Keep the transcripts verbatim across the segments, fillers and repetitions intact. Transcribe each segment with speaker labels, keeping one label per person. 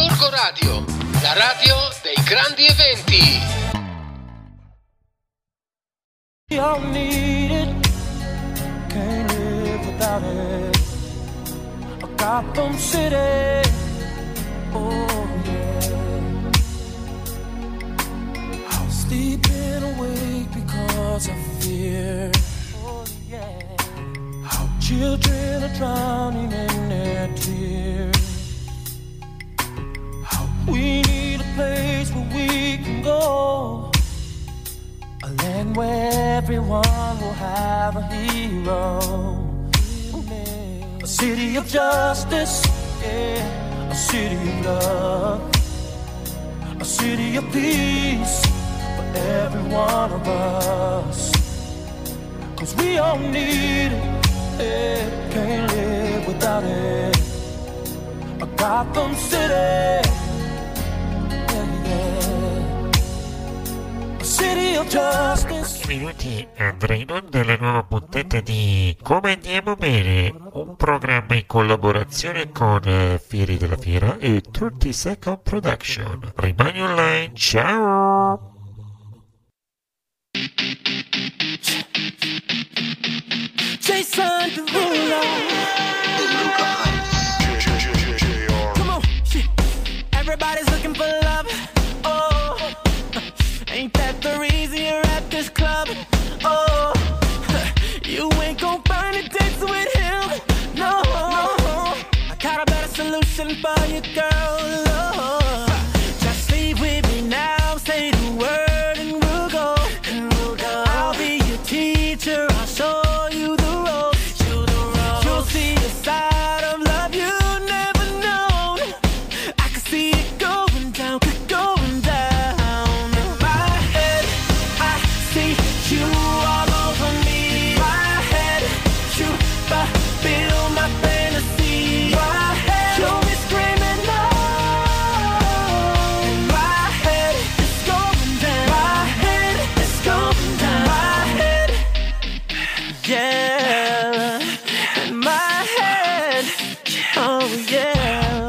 Speaker 1: Gorgo Radio, la radio dei grandi eventi.
Speaker 2: We all need it, can't live without it. A Gotham City, oh yeah. I'll sleep in awake because of fear, oh yeah. How children are drowning in their tears. How we need a place where we can go, a land where everyone will have a hero. A city of justice, yeah. A city of love, a city of peace for every one of us. Cause we all need it, yeah. Can't live without it. A Gotham City,
Speaker 3: minuti andrà in onda la nuova puntata di Come Andiamo Bene, un programma in collaborazione con uh, Fieri della Fiera e thirty second Production. Rimani online, ciao!
Speaker 2: Jason Derulo. Come on, shit. Everybody's looking for love. Oh, ain't that the reason you're at this club? Oh, you ain't gon' find a date with him. No, I got a better solution for you, girl. Oh, just leave with me now. Say the word and we'll go. And we'll go. I'll be your teacher. I'll show you the ropes. You the ropes. You'll see a side of love you never known. I can see it going down, going down. In my head, I see you all over me. My head, you fulfill my fantasy. My head, you'll be screaming no. In my head, it's going down. My head, it's going down. My head, yeah. In my head, oh yeah.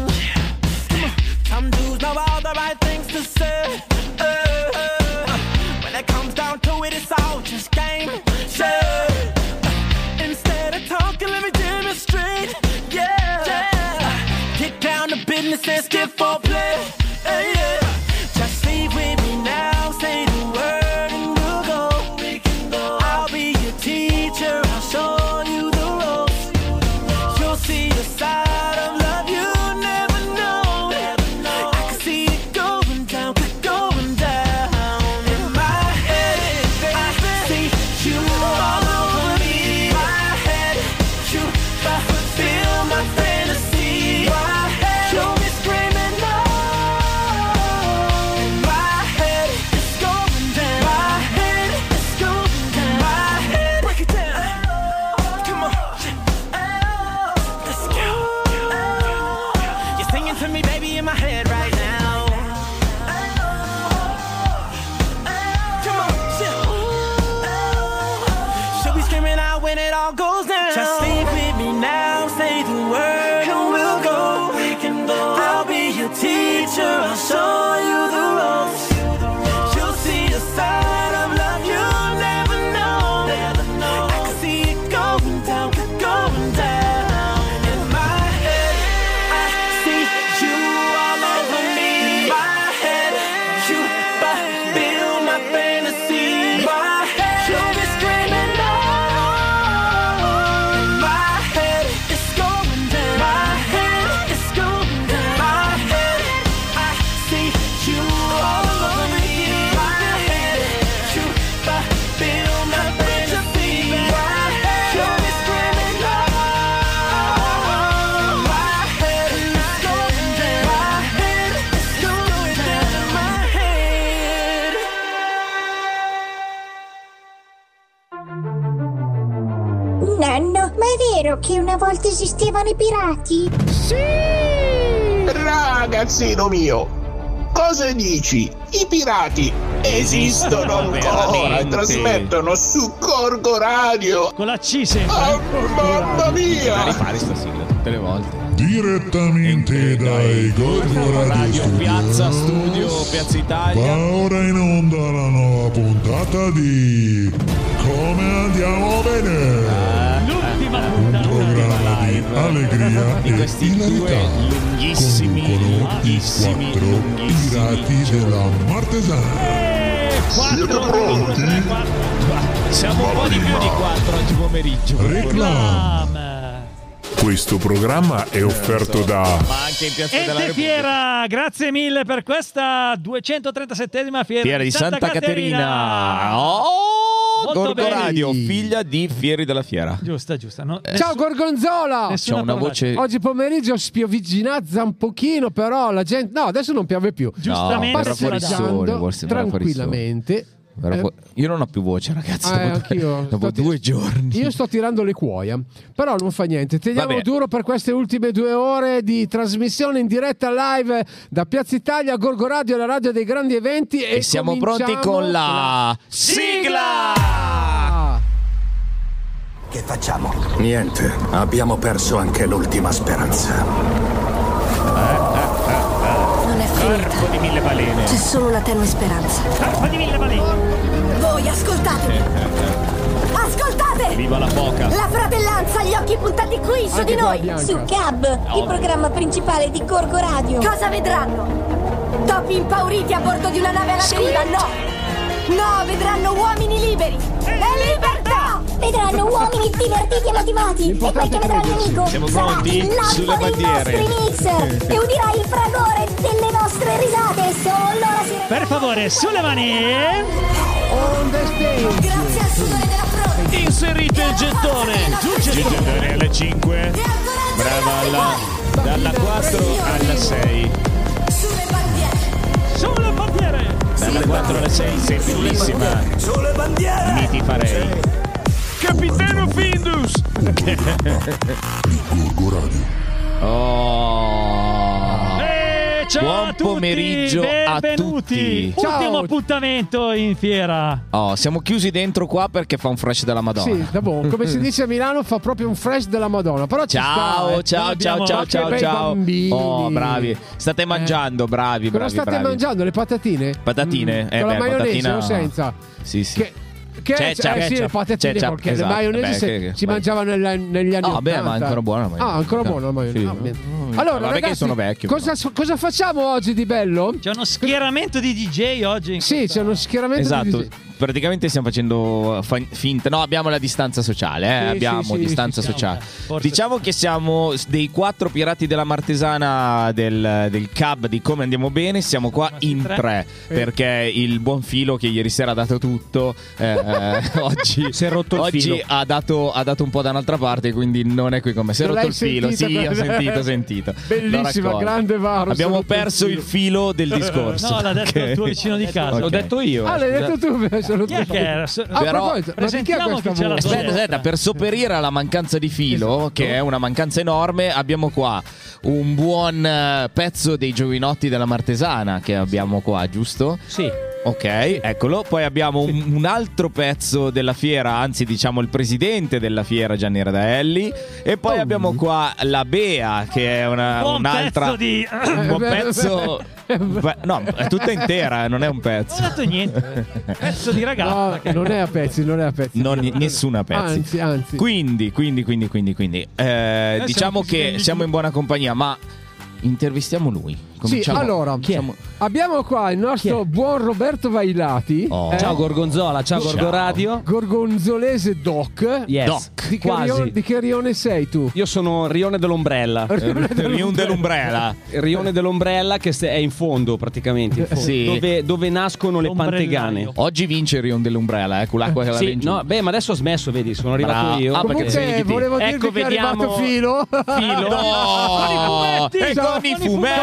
Speaker 2: Some dudes know all the right things to say. Uh, uh, when it comes down to it, it's all just game. Yeah. Instead of talking, let me demonstrate. Yeah. Yeah. Get down to business and skip for play. Hey, yeah. Just leave with me now. Say the word and we'll go. We can go. I'll be your teacher. I'll show you the ropes. You'll see the side of love you never know. I can see it going down, going down. In my head, I see you all over me. My head, you fulfill my fantasy. My head, you'll be screaming no. In my head, it's going down. My head, it's going down. My head, break it down. Come on, let's go. You're singing to me, baby, in my head right now. Come on, chill. She'll be screaming out when it all goes down. Just sleep with me now, say the word and we'll go. We can go. I'll be your teacher, I'll show you the ropes. You'll see a side of love you never know. I can see it going down, going down. In my head, I see you all over me. My head, you fulfill my fantasy. My head, you'll be screaming no. In my head, it's going down. My head, it's going down. My head, I see you all over me. My head, you fulfill my fantasy. My head, you'll be screaming no. My head, it's going down. My head, it's going down. My head.
Speaker 4: Nonno, ma è vero che una volta esistevano i pirati?
Speaker 5: Ragazzino mio, cosa dici? I pirati esistono ancora e trasmettono su Gorgo Radio.
Speaker 6: Con la C sempre.
Speaker 5: Oh, mamma mia!
Speaker 7: La rifare sta sigla tutte le volte.
Speaker 6: Direttamente dai Gorgo Radio,
Speaker 7: Radio
Speaker 6: Studios.
Speaker 7: Piazza Studio, Piazza Italia.
Speaker 6: Va ora in onda la nuova puntata di Come Andiamo Bene.
Speaker 8: L'ultima
Speaker 6: Un programma di allegria
Speaker 7: di
Speaker 6: e
Speaker 7: questi due
Speaker 6: hilarità.
Speaker 7: lunghissimi,
Speaker 6: Conducono i
Speaker 7: lunghissimi,
Speaker 6: quattro
Speaker 7: lunghissimi
Speaker 6: pirati della Martesana.
Speaker 8: Siete
Speaker 6: pronti?
Speaker 7: Siamo un po' di più di quattro oggi pomeriggio.
Speaker 6: Reclam. Questo programma è offerto da
Speaker 7: Ma anche in Piazza della
Speaker 8: Ente
Speaker 7: Repubblica.
Speaker 8: Fiera, grazie mille per questa duecentotrentaseiesima fiera,
Speaker 7: Fiera di Santa Caterina. Oh,
Speaker 8: Molto
Speaker 7: Gorgo
Speaker 8: bene.
Speaker 7: Radio, figlia di Fieri della Fiera.
Speaker 8: Giusta, giusta. No,
Speaker 9: Ciao Gorgonzola!
Speaker 8: nessuna
Speaker 7: C'ho una
Speaker 8: parola.
Speaker 7: voce.
Speaker 9: Oggi pomeriggio spioviginazza un pochino, però la gente... No, adesso non piove più.
Speaker 8: Giustamente
Speaker 7: verrà
Speaker 8: se la
Speaker 7: fuori
Speaker 8: dà.
Speaker 7: il sole, forse verrà fuori il sole.
Speaker 9: tranquillamente.
Speaker 7: Verrà
Speaker 9: Eh,
Speaker 7: fu- Io non ho più voce, ragazzi.
Speaker 9: eh,
Speaker 7: dopo
Speaker 9: anch'io.
Speaker 7: dopo
Speaker 9: Sto ti-
Speaker 7: due giorni.
Speaker 9: Io sto tirando le cuoia, però non fa niente. Teniamo
Speaker 7: Vabbè.
Speaker 9: duro per queste ultime due ore di trasmissione in diretta live da Piazza Italia, Gorgo Radio, la radio dei grandi eventi. E,
Speaker 7: E siamo pronti
Speaker 9: cominciamo
Speaker 7: con la sigla.
Speaker 9: Ah,
Speaker 10: Che facciamo? Niente, abbiamo perso anche l'ultima speranza.
Speaker 11: Non è finita.
Speaker 7: Corpo di mille balene.
Speaker 11: C'è solo una tenue speranza.
Speaker 8: Carpa di mille balene.
Speaker 11: Voi ascoltatemi! Ascoltate!
Speaker 7: Viva la foca.
Speaker 11: La fratellanza, gli occhi puntati qui su
Speaker 9: anche
Speaker 11: di
Speaker 9: qua,
Speaker 11: noi!
Speaker 9: Bianca.
Speaker 4: Su Cab, il programma principale di Gorgo Radio.
Speaker 11: Cosa vedranno? Topi impauriti a bordo di una nave alla deriva? No! No, vedranno uomini liberi! E libertà!
Speaker 4: Vedranno uomini divertiti e motivati. E quel che vedrà il nemico
Speaker 7: Siamo
Speaker 4: sarà
Speaker 7: pronti?
Speaker 4: il lampo
Speaker 7: Sulle
Speaker 4: dei
Speaker 7: bandiere.
Speaker 4: nostri mix. E udirai il fragore delle nostre risate. Solo la sirena.
Speaker 8: Per favore, sulle mani.
Speaker 9: on the stage.
Speaker 11: Grazie al sudore della fronte!
Speaker 7: Inserite il gettone. Gettone alle cinque. Brava alla, dalla quattro alla sei.
Speaker 11: Sulle bandiere!
Speaker 8: Sulle bandiere.
Speaker 7: Dalla quattro alla sei sei bellissima.
Speaker 10: Sulle bandiere!
Speaker 7: Mi ti farei. Capitano Findus.
Speaker 6: Gorgo Radio.
Speaker 7: Oh.
Speaker 8: Eh, ciao
Speaker 7: Buon
Speaker 8: a tutti,
Speaker 7: pomeriggio a
Speaker 8: benvenuti.
Speaker 7: tutti.
Speaker 9: Ciao.
Speaker 8: Ultimo appuntamento in fiera.
Speaker 7: Oh, siamo chiusi dentro qua perché fa un fresh della Madonna.
Speaker 9: Sì, da buon. Come si dice a Milano, fa proprio un fresh della Madonna. Però ci
Speaker 7: Ciao,
Speaker 9: sta, eh.
Speaker 7: ciao,
Speaker 8: Noi
Speaker 7: ciao,
Speaker 8: abbiamo
Speaker 7: ciao,
Speaker 8: anche
Speaker 7: ciao,
Speaker 9: bei
Speaker 7: ciao.
Speaker 9: bambini.
Speaker 7: Oh, bravi. State mangiando, bravi,
Speaker 9: Cosa
Speaker 7: bravi,
Speaker 9: state
Speaker 7: bravi.
Speaker 9: mangiando? Le patatine?
Speaker 7: Patatine?
Speaker 9: Mm,
Speaker 7: Eh
Speaker 9: con
Speaker 7: beh,
Speaker 9: la maionese
Speaker 7: patatina-
Speaker 9: o senza?
Speaker 7: Sì, sì.
Speaker 9: Che, che
Speaker 7: C'è,
Speaker 9: eh
Speaker 7: c'è,
Speaker 9: sì,
Speaker 7: c'è,
Speaker 9: le patatine
Speaker 7: c'è, c'è,
Speaker 9: perché
Speaker 7: esatto.
Speaker 9: le maionese
Speaker 7: Beh,
Speaker 9: se-
Speaker 7: che- che-
Speaker 9: si
Speaker 7: vai.
Speaker 9: mangiavano negli, negli anni
Speaker 7: Ah, vabbè,
Speaker 9: ottanta.
Speaker 7: ma è ancora buona la maionese.
Speaker 9: Ah, ancora buona la maionese.
Speaker 7: Sì.
Speaker 9: Ah, bene.
Speaker 7: Mm.
Speaker 9: Allora,
Speaker 7: Vabbè, che
Speaker 9: ragazzi,
Speaker 7: sono vecchio.
Speaker 9: cosa, cosa facciamo oggi di bello?
Speaker 8: C'è uno schieramento di D J oggi. in
Speaker 9: Sì,
Speaker 8: questa-
Speaker 9: c'è uno schieramento
Speaker 7: Esatto,
Speaker 9: di...
Speaker 7: praticamente stiamo facendo fa- finta. No, abbiamo la distanza sociale, eh?
Speaker 9: Sì,
Speaker 7: abbiamo
Speaker 9: sì, sì,
Speaker 7: distanza
Speaker 9: sì, sì.
Speaker 7: sociale.
Speaker 8: Forse
Speaker 7: Diciamo che siamo dei quattro pirati della Martesana del, del Cab di Come Andiamo Bene. Siamo qua
Speaker 8: Siamo
Speaker 7: in
Speaker 8: tre.
Speaker 7: tre perché il buon Filo, che ieri sera ha dato tutto, eh, eh, oggi,
Speaker 12: Si è rotto il
Speaker 7: oggi
Speaker 12: filo.
Speaker 7: ha dato, ha dato un po' da un'altra parte, quindi non è qui con me. Si è
Speaker 9: Non
Speaker 7: rotto
Speaker 9: l'hai
Speaker 7: il filo.
Speaker 9: sentita
Speaker 7: Sì, ho
Speaker 9: quella-
Speaker 7: sentito, ho sentito.
Speaker 9: Bellissima,
Speaker 7: L'ho raccolto.
Speaker 9: grande Varo.
Speaker 7: Abbiamo
Speaker 9: sono
Speaker 7: perso il filo del discorso.
Speaker 8: No, l'ha detto
Speaker 7: Ok.
Speaker 8: il tuo vicino di casa.
Speaker 7: Ok.
Speaker 12: L'ho detto io.
Speaker 9: Ah, l'hai detto tu? sono
Speaker 8: Chi è che era?
Speaker 9: A
Speaker 7: Però-
Speaker 9: proposito, ma di chi è
Speaker 8: Presentiamo
Speaker 9: questa
Speaker 8: chi c'è la
Speaker 9: voce?
Speaker 8: tua-
Speaker 7: Aspetta, aspetta, per sopperire alla mancanza di filo,
Speaker 9: Esatto.
Speaker 7: che è una mancanza enorme, abbiamo qua un buon eh, pezzo dei giovinotti della Martesana che abbiamo qua, giusto?
Speaker 12: Sì.
Speaker 7: Ok, eccolo. Poi abbiamo un, un altro pezzo della fiera, anzi diciamo il presidente della fiera, Gianni Radaelli. E poi
Speaker 9: Oh.
Speaker 7: abbiamo qua la Bea, che è una,
Speaker 8: Buon
Speaker 7: un'altra...
Speaker 8: pezzo di...
Speaker 7: Un buon pezzo... Beh, no, è tutta intera, non è un pezzo.
Speaker 8: Non ho detto niente. Pezzo di ragazza.
Speaker 9: No,
Speaker 8: che-
Speaker 9: non è a pezzi, non è a pezzi.
Speaker 7: Non, nessuna pezzi.
Speaker 9: Anzi, anzi.
Speaker 7: Quindi, quindi, quindi, quindi, quindi eh,
Speaker 8: Noi
Speaker 7: diciamo
Speaker 8: siamo
Speaker 7: che
Speaker 8: figli-
Speaker 7: siamo in buona compagnia, ma intervistiamo lui.
Speaker 9: Sì,
Speaker 7: Cominciamo-
Speaker 9: allora,
Speaker 7: cominciamo-
Speaker 9: abbiamo qua il nostro buon Roberto Vailati.
Speaker 7: Oh.
Speaker 9: eh,
Speaker 12: Ciao Gorgonzola, ciao,
Speaker 7: Ciao.
Speaker 12: Gorgo Radio.
Speaker 9: Gorgonzolese Doc.
Speaker 12: Yes.
Speaker 7: Doc.
Speaker 9: Di che,
Speaker 12: Quasi.
Speaker 9: rione, di che rione sei tu?
Speaker 12: Io sono Rione dell'Ombrella.
Speaker 7: Riun dell'Umbrella.
Speaker 12: Rione dell'Ombrella che se- è in fondo praticamente, in fondo,
Speaker 7: Sì.
Speaker 12: dove, dove nascono le
Speaker 8: L'ombrellaio.
Speaker 12: pantegane.
Speaker 7: Oggi vince il Rion dell'Umbrella, eh, con l'acqua che la
Speaker 12: Sì,
Speaker 7: vende giù.
Speaker 12: no, beh, ma adesso ho smesso, vedi, sono arrivato
Speaker 7: Bravo.
Speaker 12: io.
Speaker 7: Ah, perché sei
Speaker 9: Comunque,
Speaker 7: di te.
Speaker 9: volevo dirvi
Speaker 12: Ecco,
Speaker 9: che è
Speaker 12: vediamo-
Speaker 9: arrivato Filo.
Speaker 12: Filo.
Speaker 7: No!
Speaker 8: Con i fumetti.
Speaker 7: E
Speaker 9: Esatto,
Speaker 7: con i
Speaker 9: con i
Speaker 7: fumetti.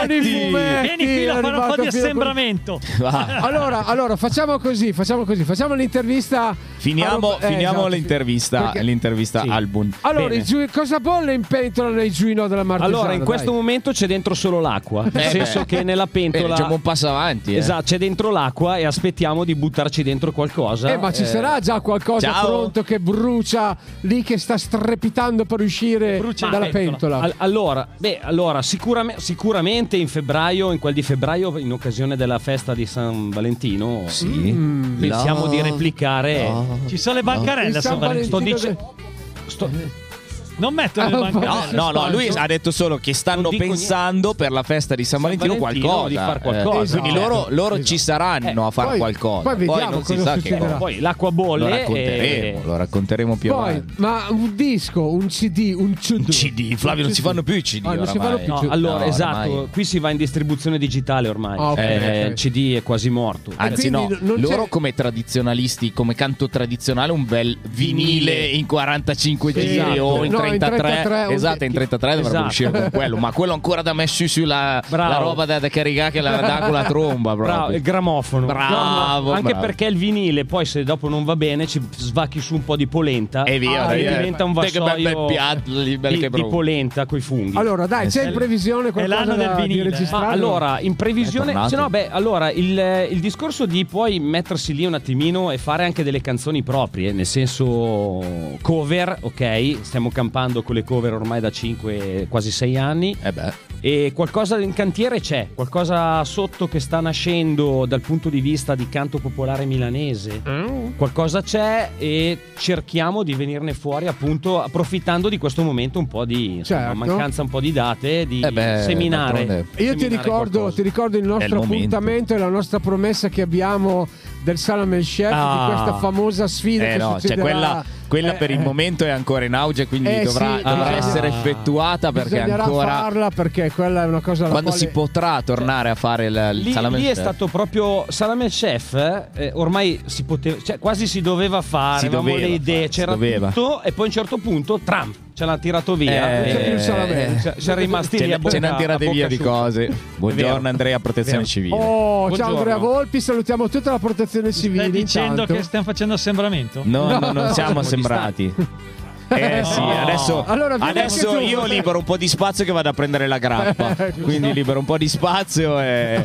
Speaker 9: Fumetti,
Speaker 8: Vieni fino a
Speaker 9: è
Speaker 8: fare un po'
Speaker 9: arrivato
Speaker 8: di
Speaker 9: fino a-
Speaker 8: assembramento.
Speaker 9: Allora, allora facciamo così, facciamo così, facciamo l'intervista.
Speaker 7: Finiamo,
Speaker 9: a Rob- eh,
Speaker 7: finiamo
Speaker 9: esatto,
Speaker 7: l'intervista,
Speaker 9: perché-
Speaker 7: l'intervista
Speaker 12: Sì.
Speaker 7: album.
Speaker 9: Allora,
Speaker 12: Bene.
Speaker 9: i giu- cosa bolle in pentola nei giuino della Martesana?
Speaker 12: Allora, in questo
Speaker 9: dai.
Speaker 12: momento c'è dentro solo l'acqua. Nel
Speaker 7: Eh
Speaker 12: senso
Speaker 7: beh.
Speaker 12: che nella
Speaker 7: Eh,
Speaker 12: pentola.
Speaker 7: facciamo un passo avanti. Eh.
Speaker 12: Esatto, c'è dentro l'acqua e aspettiamo di buttarci dentro qualcosa.
Speaker 9: Eh, ma ci sarà già qualcosa
Speaker 7: Ciao.
Speaker 9: pronto che brucia lì, che sta strepitando per uscire
Speaker 8: Brucia
Speaker 9: dalla
Speaker 8: la
Speaker 9: pentola?
Speaker 12: Al- allora, beh, allora sicurame- sicuramente in febbraio, in quel di febbraio, in occasione della festa di San Valentino,
Speaker 7: Sì.
Speaker 9: Mm.
Speaker 12: pensiamo
Speaker 7: No.
Speaker 12: di replicare.
Speaker 7: No.
Speaker 8: Ci sono le bancarelle
Speaker 9: Il
Speaker 8: a San
Speaker 9: San
Speaker 8: Valentino.
Speaker 12: Sto
Speaker 9: Valentino
Speaker 12: dicendo. Sto-
Speaker 8: Non mettono le
Speaker 9: Ah,
Speaker 8: bancarelle.
Speaker 7: No, no, no, lui
Speaker 9: Spanto.
Speaker 7: ha detto solo che stanno
Speaker 12: Non dico
Speaker 7: pensando per la festa di San
Speaker 12: San
Speaker 7: Valentino,
Speaker 12: Valentino
Speaker 7: qualcosa.
Speaker 12: di far
Speaker 7: Eh,
Speaker 12: qualcosa.
Speaker 7: quindi
Speaker 9: Esatto.
Speaker 7: loro, loro
Speaker 9: Esatto.
Speaker 7: ci saranno a fare
Speaker 9: poi-
Speaker 7: qualcosa.
Speaker 9: poi vediamo
Speaker 7: non si
Speaker 9: cosa
Speaker 7: sa che
Speaker 9: succederà.
Speaker 7: cosa.
Speaker 12: Poi l'acqua
Speaker 7: Lo
Speaker 12: bolle.
Speaker 7: racconteremo,
Speaker 12: e-
Speaker 7: lo racconteremo più
Speaker 9: Poi,
Speaker 7: avanti.
Speaker 9: ma un disco, un C D, un C D.
Speaker 7: Un C D, Flavio, non si fanno più i C D
Speaker 9: Ah, non si
Speaker 7: oramai.
Speaker 9: fanno più.
Speaker 12: No, allora,
Speaker 7: No,
Speaker 12: esatto,
Speaker 7: ormai.
Speaker 12: qui si va in distribuzione digitale ormai.
Speaker 9: Ah, ok,
Speaker 12: Eh,
Speaker 9: ok.
Speaker 12: Il C D è quasi morto.
Speaker 7: Anzi no,
Speaker 9: quindi non
Speaker 7: loro
Speaker 9: c'è-
Speaker 7: come tradizionalisti, come canto tradizionale, un bel vinile in quarantacinque
Speaker 9: Sì,
Speaker 7: giri
Speaker 9: esatto.
Speaker 7: o in
Speaker 9: No, in
Speaker 7: trentatré.
Speaker 9: trentatré, un-
Speaker 7: Esatto, in trentatré dovrebbe
Speaker 12: Esatto.
Speaker 7: uscire con quello, ma quello ancora da me su sulla
Speaker 12: Bravo.
Speaker 7: la roba da, da caricare che la dà con la tromba,
Speaker 12: Bravo,
Speaker 7: proprio.
Speaker 12: il grammofono.
Speaker 7: Bravo,
Speaker 12: No, no, anche
Speaker 7: bravo.
Speaker 12: perché il vinile, poi se dopo non va bene, ci svacchi su un po' di polenta
Speaker 7: E via,
Speaker 12: e
Speaker 7: via.
Speaker 12: diventa un
Speaker 7: Te che bel-
Speaker 12: vassoio
Speaker 7: bel piatto, lì, bel
Speaker 12: di,
Speaker 7: che
Speaker 12: di
Speaker 7: brutto.
Speaker 12: polenta coi funghi.
Speaker 9: Allora, dai, c'è in previsione qualcosa
Speaker 8: l'anno del
Speaker 9: da, di
Speaker 8: vinile, eh.
Speaker 9: registrare?
Speaker 12: Ma allora, in
Speaker 7: È
Speaker 12: previsione,
Speaker 7: tornato.
Speaker 12: se no, beh, allora il, il discorso di poi mettersi lì un attimino e fare anche delle canzoni proprie, nel senso cover, ok? Stiamo campando con le cover ormai da cinque, quasi sei anni.
Speaker 7: Eh beh.
Speaker 12: E qualcosa in cantiere c'è, qualcosa sotto che sta nascendo dal punto di vista di canto popolare milanese. Qualcosa c'è e cerchiamo di venirne fuori, appunto, approfittando di questo momento un po' di insomma,
Speaker 9: Certo.
Speaker 12: mancanza un po' di date, di
Speaker 7: Eh beh,
Speaker 12: seminare.
Speaker 7: d'altronde.
Speaker 9: Io ti
Speaker 12: seminare
Speaker 9: ricordo,
Speaker 12: qualcosa.
Speaker 9: ti ricordo il
Speaker 7: È il
Speaker 9: nostro
Speaker 7: momento.
Speaker 9: appuntamento e la nostra promessa che abbiamo del Salam El Chef,
Speaker 12: Ah.
Speaker 9: di questa famosa sfida
Speaker 7: Eh
Speaker 9: che
Speaker 7: no, cioè
Speaker 9: succederà.
Speaker 7: quella, quella
Speaker 9: Eh,
Speaker 7: per il
Speaker 9: eh.
Speaker 7: momento è ancora in auge, quindi
Speaker 9: Eh,
Speaker 7: dovrà,
Speaker 9: sì,
Speaker 7: dovrà
Speaker 12: ah.
Speaker 7: essere effettuata perché
Speaker 9: Bisognerà
Speaker 7: ancora
Speaker 9: farla, perché quella è una cosa alla
Speaker 7: quando
Speaker 9: quale...
Speaker 7: si potrà tornare a fare il, il
Speaker 12: Lì,
Speaker 7: salame
Speaker 12: lì è
Speaker 7: chef.
Speaker 12: stato proprio Salame al Chef. eh, ormai si poteva, cioè quasi si doveva fare.
Speaker 7: Si
Speaker 12: avevamo
Speaker 7: doveva
Speaker 12: le idee,
Speaker 7: fare, si
Speaker 12: c'era
Speaker 7: doveva.
Speaker 12: tutto, e poi a un certo punto Trump ce l'ha tirato via.
Speaker 7: Eh,
Speaker 9: Non c'è più il salame.
Speaker 7: eh,
Speaker 12: Cioè, siamo rimasti
Speaker 7: ce
Speaker 12: lì
Speaker 7: ne,
Speaker 12: a bocca-
Speaker 7: ce ne hanno tirate
Speaker 12: a bocca
Speaker 7: via di
Speaker 12: asciutta.
Speaker 7: cose. Buongiorno
Speaker 12: vero.
Speaker 7: Andrea, protezione
Speaker 12: Vero.
Speaker 7: civile.
Speaker 9: Oh, ciao
Speaker 12: Buongiorno.
Speaker 9: Andrea Volpi, salutiamo tutta la protezione civile.
Speaker 8: Stai dicendo
Speaker 9: intanto.
Speaker 8: che stiamo facendo assembramento?
Speaker 7: No, no,
Speaker 9: No,
Speaker 7: non siamo
Speaker 12: siamo
Speaker 7: sembrati. Eh sì,
Speaker 8: No.
Speaker 7: adesso,
Speaker 9: Allora, vieni
Speaker 7: adesso
Speaker 9: anche tu.
Speaker 7: io libero un po' di spazio che vado a prendere la grappa. Quindi libero un po' di spazio e...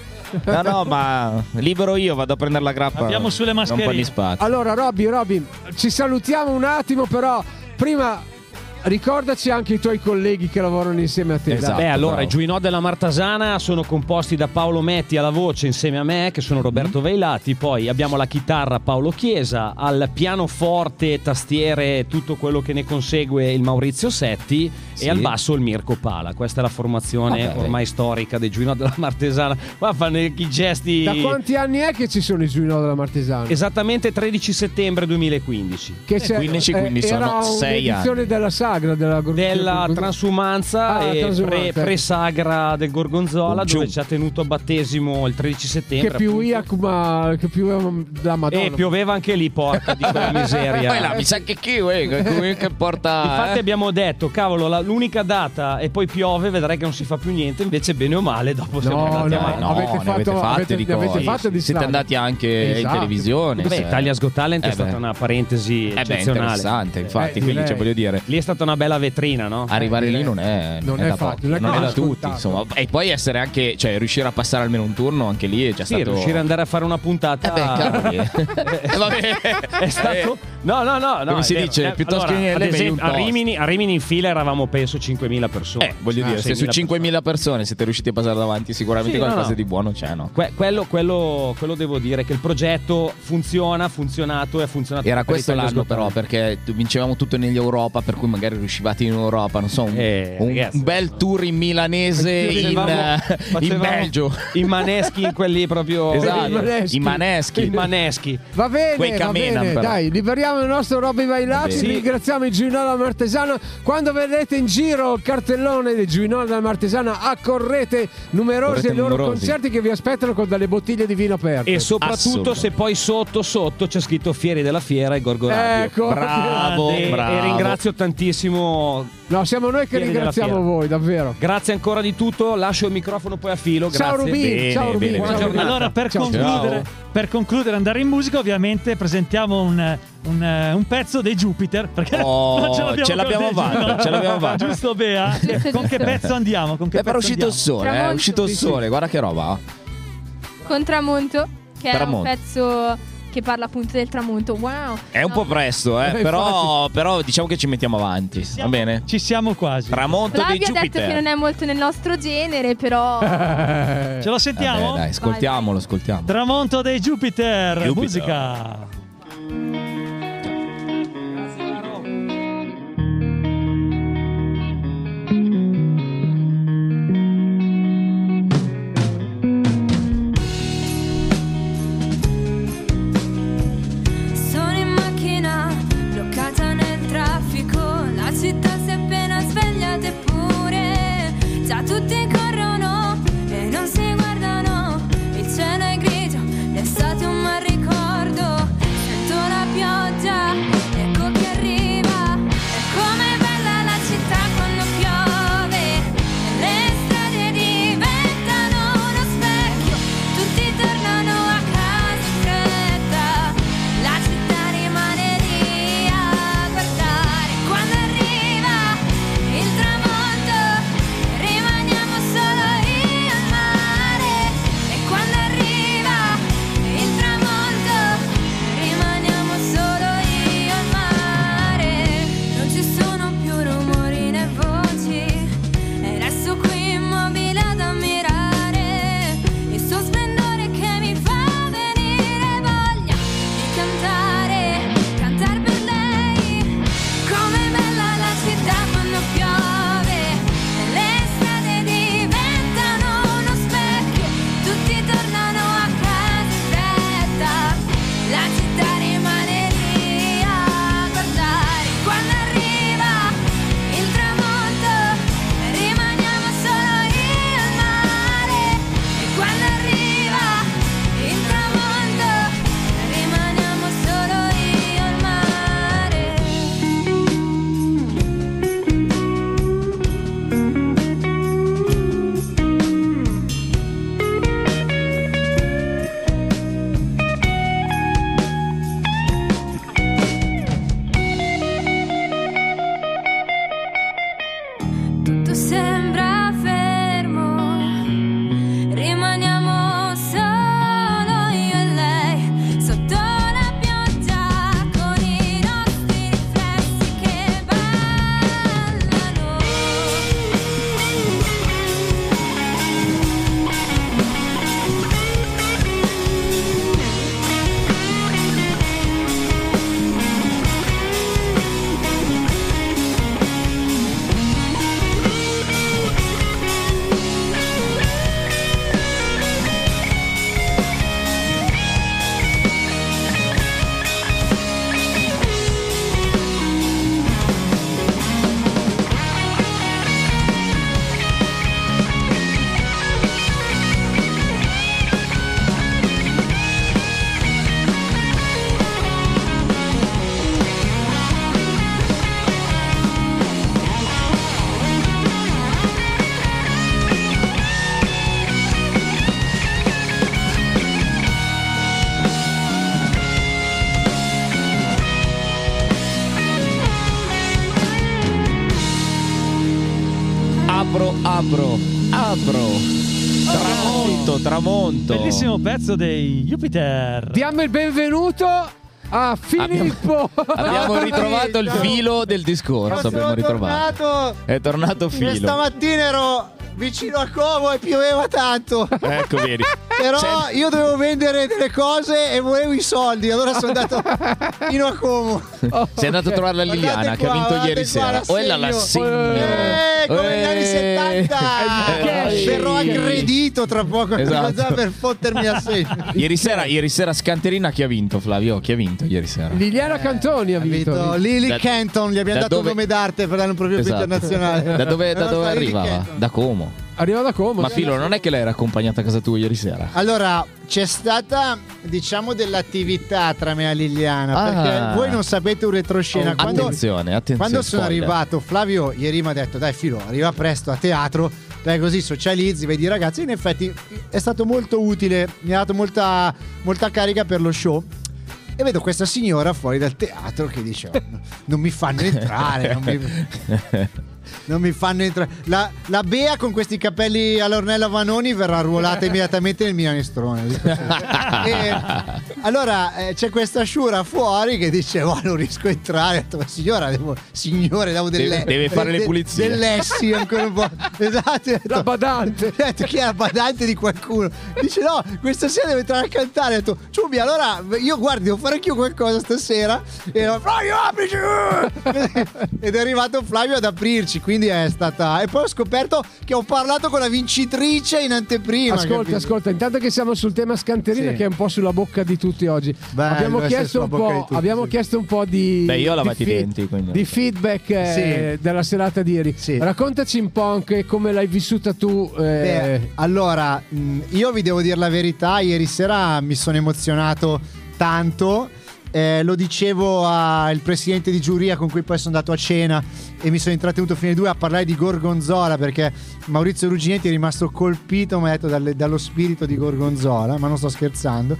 Speaker 7: No, no, ma libero io, vado a prendere la grappa.
Speaker 8: Abbiamo sulle
Speaker 7: Un po'
Speaker 8: mascherine.
Speaker 7: di spazio.
Speaker 9: Allora, Robby, Robby, ci salutiamo un attimo, però prima ricordaci anche i tuoi colleghi che lavorano insieme a te.
Speaker 7: Esatto.
Speaker 9: dai.
Speaker 12: Beh, allora,
Speaker 7: bravo.
Speaker 12: i Giuinò della Martasana sono composti da Paolo Metti alla voce insieme a me, che sono Roberto
Speaker 7: Mm-hmm.
Speaker 12: Veilati. Poi abbiamo la chitarra Paolo Chiesa, al pianoforte, tastiere, tutto quello che ne consegue il Maurizio Setti,
Speaker 7: Sì.
Speaker 12: e al basso il Mirko Pala. Questa è la formazione
Speaker 7: Vabbè.
Speaker 12: ormai storica dei Giuinò della Martesana. Ma fanno i gesti.
Speaker 9: Da quanti anni è che ci sono i Giuinò della Martesana?
Speaker 12: Esattamente tredici settembre duemilaquindici.
Speaker 9: Che c'è-
Speaker 7: quindici, quindi sono
Speaker 9: era
Speaker 7: sei
Speaker 9: un'edizione
Speaker 7: anni.
Speaker 9: della sagra della,
Speaker 12: Della transumanza
Speaker 9: Ah,
Speaker 12: e
Speaker 9: transumanza.
Speaker 12: pre- pre-sagra del Gorgonzola,
Speaker 7: Cium.
Speaker 12: dove ci ha tenuto a battesimo il tredici settembre.
Speaker 9: che più
Speaker 12: appunto.
Speaker 9: Iacuma, che più la Madonna.
Speaker 12: E pioveva anche lì, porca di quella miseria.
Speaker 7: Poi là, mi sa che chi, uè, che che porta...
Speaker 12: Infatti
Speaker 7: eh?
Speaker 12: abbiamo detto, cavolo, la- l'unica data e poi piove, vedrai che non si fa più niente. Invece bene o male dopo siamo
Speaker 9: No,
Speaker 12: andati
Speaker 9: no,
Speaker 12: avanti.
Speaker 7: No,
Speaker 9: avete
Speaker 7: ne
Speaker 9: fatto-
Speaker 7: avete fatte
Speaker 9: avete-
Speaker 7: di
Speaker 9: ne avete
Speaker 7: cose.
Speaker 9: fatte di
Speaker 7: Siete
Speaker 9: strade.
Speaker 7: andati anche
Speaker 9: Esatto.
Speaker 7: in televisione.
Speaker 12: Beh,
Speaker 7: se-
Speaker 12: Italia's Got Talent è
Speaker 7: Eh
Speaker 12: stata
Speaker 7: beh.
Speaker 12: una parentesi
Speaker 7: Eh beh,
Speaker 12: eccezionale.
Speaker 7: interessante, infatti,
Speaker 9: Eh,
Speaker 7: quindi
Speaker 9: direi.
Speaker 7: cioè, voglio dire,
Speaker 12: Lì è stata una bella vetrina, no?
Speaker 7: arrivare
Speaker 9: direi.
Speaker 7: lì non è,
Speaker 9: Non
Speaker 7: è
Speaker 9: è
Speaker 7: da
Speaker 9: facile,
Speaker 7: poco,
Speaker 9: non è
Speaker 7: non è da
Speaker 9: scontato.
Speaker 7: tutti, insomma. E poi essere anche, cioè riuscire a passare almeno un turno, anche lì è già
Speaker 12: Sì,
Speaker 7: stato...
Speaker 12: riuscire ad andare a fare una puntata.
Speaker 7: Eh beh, cavoli. Eh, vabbè.
Speaker 12: È stato. No, no, no. no
Speaker 7: Come
Speaker 12: è
Speaker 7: si
Speaker 12: vero.
Speaker 7: dice,
Speaker 12: Eh,
Speaker 7: piuttosto
Speaker 12: allora,
Speaker 7: che niente,
Speaker 12: ad
Speaker 7: meglio
Speaker 12: esempio,
Speaker 7: un
Speaker 12: a
Speaker 7: toast.
Speaker 12: Rimini, a Rimini in fila eravamo penso cinquemila persone.
Speaker 7: Eh, voglio
Speaker 12: Ah,
Speaker 7: dire, se su
Speaker 12: seimila
Speaker 7: cinquemila persone siete riusciti a passare davanti, sicuramente
Speaker 12: Sì, no,
Speaker 7: qualcosa
Speaker 12: no.
Speaker 7: di buono c'è, no?
Speaker 12: Que- quello, quello, quello devo dire che il progetto funziona, ha funzionato e ha funzionato.
Speaker 7: Era
Speaker 12: per
Speaker 7: questo
Speaker 12: Italia's
Speaker 7: l'anno
Speaker 12: Got
Speaker 7: però,
Speaker 12: Talent.
Speaker 7: perché vincevamo tutto negli Europa, per cui magari riuscivate in Europa, non so, un,
Speaker 12: Eh,
Speaker 7: un-
Speaker 12: ragazzi.
Speaker 7: un bel tour in milanese in,
Speaker 12: Facevamo-
Speaker 7: eh, in
Speaker 12: facevamo
Speaker 7: Belgio.
Speaker 12: I maneschi, quelli proprio.
Speaker 7: Esatto,
Speaker 9: I maneschi.
Speaker 7: i maneschi.
Speaker 12: I maneschi.
Speaker 9: Va bene,
Speaker 7: Quei
Speaker 9: va
Speaker 7: Camenam,
Speaker 9: bene,
Speaker 7: però.
Speaker 9: dai, liberiamo ringraziamo il nostro Robby Vailati,
Speaker 7: Sì.
Speaker 9: ringraziamo il Ginola Martesana. Quando vedete in giro il cartellone del Ginola della Martesana, accorrete numerosi
Speaker 7: Correte
Speaker 9: ai loro
Speaker 7: numerosi.
Speaker 9: concerti che vi aspettano con delle bottiglie di vino aperte.
Speaker 12: E soprattutto se poi sotto sotto c'è scritto Fieri della Fiera e Gorgo Radio.
Speaker 9: Ecco.
Speaker 7: Bravo,
Speaker 12: e,
Speaker 7: bravo.
Speaker 12: e ringrazio tantissimo.
Speaker 9: No, siamo noi che
Speaker 12: Fieri della
Speaker 9: ringraziamo
Speaker 12: Fiera.
Speaker 9: voi, davvero.
Speaker 12: Grazie ancora di tutto. Lascio il microfono poi a filo.
Speaker 9: Ciao
Speaker 12: Grazie.
Speaker 9: Rubin,
Speaker 7: Bene,
Speaker 9: ciao Rubin,
Speaker 7: bene,
Speaker 9: ciao
Speaker 12: bene.
Speaker 9: Rubin.
Speaker 8: Allora, per
Speaker 9: Ciao.
Speaker 8: concludere,
Speaker 7: Ciao.
Speaker 8: per concludere, andare in musica, ovviamente presentiamo un, un, un pezzo dei Jupiter. Perché
Speaker 7: Oh,
Speaker 8: non ce l'abbiamo,
Speaker 7: ce l'abbiamo
Speaker 8: con te,
Speaker 7: fatta,
Speaker 8: no?
Speaker 7: ce l'abbiamo fatta.
Speaker 8: Giusto, Bea? Con che pezzo andiamo? Con che
Speaker 7: Beh, però è
Speaker 8: pezzo
Speaker 7: uscito il
Speaker 8: andiamo?
Speaker 7: sole, eh, è
Speaker 13: Tramonto.
Speaker 7: uscito il
Speaker 9: Sì, sì.
Speaker 7: sole, guarda che roba.
Speaker 13: Con Tramonto, che è
Speaker 7: Tramonto.
Speaker 13: un pezzo che parla appunto del tramonto. Wow.
Speaker 7: È un
Speaker 13: No.
Speaker 7: po' presto, eh,
Speaker 9: Eh,
Speaker 7: però, però diciamo che ci mettiamo avanti, va bene?
Speaker 8: Ci siamo quasi.
Speaker 7: Tramonto di
Speaker 13: Flavio ha detto
Speaker 7: Jupiter.
Speaker 13: che non è molto nel nostro genere, però
Speaker 8: Ce lo sentiamo?
Speaker 7: Vabbè, dai, ascoltiamolo, ascoltiamo.
Speaker 8: Tramonto dei Jupiter.
Speaker 7: Jupiter.
Speaker 8: Musica.
Speaker 11: Sono in macchina, bloccata nel traffico. La città si è appena svegliata eppure già tutti corrono e non si guardano. Il cielo è grigio, l'estate è un mal ricordo. Sento la pioggia, ecco che arriva. E com'è bella la città quando piove e le strade diventano uno specchio. Tutti tornano a casa in fretta. La città rimane lì a guardare. Quando arriva il tramonto rimaniamo solo io e il mare. E quando arriva il tramonto rimaniamo solo io e il mare. Non ci sono più rumori né voci e resto qui immobile ad ammirare il suo splendore che mi fa venire voglia di cantare, cantare per lei. Com'è bella la città quando piove e le strade diventano uno specchio. Tutti tornano a casa in fretta. La città rimane lì a guardare. Quando arriva il tramonto rimaniamo solo io e il mare. E quando arriva il tramonto rimaniamo solo io e il mare. Tutto sembra fermo, rimaniamo solo io e lei sotto la pioggia con i nostri riflessi che ballano.
Speaker 7: Apro, apro, apro. Tramonto, tramonto.
Speaker 8: Bellissimo pezzo dei Jupiter.
Speaker 9: Diamo il benvenuto a Filippo.
Speaker 7: Abbiamo ritrovato il filo del discorso. Abbiamo ritrovato.
Speaker 14: tornato.
Speaker 7: È tornato filo.
Speaker 14: Stamattina ero vicino a Como e pioveva tanto.
Speaker 7: Ecco, vedi.
Speaker 14: Però io dovevo vendere delle cose e volevo i soldi, allora sono andato fino a Como.
Speaker 7: Oh, sei andato okay. a trovare la Liliana
Speaker 14: Guardate
Speaker 7: che
Speaker 14: qua,
Speaker 7: ha vinto ieri sera. O ella l'assegno.
Speaker 14: Eh, come negli anni settanta.
Speaker 7: Eh,
Speaker 14: verrò
Speaker 7: eh,
Speaker 14: aggredito tra poco
Speaker 7: esatto.
Speaker 14: per fottermi a segno.
Speaker 7: Ieri sera, ieri sera Scanterina chi ha vinto, Flavio? Chi ha vinto ieri sera?
Speaker 9: Liliana Cantoni ha vinto.
Speaker 14: vinto. Lily
Speaker 7: Da-
Speaker 14: Canton, gli abbiamo
Speaker 7: da
Speaker 14: dato
Speaker 7: dove-
Speaker 14: un nome d'arte per darle un profilo
Speaker 7: Esatto.
Speaker 14: internazionale.
Speaker 7: Da dove, da
Speaker 14: La
Speaker 7: dove
Speaker 14: nostra Lily
Speaker 7: arrivava?
Speaker 14: Canton.
Speaker 7: Da Como.
Speaker 9: Arriva da Como.
Speaker 7: Ma
Speaker 9: sì.
Speaker 7: Filo, non è che lei era accompagnata a casa tua ieri sera?
Speaker 14: Allora, c'è stata, diciamo, dell'attività tra me e Liliana.
Speaker 7: Ah.
Speaker 14: Perché voi non sapete un retroscena.
Speaker 7: Oh,
Speaker 14: Quando,
Speaker 7: attenzione, attenzione.
Speaker 14: quando sono
Speaker 7: spoiler.
Speaker 14: arrivato, Flavio ieri mi ha detto: dai, Filo, arriva presto a teatro. Dai, così socializzi, vedi i ragazzi. In effetti è stato molto utile, mi ha dato molta, molta carica per lo show. E vedo questa signora fuori dal teatro che dice: oh, no, non mi fanno entrare, non mi, non mi fanno entrare. La, la Bea con questi capelli all'Ornella Vanoni verrà arruolata immediatamente nel minestrone. E allora eh, c'è questa sciura fuori che dice: oh, non riesco a entrare. Ho detto, ma signora, devo, signore, devo delle,
Speaker 7: Deve- deve fare le pulizie.
Speaker 14: Dell'essi ancora un po'. Esatto. Ho detto,
Speaker 9: La badante.
Speaker 14: ho detto, chi è la badante di qualcuno? Dice: no, questa sera deve entrare a cantare. Ho detto: Ciubi, allora io guardi, devo fare anch'io qualcosa stasera. E io, Flavio, aprici! Ed è arrivato Flavio ad aprirci. Quindi è stata. E poi ho scoperto che ho parlato con la vincitrice in anteprima.
Speaker 9: Ascolta,
Speaker 14: capito?
Speaker 9: ascolta, intanto che siamo sul tema Scanterina,
Speaker 14: Sì.
Speaker 9: che è un po' sulla bocca di tutti oggi.
Speaker 14: Bello
Speaker 9: abbiamo
Speaker 14: essere
Speaker 9: chiesto
Speaker 14: sulla
Speaker 9: un
Speaker 14: bocca di
Speaker 9: po',
Speaker 14: tutti,
Speaker 9: abbiamo
Speaker 14: sì.
Speaker 9: chiesto un po' di
Speaker 7: Beh, io ho
Speaker 9: di
Speaker 7: lavato i
Speaker 9: fi-
Speaker 7: denti, quindi.
Speaker 9: di feedback eh, della serata di ieri.
Speaker 14: Sì.
Speaker 9: Raccontaci un po' anche come l'hai vissuta tu. eh,
Speaker 14: Beh, allora, mh, io vi devo dire la verità, ieri sera mi sono emozionato tanto. Eh, lo dicevo al presidente di giuria con cui poi sono andato a cena e mi sono intrattenuto fino alle due a parlare di Gorgonzola, perché Maurizio Ruginetti è rimasto colpito, mi ha detto, dalle- dallo spirito di Gorgonzola, ma non sto scherzando.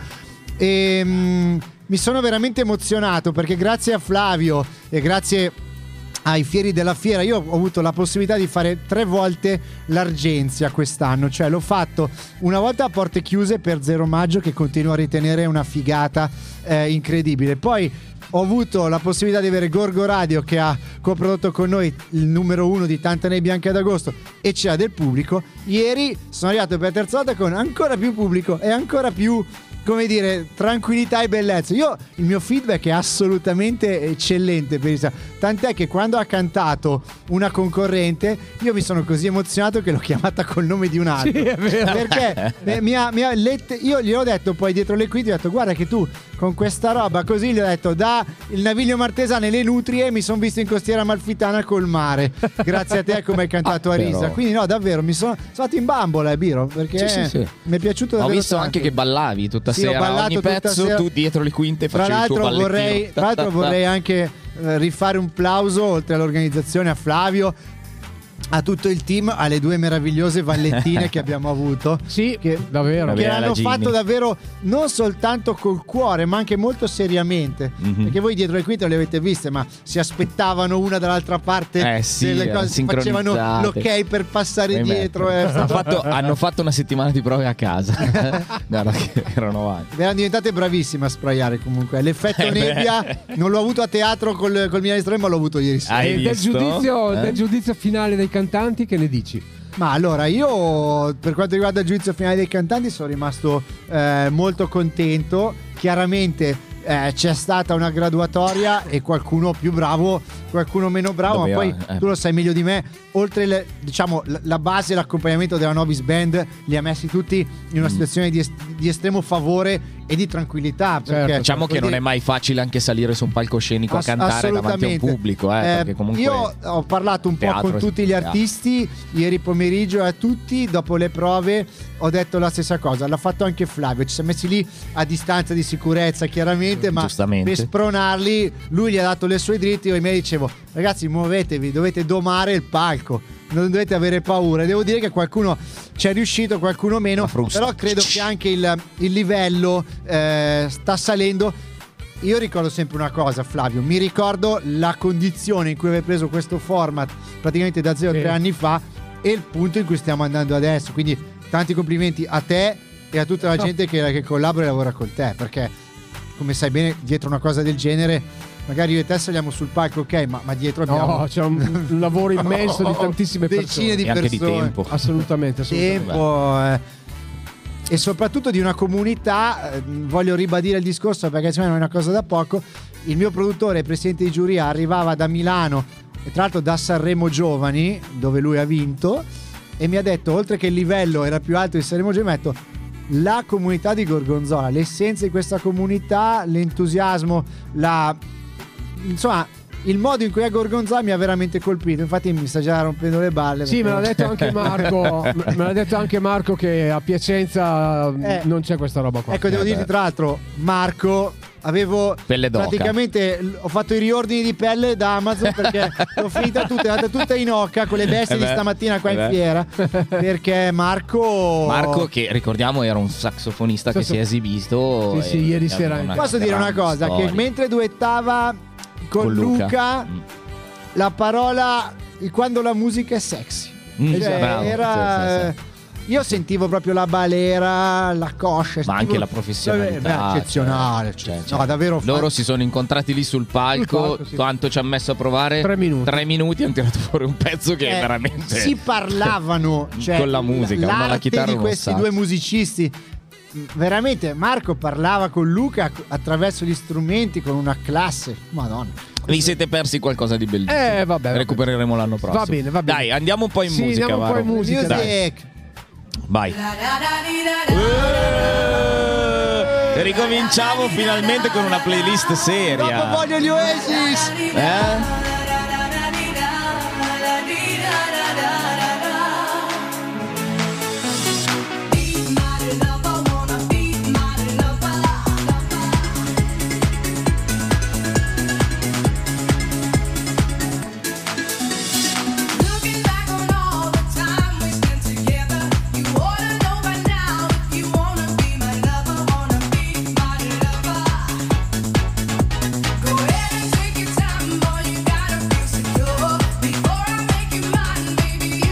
Speaker 14: E mh, mi sono veramente emozionato perché grazie a Flavio e grazie ai Fieri della Fiera io ho avuto la possibilità di fare tre volte l'Argenzia quest'anno, cioè l'ho fatto una volta a porte chiuse per Zero Maggio, che continuo a ritenere una figata eh, incredibile. Poi ho avuto la possibilità di avere Gorgo Radio, che ha coprodotto con noi il numero uno di Tanta Nebbia anche ad agosto, e c'era del pubblico. Ieri sono arrivato per terza volta con ancora più pubblico e ancora più, come dire, tranquillità e bellezza. Io, il mio feedback è assolutamente eccellente per il- tant'è che quando ha cantato una concorrente io mi sono così emozionato che l'ho chiamata col nome di un altro.
Speaker 9: Sì, è vero.
Speaker 14: Perché eh, mi ha, mi ha lette- io gli ho detto poi dietro le quinte, gli ho detto: guarda che tu con questa roba così, gli ho detto, da il Naviglio Martesano e le nutrie mi sono visto in Costiera Amalfitana col mare, grazie a te come hai cantato
Speaker 7: Ah,
Speaker 14: a risa.
Speaker 7: però.
Speaker 14: Quindi no, davvero mi sono, sono stato in bambola, eh, Biro, perché
Speaker 7: Sì, sì, sì.
Speaker 14: mi è piaciuto
Speaker 7: Ho
Speaker 14: davvero
Speaker 7: visto
Speaker 14: tanto.
Speaker 7: anche che ballavi tutta
Speaker 14: Sì, ho
Speaker 7: sera.
Speaker 14: ballato
Speaker 7: Ogni
Speaker 14: tutta
Speaker 7: pezzo
Speaker 14: sera.
Speaker 7: tu dietro le quinte
Speaker 14: Tra
Speaker 7: facevi il tuo
Speaker 14: l'altro
Speaker 7: ballettino.
Speaker 14: vorrei, tra l'altro vorrei anche eh, rifare un plauso, oltre all'organizzazione, a Flavio, a tutto il team, alle due meravigliose vallettine che abbiamo avuto.
Speaker 9: Sì,
Speaker 14: che,
Speaker 9: davvero.
Speaker 14: che
Speaker 7: Vabbè,
Speaker 14: hanno
Speaker 7: la Gini.
Speaker 14: fatto davvero non soltanto col cuore, ma anche molto seriamente.
Speaker 7: Mhm.
Speaker 14: Perché voi dietro le quinte non le avete viste, ma si aspettano una dall'altra parte
Speaker 7: Eh sì,
Speaker 14: delle
Speaker 7: erano
Speaker 14: cose, si facevano
Speaker 7: sincronizzate.
Speaker 14: l'ok per passare
Speaker 7: Eh beh,
Speaker 14: dietro. eh, è
Speaker 7: hanno,
Speaker 14: stato-
Speaker 7: fatto, hanno fatto una settimana di prove a casa. Guarda che erano avanti.
Speaker 14: Erano diventate bravissime a sprayare comunque. L'effetto
Speaker 7: Eh beh.
Speaker 14: nebbia non l'ho avuto a teatro col, col Minestrone, ma l'ho avuto ieri sera.
Speaker 7: Hai
Speaker 9: E del
Speaker 7: visto?
Speaker 9: giudizio,
Speaker 7: Eh?
Speaker 9: del giudizio finale dei cantanti, che ne dici?
Speaker 14: Ma allora, io per quanto riguarda il giudizio finale dei cantanti sono rimasto eh, molto contento. Chiaramente eh, c'è stata una graduatoria e qualcuno più bravo, qualcuno meno bravo,
Speaker 7: Doveva-
Speaker 14: ma poi
Speaker 7: eh.
Speaker 14: tu lo sai meglio di me. Oltre le- diciamo la, la base e l'accompagnamento della Novis Band li ha messi tutti in una
Speaker 7: Mm.
Speaker 14: situazione di, est- di estremo favore e di tranquillità. Perché
Speaker 7: Diciamo che non è mai facile anche salire su un palcoscenico
Speaker 14: Ass-
Speaker 7: a cantare davanti a un
Speaker 14: assolutamente.
Speaker 7: pubblico, eh,
Speaker 14: Eh,
Speaker 7: perché comunque
Speaker 14: io ho parlato un po'
Speaker 7: teatro
Speaker 14: con
Speaker 7: è-
Speaker 14: tutti gli
Speaker 7: teatro.
Speaker 14: artisti ieri pomeriggio, a tutti dopo le prove ho detto la stessa cosa. L'ha fatto anche Flavio, ci siamo messi lì a distanza di sicurezza chiaramente, ma
Speaker 7: Giustamente.
Speaker 14: per spronarli lui gli ha dato le sue dritte. Io ai miei dicevo: ragazzi, muovetevi, dovete domare il palco, non dovete avere paura. Devo dire che qualcuno ci è riuscito, qualcuno meno, però credo che anche il, il livello eh, sta salendo. Io ricordo sempre una cosa, Flavio, mi ricordo la condizione in cui avevi preso questo format praticamente da zero a
Speaker 9: Sì.
Speaker 14: tre anni fa e il punto in cui stiamo andando adesso. Quindi tanti complimenti a te e a tutta la
Speaker 9: No.
Speaker 14: gente che, che collabora e lavora con te, perché come sai bene, dietro una cosa del genere magari io e te saliamo sul palco, ok, ma, ma dietro abbiamo
Speaker 9: No, c'è un, un lavoro immenso di tantissime persone.
Speaker 14: decine di
Speaker 7: E anche di
Speaker 14: persone.
Speaker 7: tempo.
Speaker 9: Assolutamente, assolutamente.
Speaker 14: Tempo, eh. e soprattutto di una comunità. eh, voglio ribadire il discorso perché secondo me non è una cosa da poco. Il mio produttore e presidente di giuria arrivava da Milano e tra l'altro da Sanremo Giovani, dove lui ha vinto, e mi ha detto, oltre che il livello era più alto di Sanremo Giovani, mi ha detto la comunità di Gorgonzola, l'essenza di questa comunità, l'entusiasmo, la insomma il modo in cui è Gorgonzola mi ha veramente colpito. Infatti mi sta già rompendo le balle.
Speaker 9: Sì, me l'ha detto anche Marco. Me l'ha detto anche Marco che a Piacenza
Speaker 14: Eh.
Speaker 9: non c'è questa roba qua.
Speaker 14: Ecco, devo
Speaker 9: Eh,
Speaker 14: dirti
Speaker 9: beh.
Speaker 14: tra l'altro, Marco, avevo
Speaker 7: Pelle d'oca.
Speaker 14: praticamente l- ho fatto i riordini di pelle da Amazon perché l'ho finita tutta, è andata tutta in occa con le bestie
Speaker 7: Eh
Speaker 14: di
Speaker 7: beh,
Speaker 14: stamattina qua
Speaker 7: eh
Speaker 14: in
Speaker 7: beh.
Speaker 14: fiera. Perché Marco
Speaker 7: Marco, che ricordiamo era un saxofonista che si è esibito.
Speaker 9: Sì, sì,
Speaker 7: e
Speaker 9: ieri
Speaker 7: aveva
Speaker 9: sera
Speaker 7: una
Speaker 14: posso dire una
Speaker 7: grande
Speaker 14: cosa,
Speaker 7: storia.
Speaker 14: che mentre duettava con,
Speaker 7: Con Luca.
Speaker 14: Luca, la parola quando la musica è sexy.
Speaker 7: Mm,
Speaker 14: Cioè,
Speaker 7: bravo,
Speaker 14: era
Speaker 7: sì, sì,
Speaker 14: io sentivo proprio la balera, la coscia,
Speaker 7: Ma anche
Speaker 14: sentivo-
Speaker 7: la professionalità,
Speaker 14: Beh, eccezionale,
Speaker 7: cioè,
Speaker 14: cioè,
Speaker 7: cioè,
Speaker 14: no, davvero
Speaker 7: loro
Speaker 14: fa-
Speaker 7: si sono incontrati lì sul palco.
Speaker 14: Sul palco, sì.
Speaker 7: Quanto ci ha messo a provare?
Speaker 9: Tre minuti.
Speaker 7: Tre minuti hanno tirato fuori un pezzo che
Speaker 14: Eh,
Speaker 7: è veramente.
Speaker 14: si parlavano, cioè,
Speaker 7: Con la musica, uno alla
Speaker 14: l'arte
Speaker 7: chitarra
Speaker 14: di
Speaker 7: e uno al
Speaker 14: questi
Speaker 7: sax.
Speaker 14: due musicisti. Veramente Marco parlava con Luca attraverso gli strumenti con una classe, madonna.
Speaker 7: Vi siete persi qualcosa di bellissimo.
Speaker 9: Eh, vabbè, vabbè.
Speaker 7: Recupereremo l'anno prossimo.
Speaker 9: Va bene, va bene.
Speaker 7: Dai, andiamo un po' in
Speaker 9: Sì,
Speaker 7: musica.
Speaker 9: andiamo un po'
Speaker 7: Varo.
Speaker 9: in musica, dai.
Speaker 14: Music.
Speaker 7: Vai. E ricominciamo finalmente con una playlist seria.
Speaker 14: Dopo voglio gli Oasis.
Speaker 7: Eh?
Speaker 11: Take your time, boy, you gotta feel secure before I make you mine, baby.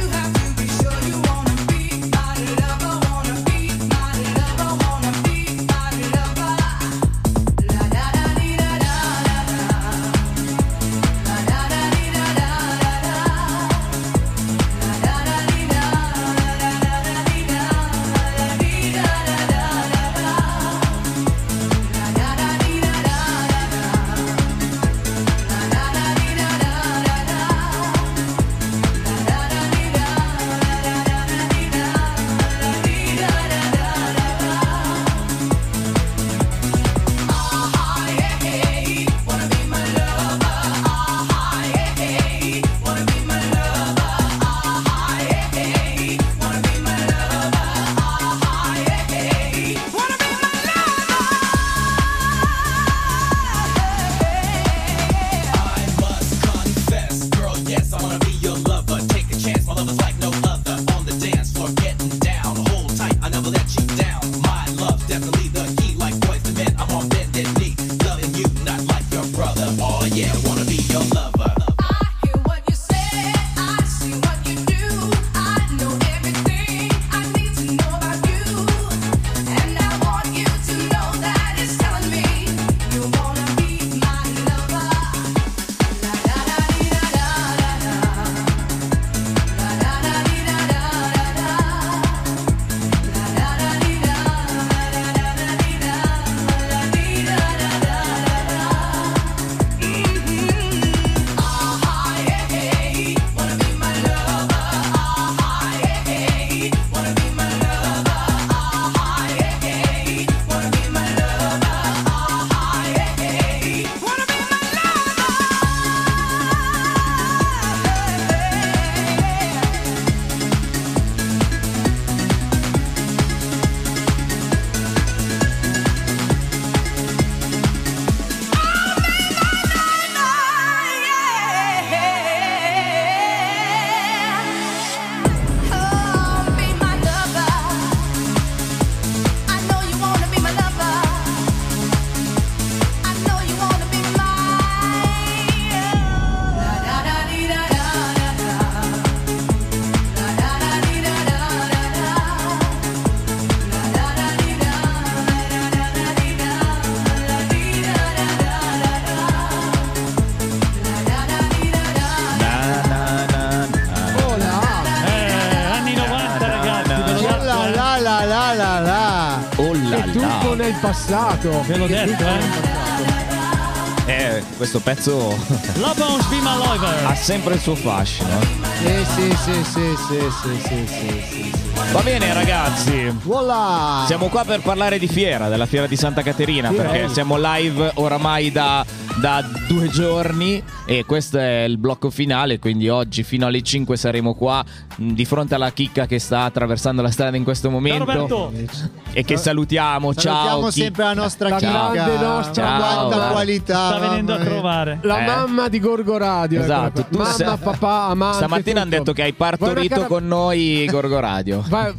Speaker 14: la la la la.
Speaker 7: Oh là
Speaker 9: È tutto nel passato.
Speaker 8: Ve l'ho detto, eh.
Speaker 7: Eh, questo pezzo
Speaker 8: La Bones Be My Lover.
Speaker 7: ha sempre il suo fascino.
Speaker 9: Sì, sì, sì, sì, sì, sì, sì, sì, sì.
Speaker 7: Va bene ragazzi,
Speaker 14: Voilà.
Speaker 7: siamo qua per parlare di fiera, della fiera di Santa Caterina,
Speaker 9: Direi.
Speaker 7: perché siamo live oramai da, da due giorni e questo è il blocco finale, quindi oggi fino alle cinque saremo qua mh, di fronte alla chicca che sta attraversando la strada in questo momento.
Speaker 8: Ciao Roberto.
Speaker 7: E che salutiamo,
Speaker 14: Salutiamo
Speaker 7: ciao Chi-
Speaker 14: sempre la nostra
Speaker 9: La
Speaker 14: chicca.
Speaker 9: grande nostra
Speaker 7: Ciao.
Speaker 14: Quanta
Speaker 9: mamma.
Speaker 14: qualità.
Speaker 8: Sta venendo a
Speaker 14: mamma mia.
Speaker 8: trovare.
Speaker 9: La
Speaker 7: Eh.
Speaker 9: mamma di Gorgo Radio.
Speaker 7: Esatto,
Speaker 9: eccola
Speaker 7: tu
Speaker 9: qua. Mamma,
Speaker 7: sei-
Speaker 9: papà, amante.
Speaker 7: Stamattina hanno
Speaker 9: tutto.
Speaker 7: detto che hai
Speaker 9: Guarda
Speaker 7: partorito
Speaker 9: che era-
Speaker 7: con noi Gorgo Radio.
Speaker 9: Vai-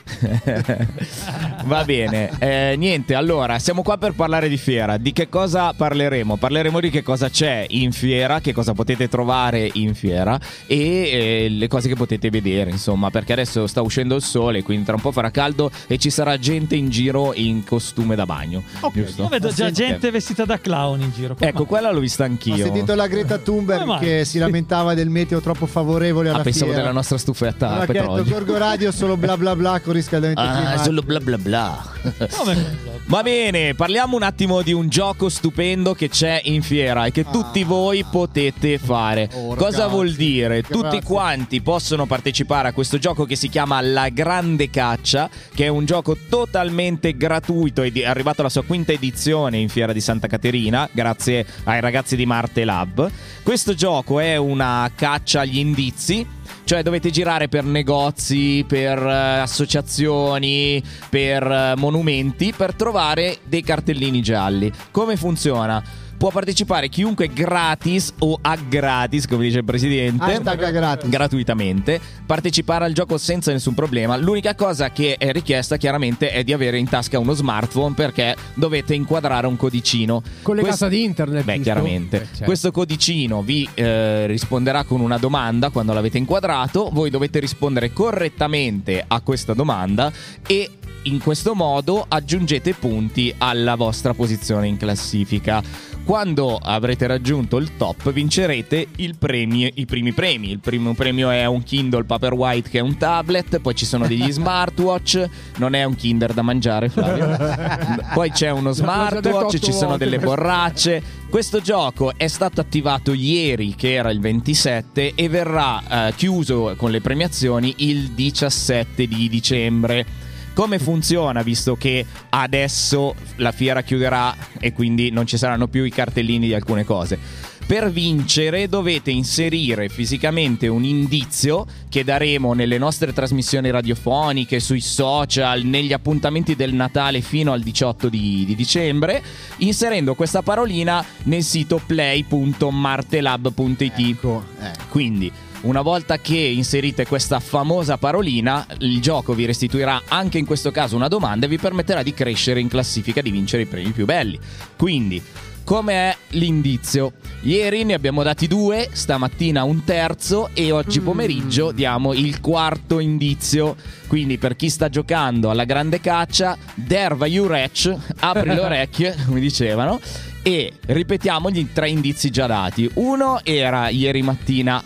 Speaker 7: Va bene, eh, niente, allora siamo qua per parlare di fiera. Di che cosa parleremo? Parleremo di che cosa c'è in fiera, che cosa potete trovare in fiera e eh, le cose che potete vedere, insomma, perché adesso sta uscendo il sole, quindi tra un po' farà caldo e ci sarà gente in giro in costume da bagno, giusto?
Speaker 8: Io vedo già
Speaker 7: Sì.
Speaker 8: gente vestita da clown in giro. Come
Speaker 7: Ecco, quella l'ho vista
Speaker 14: Ho
Speaker 7: anch'io.
Speaker 14: sentito la Greta Thunberg
Speaker 8: Come mai?
Speaker 14: che si lamentava del meteo troppo favorevole alla
Speaker 7: Ah, pensavo
Speaker 14: fiera.
Speaker 7: della nostra stufetta a
Speaker 14: Allora che ha detto
Speaker 7: petrolio.
Speaker 14: Gorgo Radio solo bla bla bla con riscaldamento
Speaker 7: Ah,
Speaker 14: climatico.
Speaker 7: solo bla bla bla.
Speaker 8: mai? Come?
Speaker 7: Va bene, parliamo un attimo di un gioco stupendo che c'è in fiera e che tutti voi potete fare.
Speaker 14: Oh,
Speaker 7: Cosa
Speaker 14: ragazzi,
Speaker 7: vuol dire? Tutti
Speaker 14: grazie.
Speaker 7: quanti possono partecipare a questo gioco che si chiama La Grande Caccia, che è un gioco totalmente gratuito ed è arrivato alla sua quinta edizione in Fiera di Santa Caterina, grazie ai ragazzi di Marte Lab. Questo gioco è una caccia agli indizi. Cioè dovete girare per negozi, per eh, associazioni, per eh, monumenti per trovare dei cartellini gialli. Come funziona? Può partecipare chiunque gratis o a gratis, come dice il presidente.
Speaker 14: Hashtag a gratis.
Speaker 7: Gratuitamente. Partecipare al gioco senza nessun problema. L'unica cosa che è richiesta chiaramente è di avere in tasca uno smartphone, perché dovete inquadrare un codicino.
Speaker 9: Collegata
Speaker 7: Questo-
Speaker 9: ad internet.
Speaker 7: Beh,
Speaker 9: giusto?
Speaker 7: chiaramente.
Speaker 9: Eh, certo.
Speaker 7: Questo codicino vi eh, risponderà con una domanda quando l'avete inquadrato. Voi dovete rispondere correttamente a questa domanda e in questo modo aggiungete punti alla vostra posizione in classifica. Quando avrete raggiunto il top vincerete il premio, i primi premi. Il primo premio è un Kindle Paperwhite, che è un tablet. Poi ci sono degli smartwatch. Non è un Kinder da mangiare, Flavio. Poi c'è uno
Speaker 9: L'ho già detto
Speaker 7: smartwatch,
Speaker 9: otto
Speaker 7: ci sono
Speaker 9: volte
Speaker 7: delle
Speaker 9: questo.
Speaker 7: borracce. Questo gioco è stato attivato ieri, che era il ventisette, e verrà eh, chiuso con le premiazioni il diciassette di dicembre. Come funziona, visto che adesso la fiera chiuderà e quindi non ci saranno più i cartellini di alcune cose? Per vincere dovete inserire fisicamente un indizio che daremo nelle nostre trasmissioni radiofoniche, sui social, negli appuntamenti del Natale fino al diciotto di, di dicembre, inserendo questa parolina nel sito play punto martelab punto it.
Speaker 14: Ecco, eh.
Speaker 7: Quindi una volta che inserite questa famosa parolina, il gioco vi restituirà anche in questo caso una domanda e vi permetterà di crescere in classifica, di vincere i premi più belli. Quindi, come è l'indizio? Ieri ne abbiamo dati due, stamattina un terzo e oggi pomeriggio diamo il quarto indizio. Quindi per chi sta giocando alla grande caccia, derva Urech, apri le orecchie, come dicevano. E ripetiamo gli tre indizi già dati. Uno era ieri mattina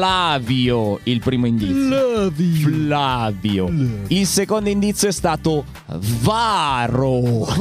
Speaker 7: Flavio, il primo indizio. Flavio. Il secondo indizio è stato Varo.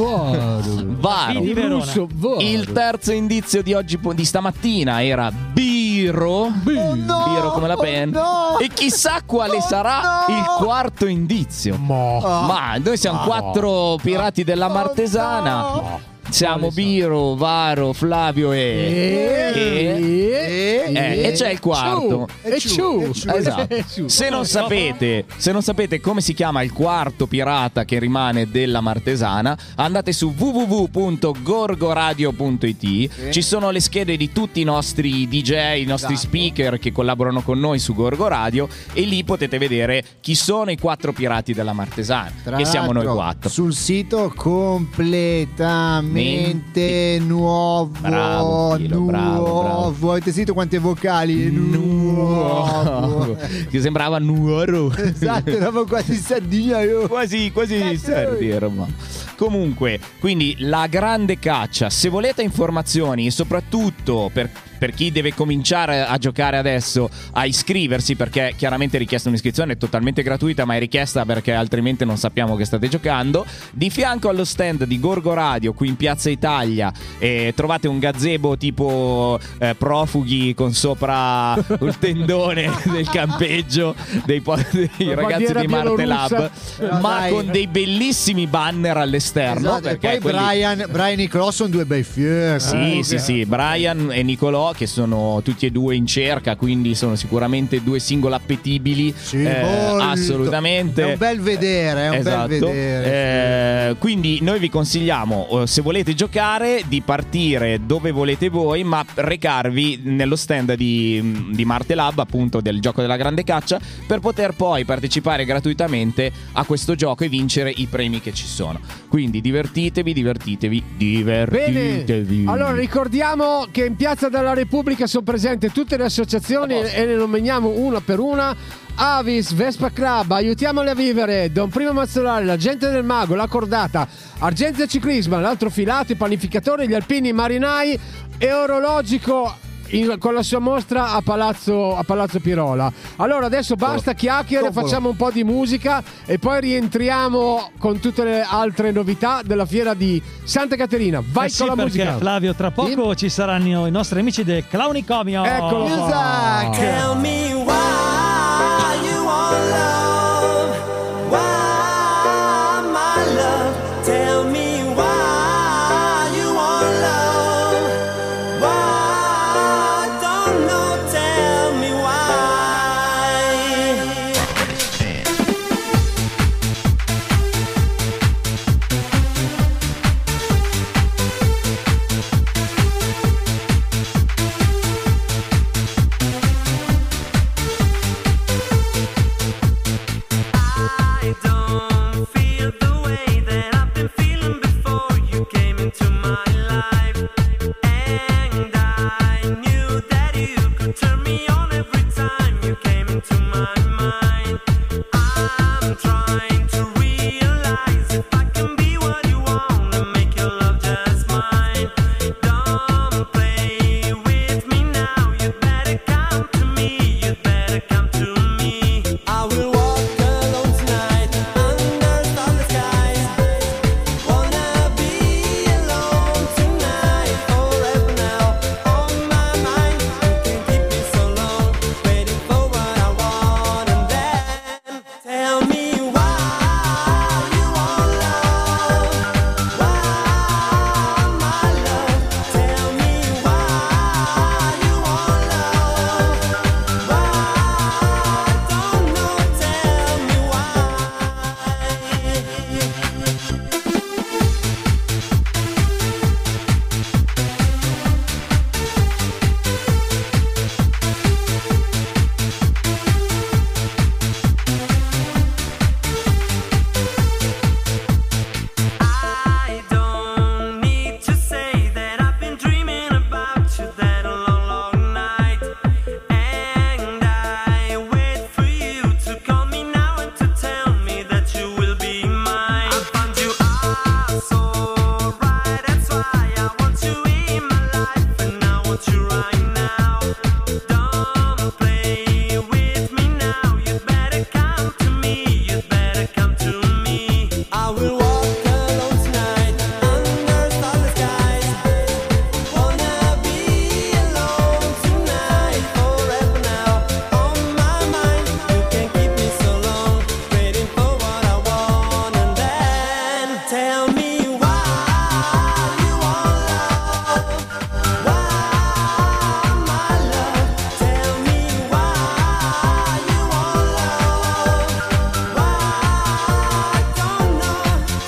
Speaker 7: Varo.
Speaker 8: Di Verona.
Speaker 9: Russo, Varo.
Speaker 7: Il terzo indizio di oggi, di stamattina, era Biro. Biro come la penna.
Speaker 14: no!
Speaker 7: E chissà quale sarà
Speaker 14: no!
Speaker 7: il quarto indizio. Ma noi siamo quattro pirati della Martesana. Siamo Biro, Varo, Flavio e... e... Eh, e c'è il quarto.
Speaker 9: E ciu.
Speaker 7: Esatto.
Speaker 9: E ciu.
Speaker 7: Se non sapete, se non sapete come si chiama il quarto pirata che rimane della Martesana, andate su w w w punto gorgoradio punto it. Ci sono le schede di tutti i nostri D J, i nostri
Speaker 14: Esatto.
Speaker 7: speaker che collaborano con noi su Gorgo Radio, e lì potete vedere chi sono i quattro pirati della Martesana,
Speaker 14: Tra
Speaker 7: che siamo noi
Speaker 14: l'altro,
Speaker 7: quattro.
Speaker 14: Sul sito completamente nuovo.
Speaker 7: Bravo, Chilo,
Speaker 14: nuovo.
Speaker 7: bravo, bravo.
Speaker 14: Avete sentito quante vocali?
Speaker 7: Nuovo. Che sembrava nuoro.
Speaker 14: Esatto, eravamo quasi in Sardegna io.
Speaker 7: Quasi, quasi servi eravamo. Comunque, quindi la grande caccia. Se volete informazioni e soprattutto per per chi deve cominciare a giocare adesso a iscriversi, perché chiaramente è richiesta un'iscrizione totalmente gratuita, ma è richiesta perché altrimenti non sappiamo che state giocando. Di fianco allo stand di Gorgo Radio qui in Piazza Italia eh, trovate un gazebo tipo eh, profughi con sopra il tendone del campeggio dei, po- dei ragazzi di Marte Lab,
Speaker 14: No,
Speaker 7: ma
Speaker 14: dai.
Speaker 7: con dei bellissimi banner all'esterno.
Speaker 14: Esatto, e
Speaker 7: perché
Speaker 14: poi
Speaker 7: quelli-
Speaker 14: Brian, Brian e Nicolò sono due bei fier.
Speaker 7: Sì, sì, sì, Brian e Nicolò che sono tutti e due in cerca, quindi sono sicuramente due single appetibili. eh,
Speaker 14: molto.
Speaker 7: assolutamente.
Speaker 14: È un bel vedere, è un
Speaker 7: Esatto.
Speaker 14: bel vedere.
Speaker 7: Eh, quindi noi vi consigliamo, eh, se volete giocare, di partire dove volete voi, ma recarvi nello stand di, di Marte Lab, appunto del gioco della grande caccia, per poter poi partecipare gratuitamente a questo gioco e vincere i premi che ci sono. Quindi divertitevi, divertitevi, divertitevi.
Speaker 9: Bene, allora ricordiamo che in Piazza della Repubblica sono presenti tutte le associazioni e le nominiamo una per una. Avis, Vespa Club, Aiutiamoli a Vivere, Don Primo Mazzolari, La Gente del Mago, La Cordata, Argenza Ciclisma, L'Altro Filato, I Panificatori, Gli Alpini, I Marinai e Orologico in- con la sua mostra a Palazzo, a Palazzo Pirola. Allora adesso basta chiacchiere,
Speaker 14: Coppola.
Speaker 9: facciamo un po' di musica e poi rientriamo con tutte le altre novità della fiera di Santa Caterina. Vai
Speaker 8: Eh sì,
Speaker 9: con la
Speaker 8: perché,
Speaker 9: musica.
Speaker 8: Flavio, tra poco ci saranno i nostri amici del Clownicomio.
Speaker 9: Eccolo qua.
Speaker 2: Tell me why you want love, why my love. Tell me why you want love, why don't know. Tell me why. I don't feel the way that I've been feeling before you came into my life, and I knew that you could turn me on every time you came into my mind. I'm trying to realize if I can be what you want and make your love just mine. Don't play with me now, you better come to me, you better come to me. I will walk alone tonight under starless skies. Wanna be alone tonight forever now. On my mind, you can keep me so long, waiting for what I want, and then tell me why you want love, why my love. Tell me why you want love, why don't know. Tell me why. I don't need to say that I've been dreaming about you that long, long night, and I wait for you to call me now and to tell me that you will be mine. I found you are so right, that's why I want you in my life, and I want you right now. Don't play with me now, you better come to me, you better come to me. I will walk alone tonight under starless skies. Wanna be alone tonight forever now. On my mind, you can keep me so long, waiting for what I want, and then tell me why you want love, why my love. Tell me why you want love, why don't know.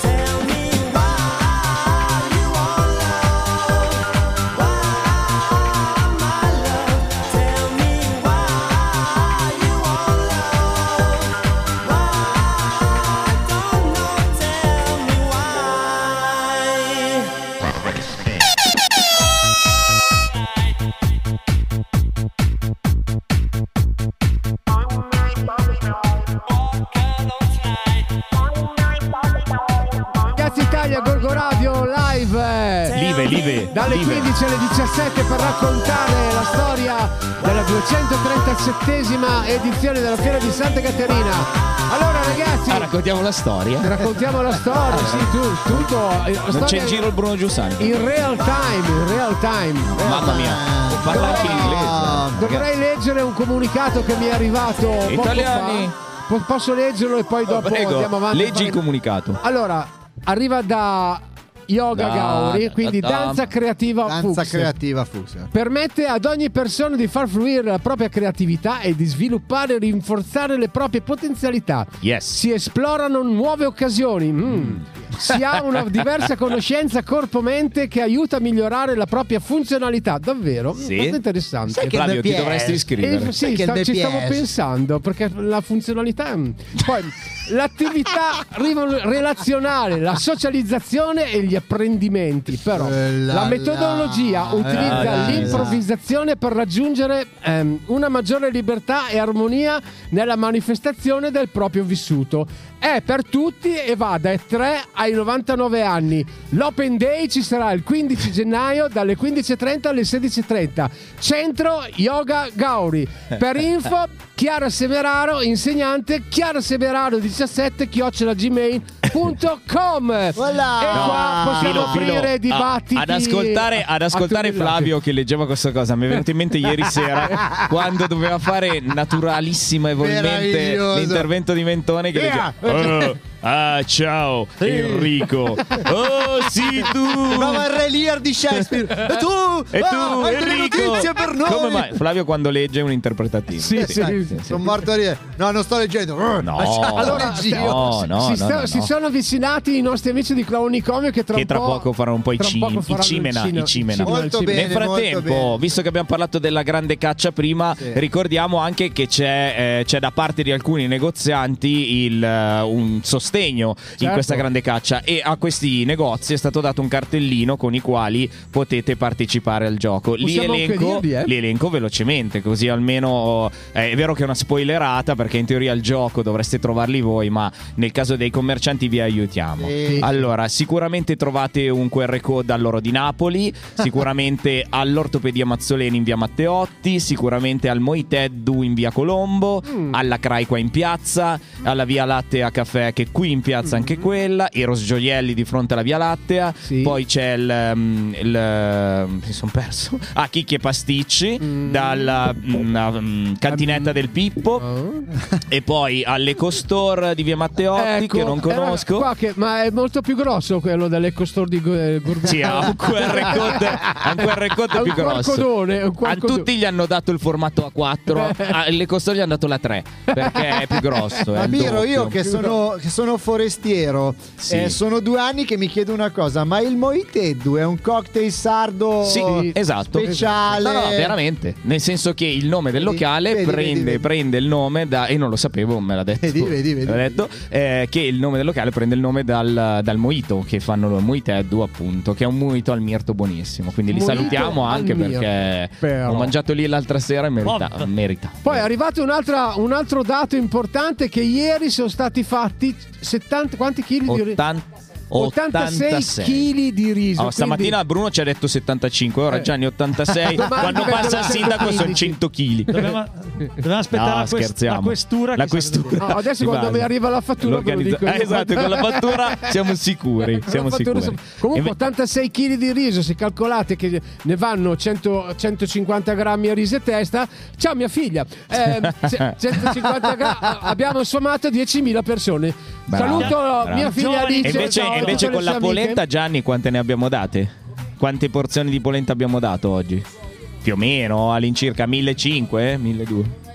Speaker 9: Italia Gorgo Radio live.
Speaker 7: Live, live.
Speaker 9: Dalle
Speaker 7: live.
Speaker 9: quindici alle diciassette per raccontare la storia della duecentotrentaseiesima edizione della Fiera di Santa Caterina. Allora ragazzi,
Speaker 7: ah, raccontiamo la storia.
Speaker 9: Raccontiamo la storia, sì, tu, tutto.
Speaker 7: Non c'è in giro il Bruno Giussani.
Speaker 9: In real time, in real time.
Speaker 7: Mamma mia, parla anche in inglese.
Speaker 9: Dovrei leggere un comunicato che mi è arrivato poco
Speaker 7: Italiani.
Speaker 9: fa. Po- Posso leggerlo e poi dopo
Speaker 7: Prego,
Speaker 9: andiamo avanti.
Speaker 7: leggi il comunicato.
Speaker 9: Allora, arriva da Yoga
Speaker 7: Da-
Speaker 9: Gauri,
Speaker 7: da-
Speaker 9: quindi
Speaker 7: da-
Speaker 9: danza creativa
Speaker 14: Danza
Speaker 9: Fuchs.
Speaker 14: creativa Fuchs.
Speaker 9: Permette ad ogni persona di far fluire la propria creatività e di sviluppare e rinforzare le proprie potenzialità.
Speaker 7: Yes.
Speaker 9: Si esplorano nuove occasioni. Mm. Si ha una diversa conoscenza corpo-mente che aiuta a migliorare la propria funzionalità. Davvero?
Speaker 7: Sì.
Speaker 9: Molto interessante.
Speaker 7: Sai che Flavio, ti dovresti iscrivere.
Speaker 9: Eh, sì,
Speaker 14: Sai che
Speaker 9: sta-
Speaker 14: il
Speaker 9: ci
Speaker 14: D P S.
Speaker 9: stavo pensando perché la funzionalità. Poi l'attività rivo- relazionale, la socializzazione e gli apprendimenti. Però
Speaker 14: Eh, la-
Speaker 9: la metodologia
Speaker 14: la-
Speaker 9: utilizza
Speaker 7: eh, la-
Speaker 9: l'improvvisazione per raggiungere ehm, una maggiore libertà e armonia nella manifestazione del proprio vissuto. È per tutti e va dai tre ai novantanove anni. L'Open Day ci sarà il quindici gennaio dalle quindici e trenta alle sedici e trenta. Centro Yoga Gauri. Per info Chiara Semeraro, insegnante, Chiara Semeraro diciassette chiocciola gmail punto com. E
Speaker 14: Voilà.
Speaker 9: qua possiamo
Speaker 7: Filo, filo,
Speaker 9: aprire
Speaker 7: a-
Speaker 9: dibattiti.
Speaker 7: ad ascoltare, ad ascoltare
Speaker 9: a tutti i lati.
Speaker 7: Flavio che leggeva questa cosa mi è venuto in mente ieri sera quando doveva fare naturalissimo e volmente
Speaker 14: Meraviglioso.
Speaker 7: l'intervento di Mentone che
Speaker 14: Yeah.
Speaker 7: leggeva "Oh, ah ciao Enrico, oh sì tu
Speaker 14: Brava il Re Lear di Shakespeare. E tu?
Speaker 7: e tu
Speaker 14: Ah, hai delle
Speaker 7: Enrico
Speaker 14: notizie per noi?
Speaker 7: come mai?" Flavio quando legge è un interpretativo.
Speaker 9: Sì, sì.
Speaker 14: Dai,
Speaker 7: sì, sì.
Speaker 14: Sono morto a ridere. No, non sto leggendo.
Speaker 7: No,
Speaker 9: Allora,
Speaker 14: Leggio.
Speaker 7: no, no,
Speaker 9: si,
Speaker 7: no,
Speaker 9: sta-
Speaker 7: no,
Speaker 9: si
Speaker 7: no.
Speaker 9: sono avvicinati i nostri amici di Clownicomio che tra,
Speaker 7: che
Speaker 9: un
Speaker 7: tra
Speaker 9: po',
Speaker 7: poco faranno un po' i,
Speaker 9: tra
Speaker 7: ci-
Speaker 9: poco
Speaker 7: i
Speaker 9: faranno
Speaker 7: cimena,
Speaker 9: il cino-
Speaker 7: i cimena.
Speaker 9: il
Speaker 14: Molto
Speaker 9: cimena.
Speaker 14: bene.
Speaker 7: Nel frattempo,
Speaker 14: molto bene.
Speaker 7: visto che abbiamo parlato della grande caccia prima,
Speaker 14: Sì.
Speaker 7: ricordiamo anche che c'è, eh, c'è da parte di alcuni negozianti il, eh, un sostegno in
Speaker 9: Certo.
Speaker 7: questa grande caccia e a questi negozi è stato dato un cartellino con i quali potete partecipare al gioco. Li
Speaker 9: Possiamo anche
Speaker 7: elenco,
Speaker 9: dirli, eh?
Speaker 7: li elenco velocemente, così almeno eh, è vero che è una spoilerata perché in teoria il gioco dovreste trovarli voi, ma nel caso dei commercianti vi aiutiamo.
Speaker 14: Sì.
Speaker 7: Allora, sicuramente trovate un Q R code all'Oro di Napoli, sicuramente all'Ortopedia Mazzoleni in via Matteotti, sicuramente al Moiteddu in via Colombo,
Speaker 9: Mm.
Speaker 7: alla Crai qua in piazza, alla via Lattea Caffè che è qui in piazza anche quella, Eros Gioielli di fronte alla via Lattea,
Speaker 9: Sì.
Speaker 7: poi c'è il, um, il um, mi sono perso, ah, Chicchi e Pasticci
Speaker 9: Mm.
Speaker 7: dalla mm, um, cantinetta del Pippo
Speaker 9: Oh.
Speaker 7: e poi all'Eco Store di via Matteotti
Speaker 9: Ecco,
Speaker 7: che non
Speaker 9: era
Speaker 7: conosco.
Speaker 9: qua che- ma è molto più grosso quello dell'Eco Store di Gu- Gurgano.
Speaker 7: Sì, ha un Q R code, ha un Q R code
Speaker 9: Ha
Speaker 7: più
Speaker 9: un
Speaker 7: grosso.
Speaker 9: quarcodone, un
Speaker 7: A
Speaker 9: quarcodone.
Speaker 7: tutti gli hanno dato il formato A quattro, alle costole gli hanno dato la tre perché è più grosso. è
Speaker 14: Ma
Speaker 7: il
Speaker 14: Miro, io
Speaker 7: doppio.
Speaker 14: che sono, che sono forestiero,
Speaker 7: Sì.
Speaker 14: eh, sono due anni che mi chiedo una cosa: ma il Moiteddu è un cocktail sardo
Speaker 7: Sì, esatto.
Speaker 14: speciale?
Speaker 7: No, no, veramente. Nel senso che il nome del
Speaker 14: Vedi,
Speaker 7: locale
Speaker 14: vedi,
Speaker 7: prende,
Speaker 14: vedi, vedi.
Speaker 7: prende il nome da. E non lo sapevo, me l'ha detto.
Speaker 14: Vedi, vedi, vedi.
Speaker 7: Me l'ha detto eh, che il nome del locale prende il nome dal, dal Mojito che fanno il Moiteddu, appunto. Che è un Mojito al mirto buonissimo. Quindi li
Speaker 9: Mojito
Speaker 7: salutiamo
Speaker 9: al
Speaker 7: anche
Speaker 9: mirto.
Speaker 7: perché
Speaker 9: Però.
Speaker 7: ho mangiato lì l'altra sera e merita.
Speaker 8: Oh.
Speaker 7: merita.
Speaker 9: Poi è arrivato un'altra- un altro dato importante che ieri sono stati fatti settanta quanti chili di riso?
Speaker 7: ottanta
Speaker 9: ottantasei chili di riso.
Speaker 7: Oh, stamattina
Speaker 9: quindi-
Speaker 7: Bruno ci ha detto settantacinque, ora
Speaker 9: Eh.
Speaker 7: Gianni ottantasei.
Speaker 9: Domani
Speaker 7: Quando
Speaker 9: vengono
Speaker 7: passa il sindaco sono
Speaker 9: centoquindici.
Speaker 7: cento chili.
Speaker 8: Dobbiamo, dobbiamo aspettare
Speaker 7: No,
Speaker 8: la, quest-
Speaker 7: scherziamo.
Speaker 8: la questura.
Speaker 7: La
Speaker 8: che sa-
Speaker 7: questura.
Speaker 9: Ah, adesso
Speaker 7: Di
Speaker 9: quando
Speaker 7: base.
Speaker 9: mi arriva la fattura ve lo
Speaker 7: L'organizza-
Speaker 9: dico io.
Speaker 7: Eh, esatto, con la fattura siamo sicuri. Siamo
Speaker 9: La fattura
Speaker 7: sicuri.
Speaker 9: siamo- Comunque
Speaker 7: Inve-
Speaker 9: ottantasei chili di riso, se calcolate che ne vanno cento centocinquanta grammi a riso e testa. Ciao mia figlia. Eh, ce- centocinquanta grammi. Abbiamo sommato diecimila persone.
Speaker 7: Bravo,
Speaker 9: Saluto
Speaker 7: bravo.
Speaker 9: mia figlia
Speaker 8: Giovani.
Speaker 9: Alice.
Speaker 7: E invece,
Speaker 9: ciao a
Speaker 7: invece
Speaker 9: tutte le
Speaker 7: con la
Speaker 9: sue amiche.
Speaker 7: polenta, Gianni, quante ne abbiamo date? Quante porzioni di polenta abbiamo dato oggi? Più o meno all'incirca millecinquecento, milleduecento,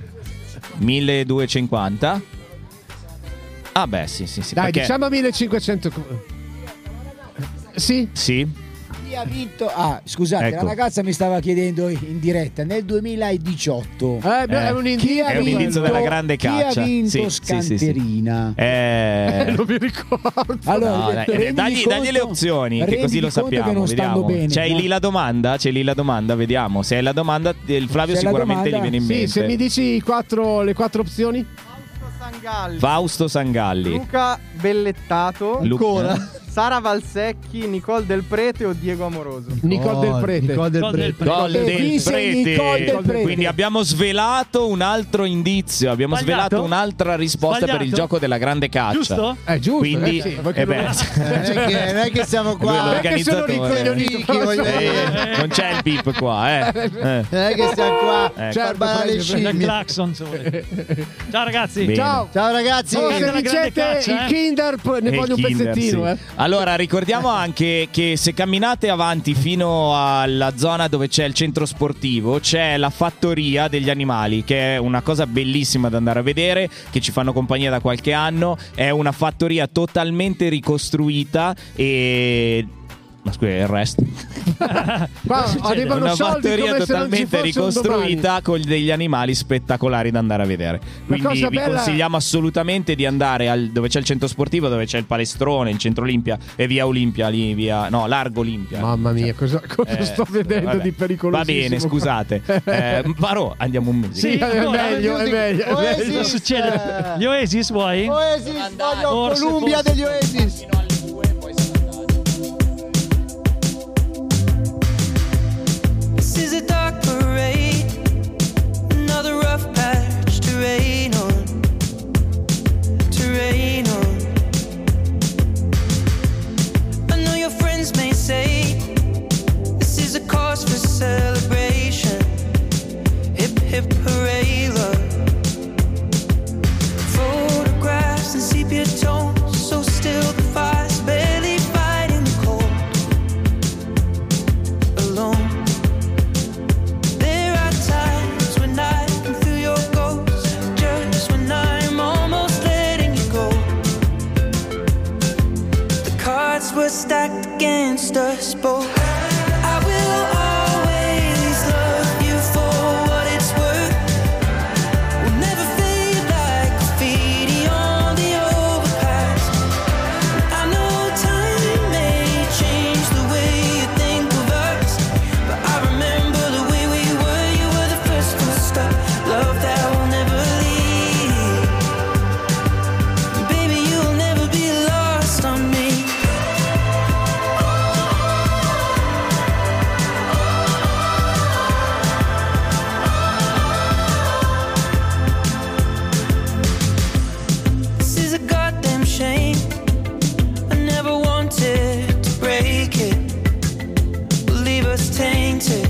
Speaker 7: milleduecentocinquanta. Ah beh, sì, sì, sì.
Speaker 9: Dai,
Speaker 7: perché-
Speaker 9: diciamo millecinquecento. Sì?
Speaker 7: Sì.
Speaker 15: Chi ha vinto? Ah, scusate,
Speaker 7: Ecco.
Speaker 15: la ragazza mi stava chiedendo in diretta nel duemiladiciotto.
Speaker 9: Eh, beh,
Speaker 7: Eh,
Speaker 9: è un indizio.
Speaker 15: Chi ha
Speaker 7: È un
Speaker 15: vinto-
Speaker 7: indizio della grande
Speaker 15: Chi
Speaker 7: caccia.
Speaker 15: ha vinto
Speaker 7: Sì, sì, sì, sì.
Speaker 15: Scanterina?
Speaker 7: Eh...
Speaker 9: Non mi ricordo.
Speaker 15: Allora,
Speaker 7: No,
Speaker 15: ho
Speaker 7: dai,
Speaker 15: detto, renditi
Speaker 7: dagli, dagli le
Speaker 15: conto-
Speaker 7: opzioni, che
Speaker 15: renditi
Speaker 7: così lo
Speaker 15: conto
Speaker 7: sappiamo.
Speaker 15: che non
Speaker 7: Vediamo.
Speaker 15: stanno bene.
Speaker 7: C'è
Speaker 15: no?
Speaker 7: lì la domanda? C'è lì la domanda? Vediamo. Se hai la domanda, il Flavio
Speaker 15: C'è la
Speaker 7: sicuramente
Speaker 15: domanda?
Speaker 7: gli viene in
Speaker 9: Sì,
Speaker 7: mente.
Speaker 9: se mi dici i quattro- le quattro opzioni.
Speaker 16: Sangalli,
Speaker 7: Fausto Sangalli.
Speaker 16: Luca Bellettato,
Speaker 7: Lu-
Speaker 16: ancora Sara Valsecchi, Nicole Del Prete o Diego Amoroso?
Speaker 9: Nicole Del Prete.
Speaker 14: Nicole Del Prete.
Speaker 7: Gol del
Speaker 9: vinse
Speaker 7: Prete.
Speaker 9: Nicole Del Prete.
Speaker 7: Quindi abbiamo svelato un altro indizio, abbiamo
Speaker 8: Sbagliato?
Speaker 7: svelato un'altra risposta
Speaker 8: Sbagliato?
Speaker 7: per il gioco della grande caccia.
Speaker 8: Giusto?
Speaker 9: È giusto.
Speaker 7: Quindi
Speaker 9: eh, sì,
Speaker 7: eh
Speaker 9: perché
Speaker 7: beh,
Speaker 9: non-
Speaker 14: Non è che, non è che siamo
Speaker 7: lui è
Speaker 14: qua.
Speaker 9: Perché sono
Speaker 7: l'organizzatore.
Speaker 9: ricoglionito,
Speaker 14: Chi voglio
Speaker 7: Eh,
Speaker 14: dire?
Speaker 7: non c'è il beep qua, eh. Eh.
Speaker 14: Non è che siamo qua
Speaker 7: Ecco.
Speaker 14: a
Speaker 9: Certo,
Speaker 14: fare le
Speaker 9: prego,
Speaker 8: Del
Speaker 14: scimmie.
Speaker 8: Claxon, se volete. Ciao ragazzi.
Speaker 7: Bene.
Speaker 9: Ciao.
Speaker 14: Ciao ragazzi.
Speaker 9: Oh,
Speaker 8: Grande
Speaker 9: se
Speaker 8: la grande
Speaker 9: vincete
Speaker 8: caccia,
Speaker 9: il
Speaker 8: eh.
Speaker 9: Kinder poi ne
Speaker 7: E
Speaker 9: voglio un
Speaker 7: Kinder,
Speaker 9: pezzettino.
Speaker 7: sì.
Speaker 9: Eh.
Speaker 7: Allora, ricordiamo anche che se camminate avanti fino alla zona dove c'è il centro sportivo, c'è la fattoria degli animali, che è una cosa bellissima da andare a vedere, che ci fanno compagnia da qualche anno. È una fattoria totalmente ricostruita e... Ma scusa, il resto?
Speaker 9: Qua arrivano
Speaker 7: Una
Speaker 9: soldi
Speaker 7: fattoria
Speaker 9: come se non ci
Speaker 7: totalmente
Speaker 9: fosse un
Speaker 7: ricostruita con degli animali spettacolari da andare a vedere. Quindi
Speaker 9: cosa
Speaker 7: vi
Speaker 9: bella-
Speaker 7: consigliamo assolutamente di andare al, dove c'è il centro sportivo, dove c'è il palestrone, il centro Olimpia e via Olimpia, lì via no, Largo Olimpia.
Speaker 9: Mamma mia, cosa, cosa
Speaker 7: Eh,
Speaker 9: sto vedendo
Speaker 7: vabbè.
Speaker 9: di pericolosissimo?
Speaker 7: Va bene, scusate. Eh, Varo, andiamo un musica.
Speaker 9: Sì, è
Speaker 8: ancora,
Speaker 9: meglio, è meglio. È
Speaker 14: Oasis.
Speaker 9: meglio.
Speaker 8: Cosa succede? Gli Oasis vuoi?
Speaker 14: Oasis, voglio
Speaker 8: Forse,
Speaker 14: Columbia
Speaker 8: forse.
Speaker 14: degli Oasis.
Speaker 2: This is a dark parade, another rough patch to rain on, to rain on. I know your friends may say this is a cause for celebration. Hip hip hooray, love. Photographs and sepia tones, so still the fire's barely fighting the cold. Alone. There are times when I can feel your ghost, just when I'm almost letting you go. The cards were stacked against us both. I will always love you for what it's worth. We'll never fade like graffiti on the overpass. I know time may change the way you think of us, but I remember the way we were. You were the first full stop, love that will never leave. Baby, you'll never be lost on me. This is a goddamn shame. I never wanted to break it, leave us tainted.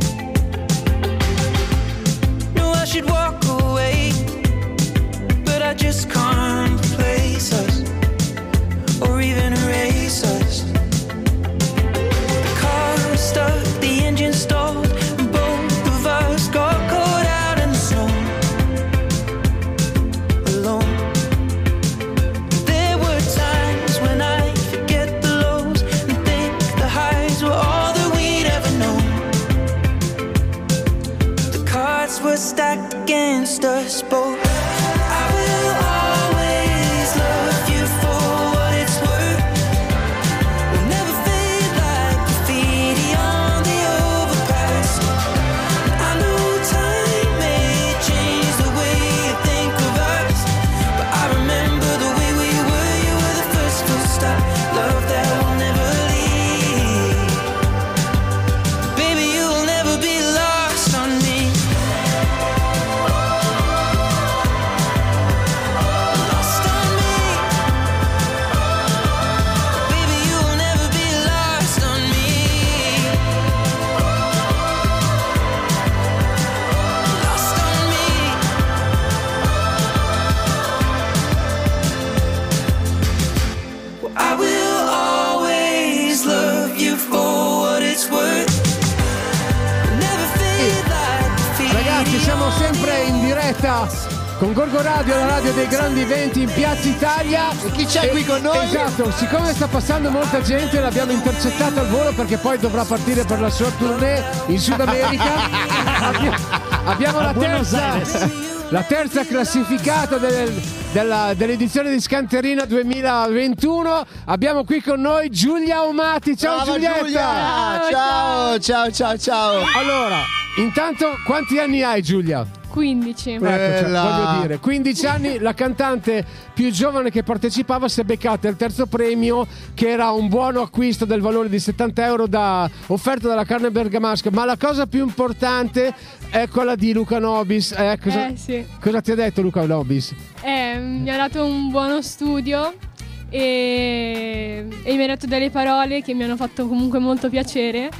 Speaker 2: No, I should walk away, but I just can't replace us or even erase us. The car was stuck, the engine stalled, and both of us got caught out in the snow. Alone. There were times when I forget the lows and think the highs were all that we'd ever known. The cards were stacked against us both. I will always love you for what it's worth. We'll never fade like graffiti on the overpass. I know time may change the way you think of us, but I remember the way we were. You were the first full stop, love that will never leave. Baby, you will never be lost on me. Lost on me. Baby, you will never be lost on me. Lost on me. I will always love you for what it's worth. Never fade like graffiti.
Speaker 9: Ragazzi, siamo sempre in diretta con Gorgo Radio, la radio dei grandi eventi in Piazza Italia.
Speaker 14: E chi c'è qui con noi?
Speaker 9: Esatto, siccome sta passando molta gente, l'abbiamo intercettato al volo perché poi dovrà partire per la sua tournée in Sud America. Abbi- abbiamo la
Speaker 8: Buenos
Speaker 9: terza,
Speaker 8: Aires.
Speaker 9: la terza classificata del- della- dell'edizione di Scanterina duemilaventuno. Abbiamo qui con noi Giulia Omati. Ciao
Speaker 14: Brava
Speaker 9: Giulietta.
Speaker 14: Giulia! Ciao, ciao, ciao, ciao.
Speaker 9: Allora, intanto quanti anni hai Giulia?
Speaker 13: quindici.
Speaker 9: Ecco, cioè, voglio dire, quindici anni, la cantante più giovane che partecipava si è beccata il terzo premio, che era un buono acquisto del valore di settanta euro da, offerto dalla carne bergamasca. Ma la cosa più importante è quella di Luca Nobis. Eh, cosa,
Speaker 13: Eh, sì.
Speaker 9: cosa ti ha detto Luca Nobis?
Speaker 13: Eh, mi ha dato un buono studio e, e mi ha detto delle parole che mi hanno fatto comunque molto piacere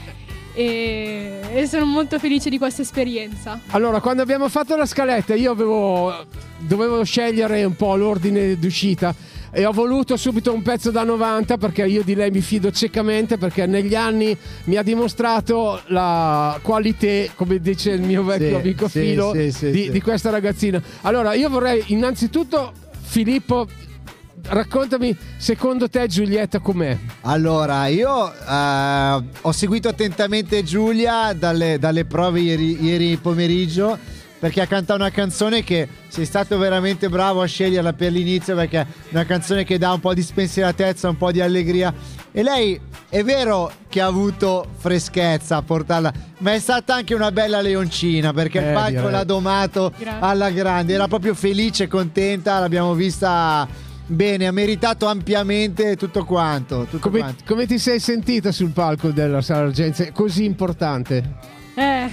Speaker 13: e, e sono molto felice di questa esperienza.
Speaker 9: Allora, quando abbiamo fatto la scaletta, io avevo dovevo scegliere un po' l'ordine d'uscita e ho voluto subito un pezzo da novanta, perché io di lei mi fido ciecamente, perché negli anni mi ha dimostrato la qualità, come dice il mio vecchio
Speaker 14: Sì,
Speaker 9: amico
Speaker 14: sì,
Speaker 9: Filo,
Speaker 14: sì, sì,
Speaker 9: di,
Speaker 14: sì.
Speaker 9: di questa ragazzina. Allora, io vorrei innanzitutto, Filippo, raccontami secondo te Giulietta com'è?
Speaker 14: Allora, io eh, ho seguito attentamente Giulia dalle, dalle prove ieri, ieri pomeriggio, perché ha cantato una canzone che sei stato veramente bravo a sceglierla per l'inizio, perché è una canzone che dà un po' di spensieratezza, un po' di allegria. E lei è vero che ha avuto freschezza a portarla, ma è stata anche una bella leoncina, perché
Speaker 9: Eh,
Speaker 14: il palco
Speaker 9: direi.
Speaker 14: l'ha domato
Speaker 13: Grazie.
Speaker 14: alla grande. Era proprio felice, contenta, l'abbiamo vista bene, ha meritato ampiamente tutto quanto. Tutto
Speaker 9: Come,
Speaker 14: quanto.
Speaker 9: come ti sei sentita sul palco della Sargenza così importante?
Speaker 13: Eh,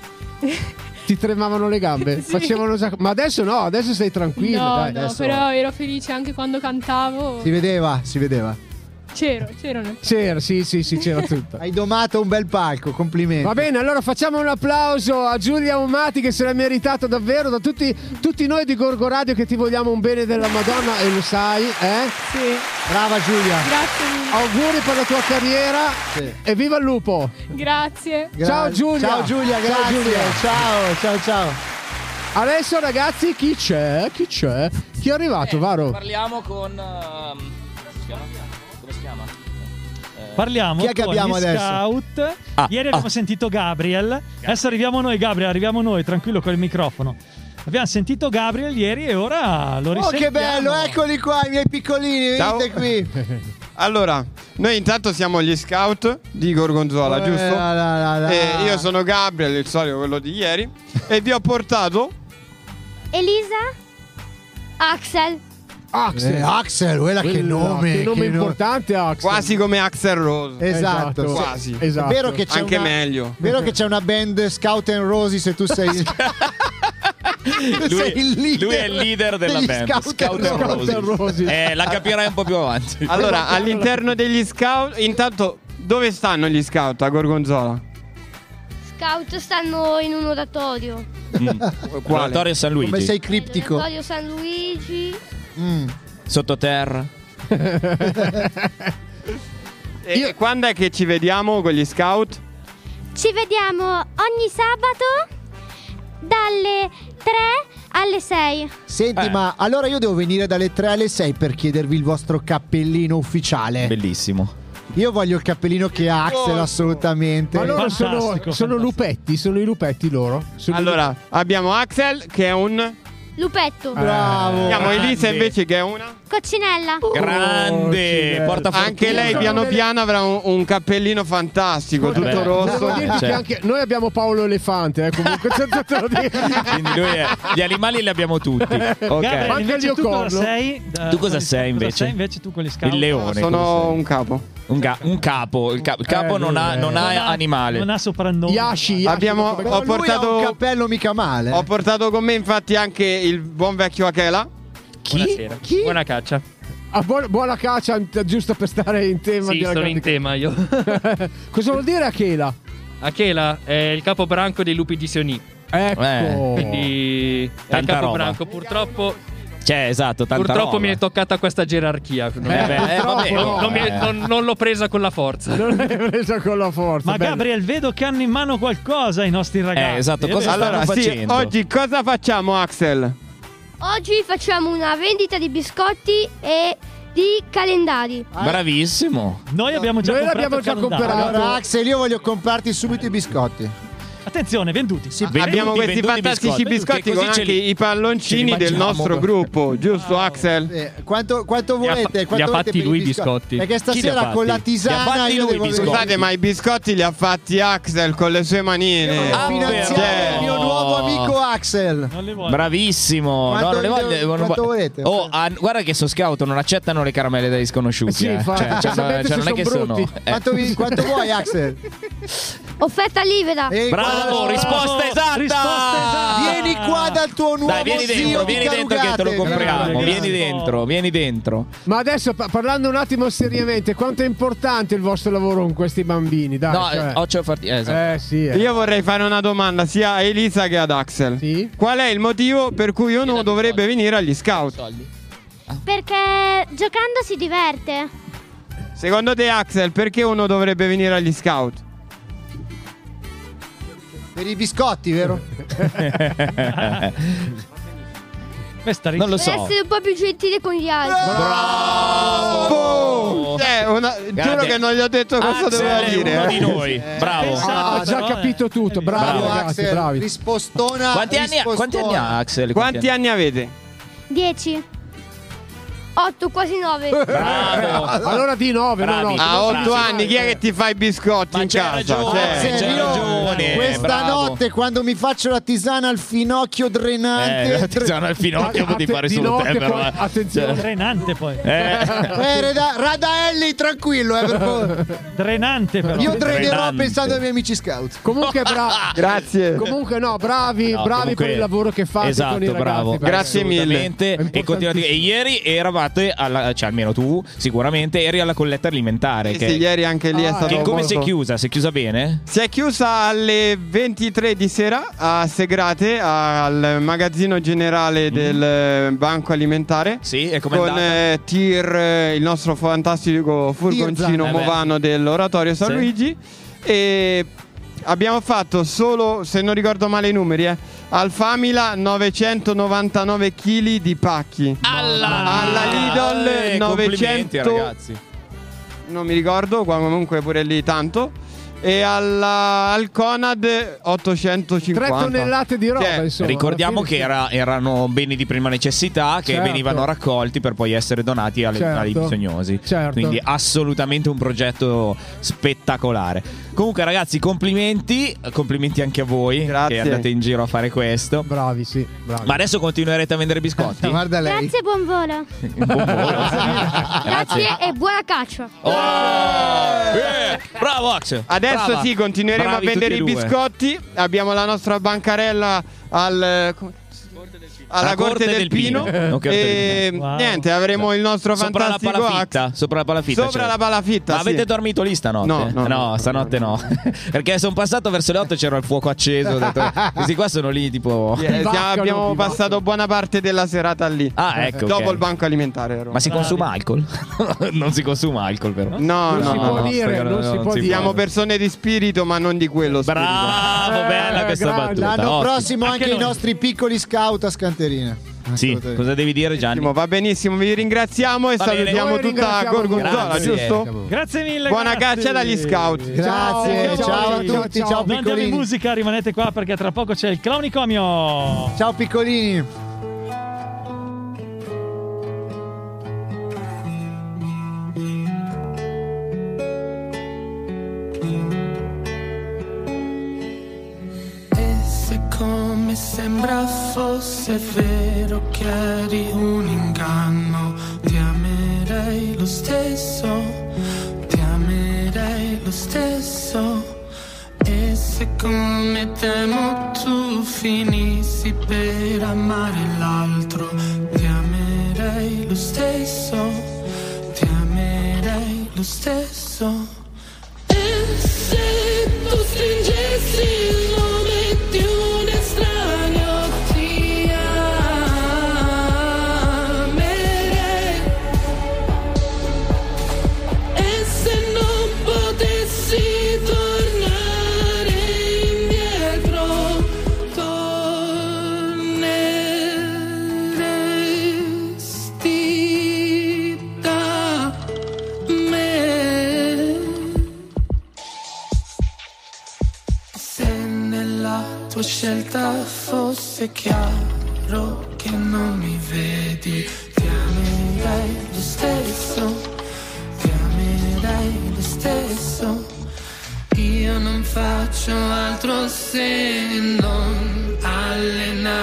Speaker 9: Ti tremavano le gambe?
Speaker 13: Sì.
Speaker 9: Facevano già... Ma adesso no, adesso sei tranquillo.
Speaker 13: no,
Speaker 9: dai.
Speaker 13: no,
Speaker 14: adesso-
Speaker 13: però ero felice anche quando cantavo.
Speaker 14: Si vedeva, si vedeva.
Speaker 13: C'ero, c'erano.
Speaker 9: C'era, sì, sì, sì, c'era tutto.
Speaker 14: Hai domato un bel palco, complimenti.
Speaker 9: Va bene, allora facciamo un applauso a Giulia Umati, che se l'è meritato davvero da tutti, tutti noi di Gorgo Radio, che ti vogliamo un bene della Madonna e lo sai, eh?
Speaker 13: Sì,
Speaker 14: Brava Giulia.
Speaker 13: grazie mille.
Speaker 9: Auguri per la tua carriera
Speaker 14: Sì.
Speaker 9: e viva il lupo!
Speaker 13: Grazie.
Speaker 14: Gra-
Speaker 9: Ciao Giulia.
Speaker 14: Ciao Giulia,
Speaker 9: Ciao
Speaker 14: grazie.
Speaker 9: Giulia.
Speaker 14: Ciao, ciao, ciao.
Speaker 9: Adesso ragazzi, chi c'è? Chi c'è? Chi è arrivato, Varo?
Speaker 7: Parliamo con. ehm, come si chiama? Come si chiama?
Speaker 8: Parliamo
Speaker 14: Chi è che
Speaker 8: con
Speaker 14: abbiamo
Speaker 8: gli
Speaker 14: adesso?
Speaker 8: Scout.
Speaker 7: Ah,
Speaker 8: Ieri abbiamo
Speaker 7: ah.
Speaker 8: sentito Gabriel. Adesso arriviamo noi, Gabriel. Arriviamo noi, tranquillo con il microfono. Abbiamo sentito Gabriel ieri e ora lo
Speaker 14: Oh,
Speaker 8: risentiamo.
Speaker 14: che bello, eccoli qua, i miei piccolini,
Speaker 17: Ciao.
Speaker 14: venite qui.
Speaker 17: Allora, noi intanto siamo gli scout di Gorgonzola,
Speaker 14: Eh,
Speaker 17: giusto?
Speaker 14: la, la, la, la.
Speaker 17: E io sono Gabriel, il solito, quello di ieri, e vi ho portato
Speaker 11: Elisa, Axel.
Speaker 14: Axel,
Speaker 9: Eh.
Speaker 14: Axel, quella che
Speaker 9: Quello-
Speaker 14: nome.
Speaker 9: Che nome
Speaker 14: che no-
Speaker 9: importante, Axel.
Speaker 17: quasi come Axel Rose.
Speaker 14: Esatto,
Speaker 9: Esatto.
Speaker 17: Quasi.
Speaker 9: Esatto.
Speaker 14: È vero che c'è
Speaker 17: Anche
Speaker 14: una,
Speaker 17: meglio.
Speaker 14: vero che c'è una band Scout and Rosy, se tu sei tu
Speaker 7: Lui,
Speaker 14: sei il leader
Speaker 7: lui è il leader della
Speaker 14: degli
Speaker 7: band
Speaker 14: Scout,
Speaker 7: Scout and
Speaker 14: and
Speaker 7: Rosy.
Speaker 9: Scout and Rosy.
Speaker 7: Eh, la capirai un po' più avanti.
Speaker 17: Allora, all'interno degli scout, intanto, dove stanno gli scout a Gorgonzola?
Speaker 11: Scout stanno in un oratorio.
Speaker 17: Quale?
Speaker 7: Oratorio San Luigi.
Speaker 14: Come sei criptico.
Speaker 11: Oratorio San Luigi.
Speaker 14: Mm.
Speaker 7: Sottoterra.
Speaker 17: E
Speaker 9: Io-
Speaker 17: quando è che ci vediamo con gli scout?
Speaker 11: Ci vediamo ogni sabato dalle tre alle sei.
Speaker 14: Senti,
Speaker 7: Eh.
Speaker 14: ma allora io devo venire dalle tre alle sei per chiedervi il vostro cappellino ufficiale.
Speaker 7: Bellissimo.
Speaker 14: Io voglio il cappellino che ha Axel, assolutamente.
Speaker 9: Ma loro sono,
Speaker 8: Fantastico,
Speaker 9: sono
Speaker 8: fantastico.
Speaker 9: lupetti, sono i lupetti loro. Sono i
Speaker 17: Allora, abbiamo Axel che è un...
Speaker 11: Lupetto.
Speaker 14: Bravo.
Speaker 17: Abbiamo Elisa
Speaker 7: Grande.
Speaker 17: invece che è una...
Speaker 11: Coccinella.
Speaker 7: Grande.
Speaker 9: Oh,
Speaker 7: Porta
Speaker 17: Anche
Speaker 7: fortuna.
Speaker 17: lei piano piano avrà un, un cappellino fantastico, tutto
Speaker 7: Beh,
Speaker 9: Devo
Speaker 17: rosso.
Speaker 9: dirti
Speaker 7: Cioè.
Speaker 9: che anche noi abbiamo Paolo Elefante, eh, comunque c'è tutto da dire.
Speaker 7: Quindi lui è- gli animali li abbiamo tutti.
Speaker 8: Gabriel,
Speaker 7: Ok.
Speaker 9: Anche
Speaker 8: invece
Speaker 9: io
Speaker 8: tu cosa
Speaker 9: corno.
Speaker 8: sei? Da-
Speaker 7: Tu cosa
Speaker 8: con gli-
Speaker 7: sei, invece?
Speaker 8: Cosa sei invece tu con gli scout?
Speaker 7: Il leone. cosa
Speaker 17: Sono
Speaker 7: sei?
Speaker 17: un capo.
Speaker 7: Un, ga- un capo. Il, ca- il capo
Speaker 9: Eh,
Speaker 7: non, ha,
Speaker 9: eh.
Speaker 7: non ha animale.
Speaker 8: Non ha soprannome.
Speaker 9: Yashi, Yashi,
Speaker 17: Abbiamo-
Speaker 9: come-
Speaker 14: Però
Speaker 17: Ho
Speaker 14: lui ha
Speaker 17: portato-
Speaker 14: un cappello mica male.
Speaker 17: Ho portato con me infatti anche il buon vecchio Achela.
Speaker 7: Chi?
Speaker 9: Chi?
Speaker 18: Buona caccia.
Speaker 9: Ah, buona, buona caccia, giusto per stare in tema.
Speaker 18: Sì,
Speaker 9: della
Speaker 18: sono
Speaker 9: grande-
Speaker 18: in tema io.
Speaker 9: Cosa vuol dire Achela?
Speaker 18: Achela è il capobranco dei lupi di Sioni.
Speaker 9: Ecco.
Speaker 7: Eh.
Speaker 18: Quindi è il
Speaker 7: Tanta
Speaker 18: capobranco. Purtroppo,
Speaker 7: Cioè, esatto, tanta
Speaker 18: purtroppo
Speaker 7: roba.
Speaker 18: mi è toccata questa gerarchia. Non,
Speaker 7: Eh, beh, eh, vabbè,
Speaker 18: non-
Speaker 7: oh,
Speaker 18: non mi-
Speaker 7: eh.
Speaker 18: non- non l'ho presa con la forza.
Speaker 9: Non l'hai presa con la forza.
Speaker 8: Ma
Speaker 9: bello.
Speaker 8: Gabriel, vedo che hanno in mano qualcosa i nostri ragazzi.
Speaker 7: Eh, esatto,
Speaker 8: È
Speaker 7: cosa
Speaker 8: vero.
Speaker 7: stanno
Speaker 17: Allora, sì,
Speaker 7: facendo?
Speaker 17: oggi cosa facciamo, Axel?
Speaker 11: Oggi facciamo una vendita di biscotti e di calendari.
Speaker 7: Bravissimo.
Speaker 8: Noi abbiamo già
Speaker 9: Noi
Speaker 8: comprato
Speaker 9: l'abbiamo
Speaker 8: il
Speaker 9: già
Speaker 8: calendario.
Speaker 9: comprato.
Speaker 14: Allora, Axel, io voglio comprarti subito i biscotti.
Speaker 8: Attenzione, venduti.
Speaker 7: Sì,
Speaker 17: Abbiamo
Speaker 7: venduti,
Speaker 17: questi
Speaker 7: venduti
Speaker 17: fantastici
Speaker 7: biscotti,
Speaker 17: biscotti,
Speaker 7: che
Speaker 17: con
Speaker 7: così ce
Speaker 17: anche
Speaker 7: li-
Speaker 17: i palloncini
Speaker 7: ce li
Speaker 17: del
Speaker 7: mangiamo.
Speaker 17: nostro gruppo, giusto, Axel?
Speaker 14: Eh, quanto, quanto
Speaker 18: Li ha
Speaker 14: volete?
Speaker 18: fa-
Speaker 14: quanto
Speaker 18: li ha
Speaker 14: volete
Speaker 18: fatti
Speaker 14: per
Speaker 18: lui
Speaker 14: i
Speaker 18: i biscotti.
Speaker 14: Perché
Speaker 7: Chi li ha
Speaker 14: stasera
Speaker 7: fatti?
Speaker 14: con la
Speaker 7: Li ha
Speaker 14: tisana
Speaker 7: fatti
Speaker 14: io
Speaker 7: lui i
Speaker 14: devo
Speaker 7: biscotti.
Speaker 14: vedere.
Speaker 17: Scusate, ma i biscotti li ha fatti Axel con le sue manine.
Speaker 14: Devo
Speaker 7: Ah,
Speaker 14: finanziare
Speaker 17: cioè-
Speaker 14: il mio nuovo amico Axel.
Speaker 8: Non le vuole.
Speaker 7: Bravissimo.
Speaker 14: Quanto
Speaker 7: no, non le
Speaker 14: vi
Speaker 7: voglio.
Speaker 14: devo-
Speaker 7: non
Speaker 14: quanto
Speaker 7: vo-
Speaker 14: volete?
Speaker 7: Oh, ah, guarda che so scout non accettano le caramelle dagli sconosciuti.
Speaker 9: Sì,
Speaker 7: eh.
Speaker 9: infatti,
Speaker 7: Cioè,
Speaker 9: cioè,
Speaker 7: cioè,
Speaker 9: sapete
Speaker 7: cioè,
Speaker 9: se
Speaker 7: non è che
Speaker 9: son
Speaker 7: sono.
Speaker 9: brutti.
Speaker 7: eh.
Speaker 14: Quanto, vi- quanto vuoi, Axel?
Speaker 19: Offerta libera.
Speaker 14: Ehi,
Speaker 7: Bravo,
Speaker 14: guarda-
Speaker 7: risposta esatta.
Speaker 8: Risposta esatta.
Speaker 14: Vieni qua dal tuo nuovo
Speaker 7: Dai, vieni
Speaker 14: zio
Speaker 7: dentro,
Speaker 14: di
Speaker 7: vieni dentro che te lo
Speaker 14: Carugate.
Speaker 7: compriamo.
Speaker 8: Grazie.
Speaker 7: Vieni dentro, vieni dentro.
Speaker 9: Ma adesso pa- parlando un attimo seriamente, quanto è importante il vostro lavoro con questi bambini? Dai,
Speaker 7: No,
Speaker 9: cioè.
Speaker 7: eh, ho c'ho farti- eh, esatto.
Speaker 9: Eh sì. eh.
Speaker 17: Io vorrei fare una domanda sia a Elisa che ad Axel.
Speaker 9: Sì?
Speaker 17: Qual è il motivo per cui uno dovrebbe venire agli scout?
Speaker 19: Perché giocando si diverte.
Speaker 17: Secondo te, Axel, perché uno dovrebbe venire agli scout?
Speaker 14: Per i biscotti, vero?
Speaker 8: Questa
Speaker 7: Non lo
Speaker 19: Per
Speaker 7: so.
Speaker 19: essere un po' più gentile con gli altri.
Speaker 17: Boom! Cioè, una- giuro
Speaker 7: Grande.
Speaker 17: che non gli ho detto cosa
Speaker 7: Axel
Speaker 17: doveva
Speaker 7: è
Speaker 17: dire.
Speaker 7: uno
Speaker 17: eh.
Speaker 7: di noi. Bravo.
Speaker 9: Ah, ha già
Speaker 8: però,
Speaker 9: capito
Speaker 8: eh.
Speaker 9: tutto. Bravi
Speaker 14: Bravo,
Speaker 9: ragazzi,
Speaker 14: Axel.
Speaker 9: bravi.
Speaker 14: Rispostona.
Speaker 7: Quanti anni, ha, quanti anni ha Axel?
Speaker 17: Quanti anni avete?
Speaker 19: Dieci. Otto, quasi nove.
Speaker 7: Bravo.
Speaker 9: Allora di nove, no,
Speaker 7: Bravi.
Speaker 9: no.
Speaker 17: A
Speaker 9: non
Speaker 17: otto
Speaker 9: dici
Speaker 17: anni,
Speaker 9: mai.
Speaker 17: chi è che ti fa i biscotti
Speaker 7: Ma
Speaker 17: in
Speaker 7: c'hai
Speaker 17: casa?
Speaker 7: ragione.
Speaker 17: Cioè,
Speaker 7: C'hai
Speaker 14: Axel, io
Speaker 7: ragione,
Speaker 14: questa
Speaker 7: bravo.
Speaker 14: notte quando mi faccio la tisana al finocchio drenante
Speaker 7: Eh, ti sono al finocchio
Speaker 9: Ah,
Speaker 7: potevi
Speaker 9: ah,
Speaker 7: fare
Speaker 9: di
Speaker 7: solo
Speaker 9: notte
Speaker 7: te, però.
Speaker 9: poi,
Speaker 7: eh.
Speaker 9: attenzione.
Speaker 7: Cioè,
Speaker 8: Drenante poi.
Speaker 7: eh.
Speaker 14: Eh, Reda- Radaelli, tranquillo, eh, per favore.
Speaker 8: Drenante però.
Speaker 14: Io drenerò
Speaker 7: Drenante.
Speaker 14: pensando ai miei amici scout.
Speaker 9: Comunque bravi.
Speaker 17: Grazie.
Speaker 9: Comunque no, bravi,
Speaker 7: No,
Speaker 9: bravi
Speaker 7: comunque-
Speaker 9: per il lavoro che fate
Speaker 7: esatto,
Speaker 9: con i ragazzi.
Speaker 7: bravo.
Speaker 9: perché-
Speaker 17: Grazie mille.
Speaker 7: Assolutamente.
Speaker 9: È
Speaker 7: E, continuate- e ieri eravate alla, cioè almeno tu sicuramente eri alla colletta alimentare.
Speaker 17: Sì,
Speaker 7: che,
Speaker 17: sì, ieri anche lì è
Speaker 9: Ah,
Speaker 17: stato
Speaker 7: che come
Speaker 17: molto-
Speaker 7: si è chiusa? Si è chiusa bene?
Speaker 17: Si è chiusa alle ventitré di sera a Segrate, al magazzino generale del eh, Banco Alimentare.
Speaker 7: Sì, e com'è
Speaker 17: Con
Speaker 7: andata?
Speaker 17: eh, Tir, eh, il nostro fantastico furgoncino
Speaker 7: Eh beh.
Speaker 17: Movano dell'Oratorio San
Speaker 7: Sì.
Speaker 17: Luigi. E abbiamo fatto solo, se non ricordo male i numeri, eh, al Famila novecentonovantanove chili di pacchi.
Speaker 7: Alla,
Speaker 17: Alla Lidl
Speaker 7: Eh, complimenti,
Speaker 17: novecento
Speaker 7: ragazzi.
Speaker 17: non mi ricordo, qua comunque pure lì tanto. E alla, al Conad
Speaker 9: Tre
Speaker 17: ottocentocinquanta.
Speaker 9: tonnellate di roba,
Speaker 17: Cioè,
Speaker 9: insomma.
Speaker 7: Ricordiamo
Speaker 9: alla
Speaker 7: che
Speaker 9: fine
Speaker 7: era- erano beni di prima necessità che
Speaker 9: Certo.
Speaker 7: venivano raccolti per poi essere donati alle-
Speaker 9: Certo.
Speaker 7: ai bisognosi.
Speaker 9: Certo.
Speaker 7: Quindi assolutamente un progetto spettacolare. Comunque ragazzi, complimenti, complimenti anche a voi
Speaker 17: Grazie.
Speaker 7: che andate in giro a fare questo.
Speaker 9: sì. Bravi, sì. Bravi.
Speaker 7: Ma adesso continuerete a vendere biscotti?
Speaker 14: Guarda lei.
Speaker 19: Grazie e buon volo.
Speaker 7: Buon volo.
Speaker 19: Grazie e buona caccia.
Speaker 7: Oh! Eh, bravo Axel.
Speaker 17: Adesso
Speaker 7: Brava.
Speaker 17: sì, continueremo
Speaker 7: Bravi
Speaker 17: a vendere i
Speaker 7: tutti e due.
Speaker 17: biscotti. Abbiamo la nostra bancarella al come- alla
Speaker 7: Alla
Speaker 17: Corte, del Pino.
Speaker 7: Ok,
Speaker 17: E
Speaker 8: Wow.
Speaker 17: niente, avremo il nostro
Speaker 7: Sopra la
Speaker 17: fantastico
Speaker 7: palafitta,
Speaker 17: Axe.
Speaker 7: sopra la palafitta.
Speaker 17: Sopra
Speaker 7: cioè.
Speaker 17: la palafitta.
Speaker 7: Ma
Speaker 17: sì.
Speaker 7: avete dormito lì stanotte?
Speaker 17: No, no, no,
Speaker 7: stanotte no. Perché sono passato verso le otto e c'era il fuoco acceso. Ho detto, questi qua sono lì tipo.
Speaker 17: Eh, siamo-
Speaker 9: Bivaccano,
Speaker 17: abbiamo
Speaker 9: bivaccano.
Speaker 17: passato buona parte della serata lì.
Speaker 7: Ah, ecco.
Speaker 17: Dopo
Speaker 7: ok.
Speaker 17: il banco alimentare. ero.
Speaker 7: Ma si consuma alcol? Non si consuma alcol, però.
Speaker 17: No,
Speaker 9: Non
Speaker 17: no,
Speaker 9: si
Speaker 17: no,
Speaker 9: può
Speaker 17: no.
Speaker 9: dire, non si può dire.
Speaker 17: Siamo persone di spirito, ma non di quello spirito.
Speaker 7: Bravo,
Speaker 9: Eh,
Speaker 7: bella questa
Speaker 9: grande.
Speaker 7: battuta.
Speaker 14: L'anno
Speaker 7: Ottimo.
Speaker 14: prossimo anche,
Speaker 8: Anche
Speaker 14: i
Speaker 8: noi.
Speaker 14: nostri piccoli scout a Scanterina.
Speaker 7: Sì,
Speaker 14: Assolutamente.
Speaker 7: cosa devi dire Gianni?
Speaker 17: Va benissimo, vi ringraziamo e
Speaker 7: Va bene.
Speaker 17: salutiamo
Speaker 9: Noi
Speaker 17: tutta
Speaker 9: ringraziamo
Speaker 17: Gorgonzola,
Speaker 7: voi.
Speaker 17: giusto?
Speaker 8: Grazie mille.
Speaker 17: Buona
Speaker 8: grazie.
Speaker 17: caccia dagli scout.
Speaker 14: Grazie,
Speaker 9: Ciao,
Speaker 14: ciao, a
Speaker 9: ciao,
Speaker 14: tutti,
Speaker 9: ciao.
Speaker 14: ciao,
Speaker 8: Non andiamo in
Speaker 14: piccolini.
Speaker 8: musica, rimanete qua perché tra poco c'è il Clownicomio.
Speaker 14: Ciao piccolini.
Speaker 2: E se come sembra fosse vero che eri un inganno, ti amerei lo stesso, ti amerei lo stesso. E se come temo tu finissi per amare l'altro, ti amerei lo stesso, ti amerei lo stesso. E se tu stringessi il nome di un estraneo, ti amerei. E se non potessi tornare indietro, torneresti da me. Se nella tua scelta fosse chiaro che non mi vedi, ti amerei lo stesso, ti amerei lo stesso. Io non faccio altro se non allenare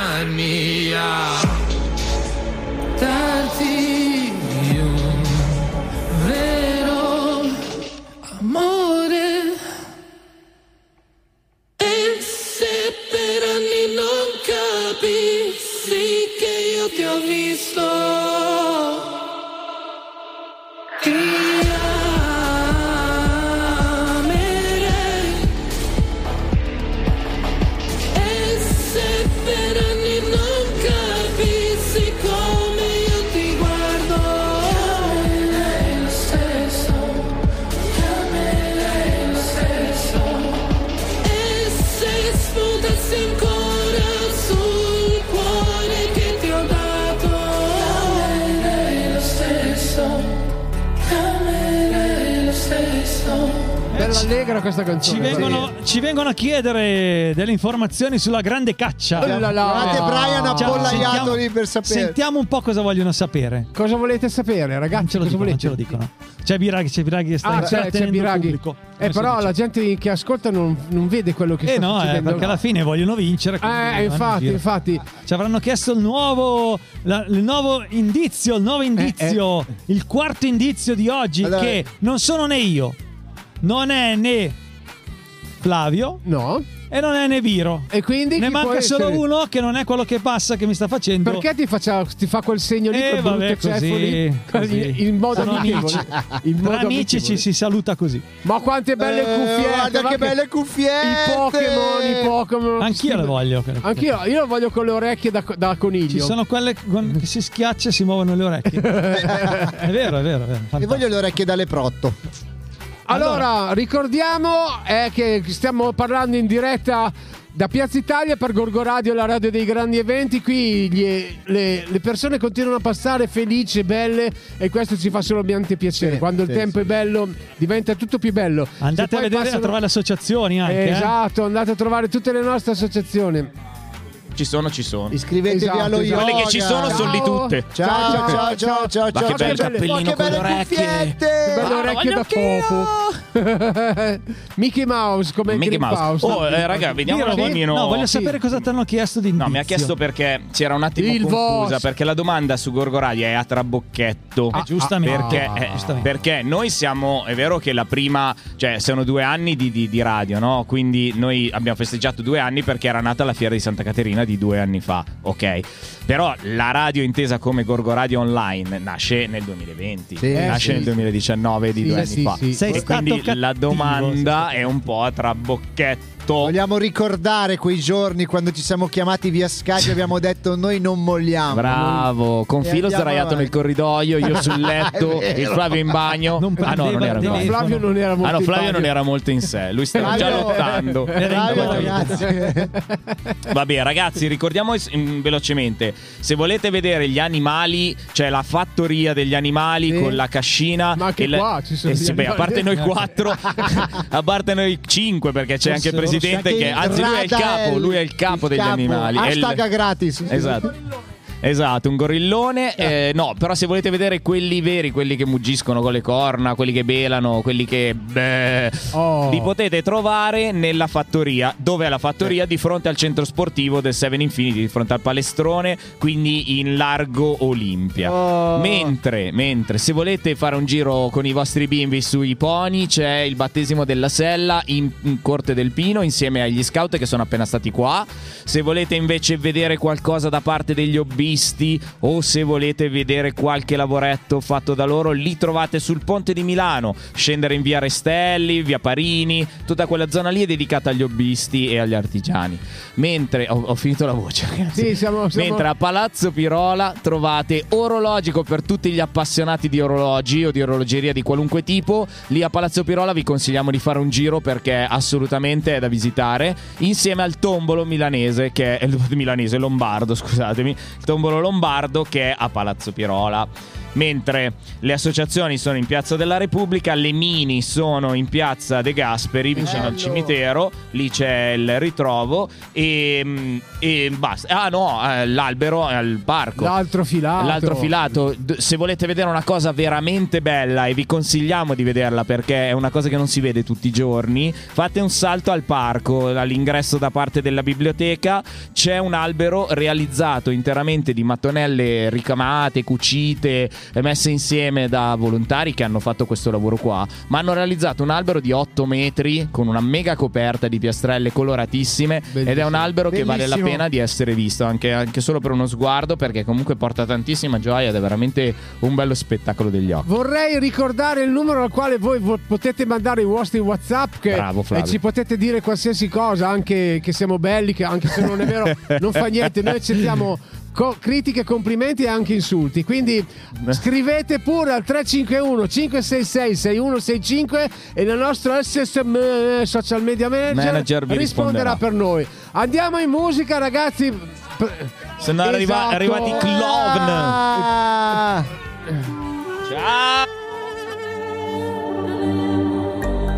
Speaker 9: Bella allegra questa canzone.
Speaker 8: Ci vengono, ci vengono a chiedere delle informazioni sulla grande caccia.
Speaker 9: Oh là là.
Speaker 14: Guardate Brian appollaiato
Speaker 8: sentiamo-
Speaker 14: lì per sapere.
Speaker 8: Sentiamo un po' cosa vogliono sapere.
Speaker 9: Cosa volete sapere, ragazzi?
Speaker 8: Non ce lo
Speaker 9: Cosa
Speaker 8: dicono, non
Speaker 9: volete?
Speaker 8: ce lo dicono. C'è Biraghi, c'è Biraghi che sta
Speaker 9: Ah, c'è, c'è
Speaker 8: intrattenendo il
Speaker 9: Biraghi.
Speaker 8: pubblico.
Speaker 9: Eh, però la gente che ascolta non, non vede quello che
Speaker 8: Eh
Speaker 9: sta
Speaker 8: no, eh,
Speaker 9: succedendo.
Speaker 8: perché alla fine vogliono vincere. quindi vanno
Speaker 9: Eh,
Speaker 8: in
Speaker 9: infatti,
Speaker 8: giro.
Speaker 9: infatti.
Speaker 8: Ci avranno chiesto il nuovo, la- il nuovo indizio, il nuovo indizio, il quarto indizio di oggi,
Speaker 14: Allora-
Speaker 8: che non sono né io, non è né Flavio,
Speaker 9: no,
Speaker 8: e non è né Viro.
Speaker 9: E quindi
Speaker 8: ne
Speaker 9: chi
Speaker 8: manca
Speaker 9: può
Speaker 8: solo
Speaker 9: essere?
Speaker 8: uno che non è quello che passa, che mi sta facendo.
Speaker 9: Perché ti, faccia, ti fa quel segno lì
Speaker 8: Eh,
Speaker 9: con
Speaker 8: vabbè,
Speaker 9: brutte
Speaker 8: così,
Speaker 9: ceffoni?
Speaker 8: così.
Speaker 9: In modo
Speaker 8: Sono
Speaker 9: amichevole.
Speaker 8: amici.
Speaker 9: In
Speaker 8: Tra
Speaker 9: modo
Speaker 8: amici
Speaker 9: amichevole.
Speaker 8: ci si saluta così.
Speaker 9: Ma quante belle
Speaker 14: Eh,
Speaker 9: cuffiette!
Speaker 14: guarda
Speaker 9: va
Speaker 14: che belle cuffiette!
Speaker 9: I Pokémon, i Pokémon.
Speaker 8: Anch'io le voglio.
Speaker 9: Anch'io, io le voglio con le orecchie da, da coniglio.
Speaker 8: Ci sono quelle con- che si schiaccia e si muovono le orecchie. È vero, è vero, è vero.
Speaker 14: E voglio le orecchie da leprotto.
Speaker 9: Allora, ricordiamo eh, che stiamo parlando in diretta da Piazza Italia per Gorgo Radio, la radio dei grandi eventi. Qui gli- le, le persone continuano a passare felici e belle, e questo ci fa solamente piacere.
Speaker 14: Sì,
Speaker 9: Quando
Speaker 14: sì,
Speaker 9: il tempo
Speaker 14: sì.
Speaker 9: è bello diventa tutto più bello.
Speaker 8: Andate
Speaker 9: Se
Speaker 8: a
Speaker 9: poi
Speaker 8: vedere,
Speaker 9: passano-
Speaker 8: a trovare le associazioni anche. eh.
Speaker 9: Esatto, andate a trovare tutte le nostre associazioni.
Speaker 7: Ci sono, ci sono.
Speaker 14: Iscrivetevi
Speaker 9: Esatto,
Speaker 14: allo
Speaker 9: esatto.
Speaker 7: Quelle che ci sono sono lì
Speaker 9: Ciao.
Speaker 7: tutte.
Speaker 14: Ciao, ciao, ciao, ciao, ciao.
Speaker 7: Ma che bel cappellino
Speaker 14: Ma che
Speaker 7: con le
Speaker 14: belle
Speaker 7: orecchie.
Speaker 14: cuffiette!
Speaker 9: Belle
Speaker 7: Ah,
Speaker 9: orecchie
Speaker 7: lo
Speaker 9: da
Speaker 7: voglio
Speaker 9: popo. Mickey Mouse come
Speaker 7: Mickey
Speaker 9: Green
Speaker 7: Mouse.
Speaker 9: Mouse.
Speaker 7: Oh, eh, raga, vediamo un
Speaker 8: Viro, voglio-
Speaker 7: attimino.
Speaker 8: no, voglio
Speaker 9: Sì.
Speaker 8: sapere cosa ti hanno chiesto di
Speaker 7: No, mi ha
Speaker 8: indizio.
Speaker 7: chiesto perché si era un attimo
Speaker 9: Il
Speaker 7: confusa,
Speaker 9: vostro.
Speaker 7: perché la domanda su Gorgo Radio è a trabocchetto.
Speaker 8: Eh, giustamente.
Speaker 7: Perché,
Speaker 9: Ah,
Speaker 7: eh,
Speaker 8: giustamente.
Speaker 7: perché noi siamo, è vero che la prima, cioè sono due anni di, di- di radio, no? Quindi noi abbiamo festeggiato due anni perché era nata la fiera di Santa Caterina di due anni fa, ok? Però la radio intesa come Gorgo Radio Online nasce nel duemilaventi,
Speaker 14: Sì,
Speaker 7: nasce
Speaker 14: sì,
Speaker 7: nel
Speaker 14: sì.
Speaker 7: duemiladiciannove di
Speaker 9: Sì,
Speaker 7: due anni
Speaker 9: sì,
Speaker 7: fa.
Speaker 9: sì.
Speaker 8: Sei
Speaker 7: E
Speaker 8: stato
Speaker 7: quindi la
Speaker 8: cattivo,
Speaker 7: domanda
Speaker 8: sei
Speaker 7: è un po' a trabocchetto.
Speaker 14: Vogliamo ricordare quei giorni quando ci siamo chiamati via Skype e abbiamo detto noi non molliamo.
Speaker 7: Bravo, con
Speaker 14: E
Speaker 7: filo
Speaker 14: andiamo
Speaker 7: sdraiato
Speaker 14: avanti.
Speaker 7: nel corridoio, io sul letto,
Speaker 14: È vero.
Speaker 7: il Flavio in bagno.
Speaker 8: Non
Speaker 7: ah no, non
Speaker 8: prendeva
Speaker 7: era
Speaker 8: il
Speaker 7: in bagno.
Speaker 8: telefono.
Speaker 9: Flavio non era molto
Speaker 7: Ah no,
Speaker 9: in
Speaker 7: Flavio
Speaker 9: bagno.
Speaker 7: non era molto in sé, lui stava già
Speaker 14: Flavio-
Speaker 7: lottando.
Speaker 8: Era in
Speaker 14: Bravo,
Speaker 8: bagno.
Speaker 14: ragazzi.
Speaker 7: Vabbè ragazzi, ricordiamo es- mm, velocemente, se volete vedere gli animali, c'è la fattoria degli animali
Speaker 9: Sì.
Speaker 7: con la cascina.
Speaker 9: Ma anche
Speaker 7: e le-
Speaker 9: qua ci sono
Speaker 7: eh
Speaker 9: gli
Speaker 7: sì, beh, a
Speaker 9: animali.
Speaker 7: parte noi quattro, a parte noi cinque, perché c'è anche il
Speaker 14: Forse loro-
Speaker 7: presidente
Speaker 14: c'è
Speaker 7: che,
Speaker 14: anche
Speaker 7: anzi lui è il
Speaker 14: Radael,
Speaker 7: capo, lui è il capo
Speaker 14: il
Speaker 7: degli
Speaker 14: capo.
Speaker 7: animali. È il-
Speaker 14: Hashtag gratis.
Speaker 7: Esatto. Esatto, un gorillone. eh, no, però se volete vedere quelli veri, quelli che muggiscono con le corna, quelli che belano, quelli che beh,
Speaker 9: Oh.
Speaker 7: li potete trovare nella fattoria. Dove è la fattoria? Di fronte al centro sportivo del Seven Infinity, di fronte al palestrone, quindi in largo Olimpia.
Speaker 14: Oh.
Speaker 7: Mentre, mentre se volete fare un giro con i vostri bimbi sui pony, c'è il battesimo della Sella in, in Corte del Pino insieme agli scout che sono appena stati qua. Se volete invece vedere qualcosa da parte degli hobbisti, o se volete vedere qualche lavoretto fatto da loro, li trovate sul ponte di Milano. Scendere in via Restelli, via Parini, tutta quella zona lì è dedicata agli hobbisti e agli artigiani. Mentre ho, ho finito la voce, ragazzi.
Speaker 9: Sì, siamo, siamo...
Speaker 7: Mentre a Palazzo Pirola trovate orologico per tutti gli appassionati di orologi o di orologeria di qualunque tipo. Lì a Palazzo Pirola vi consigliamo di fare un giro perché assolutamente è da visitare, insieme al tombolo milanese, che è il milanese lombardo, scusatemi, il tombolo lombardo che è a Palazzo Pirola. Mentre le associazioni sono in Piazza della Repubblica, le mini sono in Piazza De Gasperi, vicino al cimitero. Lì c'è il ritrovo e, e basta. Ah no, eh, l'albero è al parco.
Speaker 9: L'altro filato.
Speaker 7: L'altro filato. D- Se volete vedere una cosa veramente bella, e vi consigliamo di vederla perché è una cosa che non si vede tutti i giorni, fate un salto al parco. All'ingresso da parte della biblioteca c'è un albero realizzato interamente di mattonelle ricamate, cucite, messe insieme da volontari che hanno fatto questo lavoro qua, ma hanno realizzato un albero di otto metri con una mega coperta di piastrelle coloratissime.
Speaker 9: Bellissimo.
Speaker 7: Ed è un albero che vale la
Speaker 14: Bellissimo.
Speaker 7: pena di essere visto anche, anche solo per uno sguardo, perché comunque porta tantissima gioia ed è veramente un bello spettacolo degli occhi.
Speaker 9: Vorrei ricordare il numero al quale voi vo- potete mandare i vostri WhatsApp, che
Speaker 7: Bravo, Flavio.
Speaker 9: e ci potete dire qualsiasi cosa, anche che siamo belli, che anche se non è vero non fa niente, noi accettiamo co- critiche, complimenti e anche insulti. Quindi scrivete pure al tre cinque uno cinque sei sei sei uno sei cinque e il nostro S S M social media manager,
Speaker 7: Manager vi
Speaker 9: risponderà
Speaker 7: risponderà.
Speaker 9: per noi. Andiamo in musica, ragazzi. P-
Speaker 7: Se no arriva-
Speaker 9: Esatto.
Speaker 7: arrivati Clown.
Speaker 14: Ah.
Speaker 7: Ciao.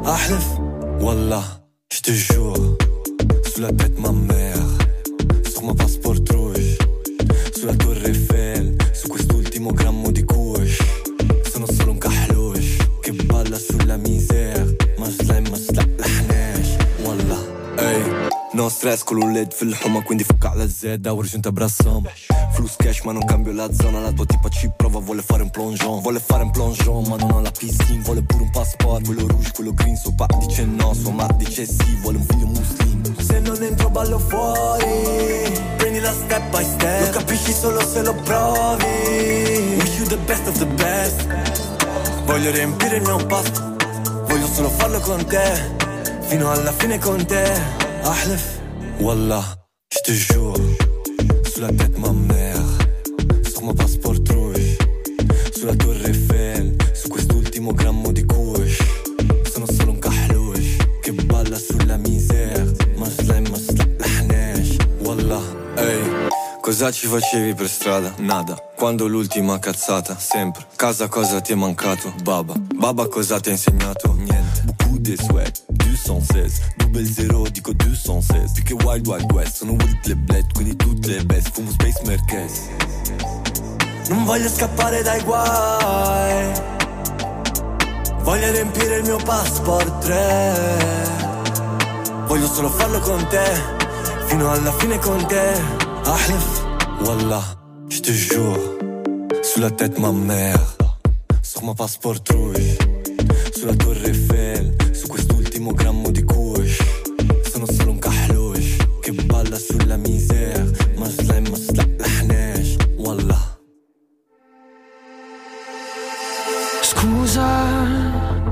Speaker 20: أحلف والله je te jure sous la tête ma mère, sur ma passport rouge, sulla torre Eiffel, su quest'ultimo grammo di kush. Sono solo un kahlush che balla sulla misère, ma slime ma slap l'ahnash wallah. Ehi, no stress con un led fil-ħuma, quindi fucca la zedda u rġunta brassam. Flus cash ma non cambio la zona, la tua tipa ci prova, vuole fare un plongeon, vuole fare un plongeon ma non ha la piscina, vuole pure un passport, quello rouge, quello green, suo pa dice no, sua ma dice sì, vuole un figlio muslim. Se non entro ballo fuori, prendila step by step, lo capisci solo se lo provi. Wish you the best of the best, voglio riempire il mio pasto, voglio solo farlo con te, fino alla fine con te. أحلف والله je te jure sous la tête ma mère, sur ma passport rouge, sulla torre Eiffel, su quest'ultimo grammo di kush. Sono solo un kahlush che balla sulla misère, ma slime ma slap l'ahnash wallah. Ehi, cosa ci facevi per strada? Nada. Quando l'ultima cazzata? Sempre. Casa cosa ti è mancato? Baba. Baba cosa ti ha insegnato? Niente. Beaucoup de swag, duecentoseize, double zero dico duecentoseize, più che Wild Wild West, sono Willy le Bled, quindi tutte le best, fumo Space Merkez. Non voglio scappare dai guai, voglio riempire il mio passport tre, voglio solo farlo con te, fino alla fine con te. Ahlif, wallah, je te jure, sulla tête ma mère, sur ma passport rouge, sulla torre Eiffel, su quest'ultimo grammo di kush. Sono solo un kahlush che balla sulla misère, ma slime ma slap l'ahnash wallah.
Speaker 2: Scusa,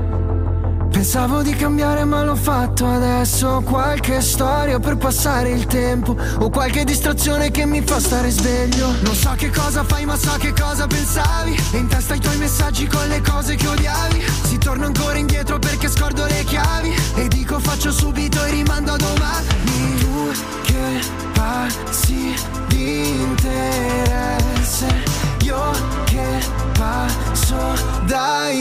Speaker 2: pensavo di cambiare ma l'ho fatto adesso. Qualche storia per passare il tempo, o qualche distrazione che mi fa stare sveglio. Non so che cosa fai ma so che cosa pensavi, e in testa i tuoi messaggi con le cose che odiavi. Si torna ancora indietro perché scordo le chiavi, e dico faccio subito e rimando a domani. Tu che passi di interesse, io che passo da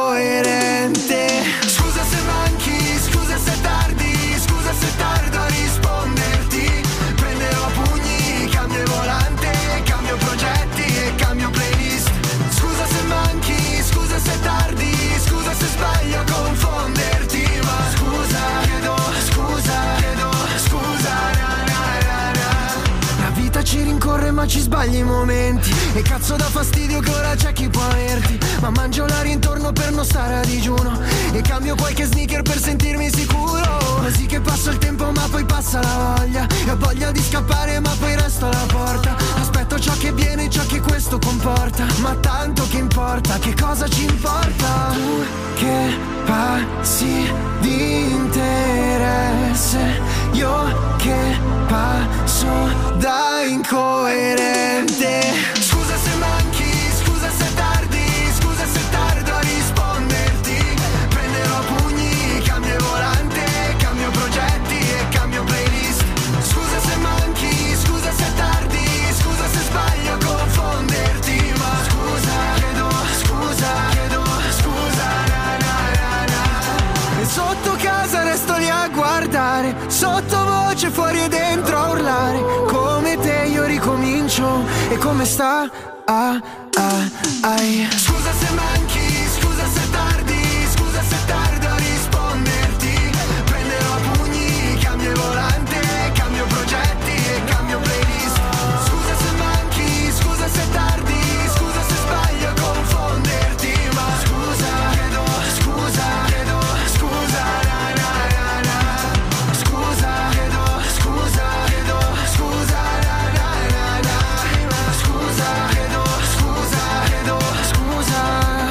Speaker 2: incoerente. Scusa se manchi, scusa se tardi, scusa se tardo a risponderti. Prenderò a pugni, cambio il volante, cambio progetti e cambio playlist. Scusa se manchi, scusa se tardi, scusa se sbaglio a confonderti. Ma scusa, chiedo, scusa, chiedo, scusa, na, na, na, na. La vita ci rincorre ma ci sbagli i momenti, e cazzo da fastidio che ora c'è chi può averti. Ma mangio l'aria intorno per non stare a digiuno, e cambio qualche sneaker per sentirmi sicuro. Così che passa il tempo ma poi passa la voglia, e ho voglia di scappare ma poi resto alla porta. Aspetto ciò che viene e ciò che questo comporta, ma tanto che importa, che cosa ci importa? Tu che passi di interesse, io che passo da incoerente. Scusa se manchi, scusa se tardi, scusa se tardo a risponderti. Prenderò a pugni, cambio il volante, cambio progetti e cambio playlist. Scusa se manchi, scusa se tardi, scusa se sbaglio a confonderti. Ma scusa, chiedo, scusa, chiedo, scusa, na, na, na, na. E sotto casa resto lì a guardare, sottovoce fuori e dentro a urlare. Come te io ricomincio, e come sta? Ah, ah, ai. Scusa se manchi, scusa se tardi, scusa se tardo a risponderti. Prenderò a pugni, cambio il volante, cambio progetti e cambio playlist. Scusa se manchi, scusa se tardi, scusa se sbaglio a confonderti. Ma scusa, chiedo, scusa, chiedo, scusa, na, na, na, na. Scusa, chiedo, scusa, chiedo, scusa, na, na, na, na. Scusa, chiedo, scusa, chiedo, scusa.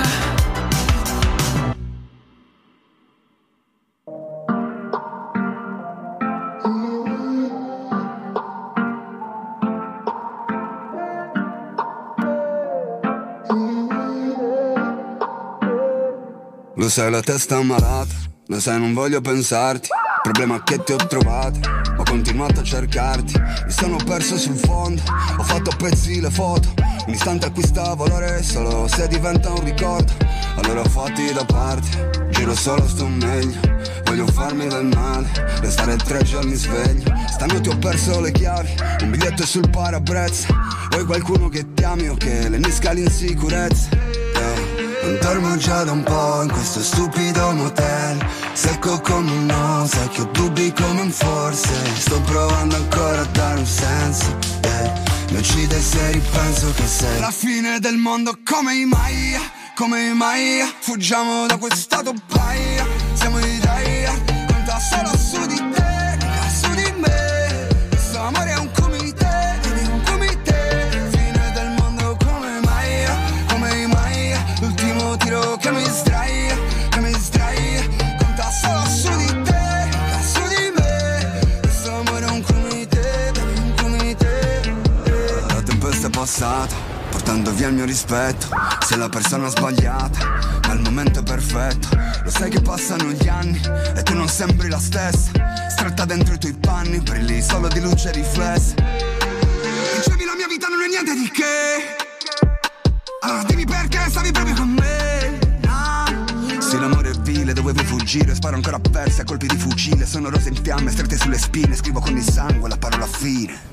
Speaker 21: Lo sai la testa malata, lo sai non voglio pensarti. Il problema è che ti ho trovato, ho continuato a cercarti. Mi sono perso sul fondo, ho fatto a pezzi le foto. Un istante acquista valore solo se diventa un ricordo. Allora fatti da parte, giro solo sto meglio. Voglio farmi del male, restare tre giorni sveglio. Stanotte ho perso le chiavi, un biglietto sul parabrezza. Vuoi qualcuno che ti ami o che lennisca l'insicurezza? Yeah. Non dormo già da un po' in questo stupido motel, secco come un no, sai che ho dubbi come un forse. Sto provando ancora a dare un senso, yeah. Mi uccide se ripenso che sei la fine del mondo come i Maya, come i Maya. Fuggiamo da quest'auto paia, siamo i Daya, conta solo su di te, su di me. Questo amore è un comité, un comité. Fine del mondo come Maya, come i Maya. L'ultimo tiro che mi sdraia, che mi sdraia. Conta solo su di te, su di me. Questo amore è un comité, un comité. La tempesta è passata, portando via il mio rispetto. Sei la persona sbagliata, ma il momento è perfetto. Lo sai che passano gli anni e tu non sembri la stessa. Stretta dentro i tuoi panni, brilli solo di luce riflessa. Dicevi la mia vita non è niente di che, allora dimmi perché stavi proprio con me. No. Se l'amore è vile, dovevo fuggire. Sparo ancora perse a colpi di fucile. Sono rose in fiamme, strette sulle spine. Scrivo con il sangue la parola fine.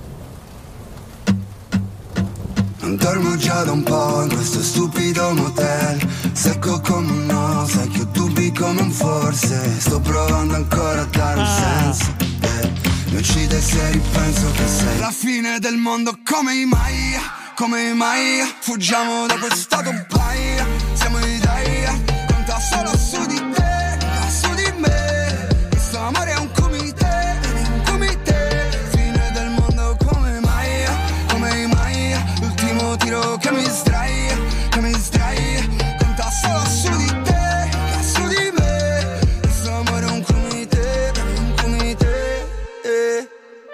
Speaker 21: Non dormo già da un po' in questo stupido motel, secco come un no, sai che ho dubbi come un forse. Sto provando ancora a dare un senso, eh. Mi uccide se ripenso che sei la fine del mondo come i Maya, come i Maya. Fuggiamo da quest'auto paia, siamo i Daya, conta solo su di te, su di me. Questo amore è un comité, un comité. Fine del mondo come Maya, come i Maya. L'ultimo tiro che mi sdraia, che mi sdraia. Conta solo su di te, su di me. Questo amore è un comité, un comité, eh.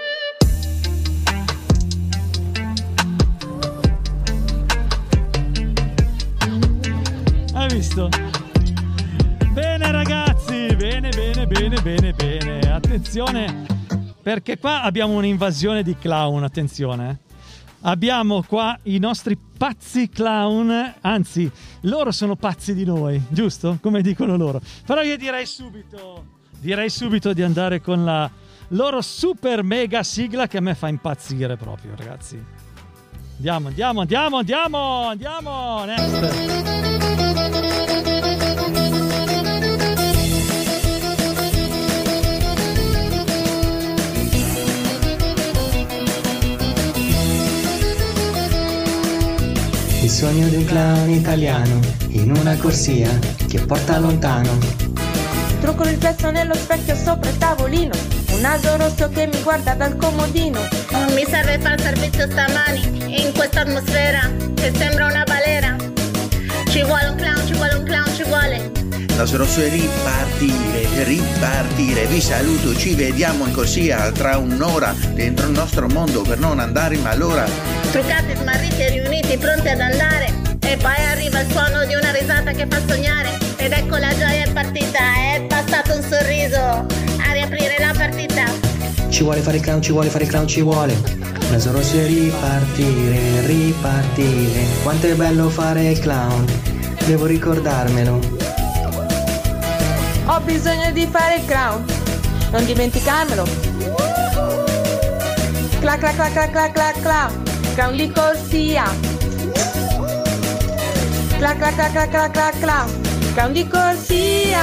Speaker 8: Hai visto? Bene ragazzi, bene, bene, bene, bene, bene. Attenzione, perché qua abbiamo un'invasione di clown, attenzione, eh. Abbiamo qua i nostri pazzi clown, anzi, loro sono pazzi di noi, giusto? Come dicono loro. Però io direi subito, direi subito di andare con la loro super mega sigla che a me fa impazzire proprio, ragazzi. Andiamo, andiamo, andiamo, andiamo, andiamo, next.
Speaker 1: Il sogno di un clown italiano in una corsia che porta lontano.
Speaker 22: Trucco il pezzo nello specchio sopra il tavolino, un naso rosso che mi guarda dal comodino.
Speaker 23: Mi serve far servizio stamani in questa atmosfera che sembra una balera. Ci vuole un clown, ci vuole un clown, ci vuole.
Speaker 24: Naso rosso e ripartire, ripartire. Vi saluto, ci vediamo in corsia tra un'ora dentro il nostro mondo per non andare in malora.
Speaker 23: Truccati, smarriti e riuniti, pronti ad andare. E poi arriva il suono di una risata che fa sognare. Ed ecco la gioia è partita, è passato un sorriso a riaprire la partita.
Speaker 1: Ci vuole fare il clown, ci vuole fare il clown, ci vuole. Naso rosso e ripartire, ripartire. Quanto è bello fare il clown, devo ricordarmelo.
Speaker 22: Ho bisogno di fare il clown, non dimenticarmelo. Clac clac clac clac clac clac clac. Clown di corsia. Clac clac clac clac clac clac clac. Clown di corsia.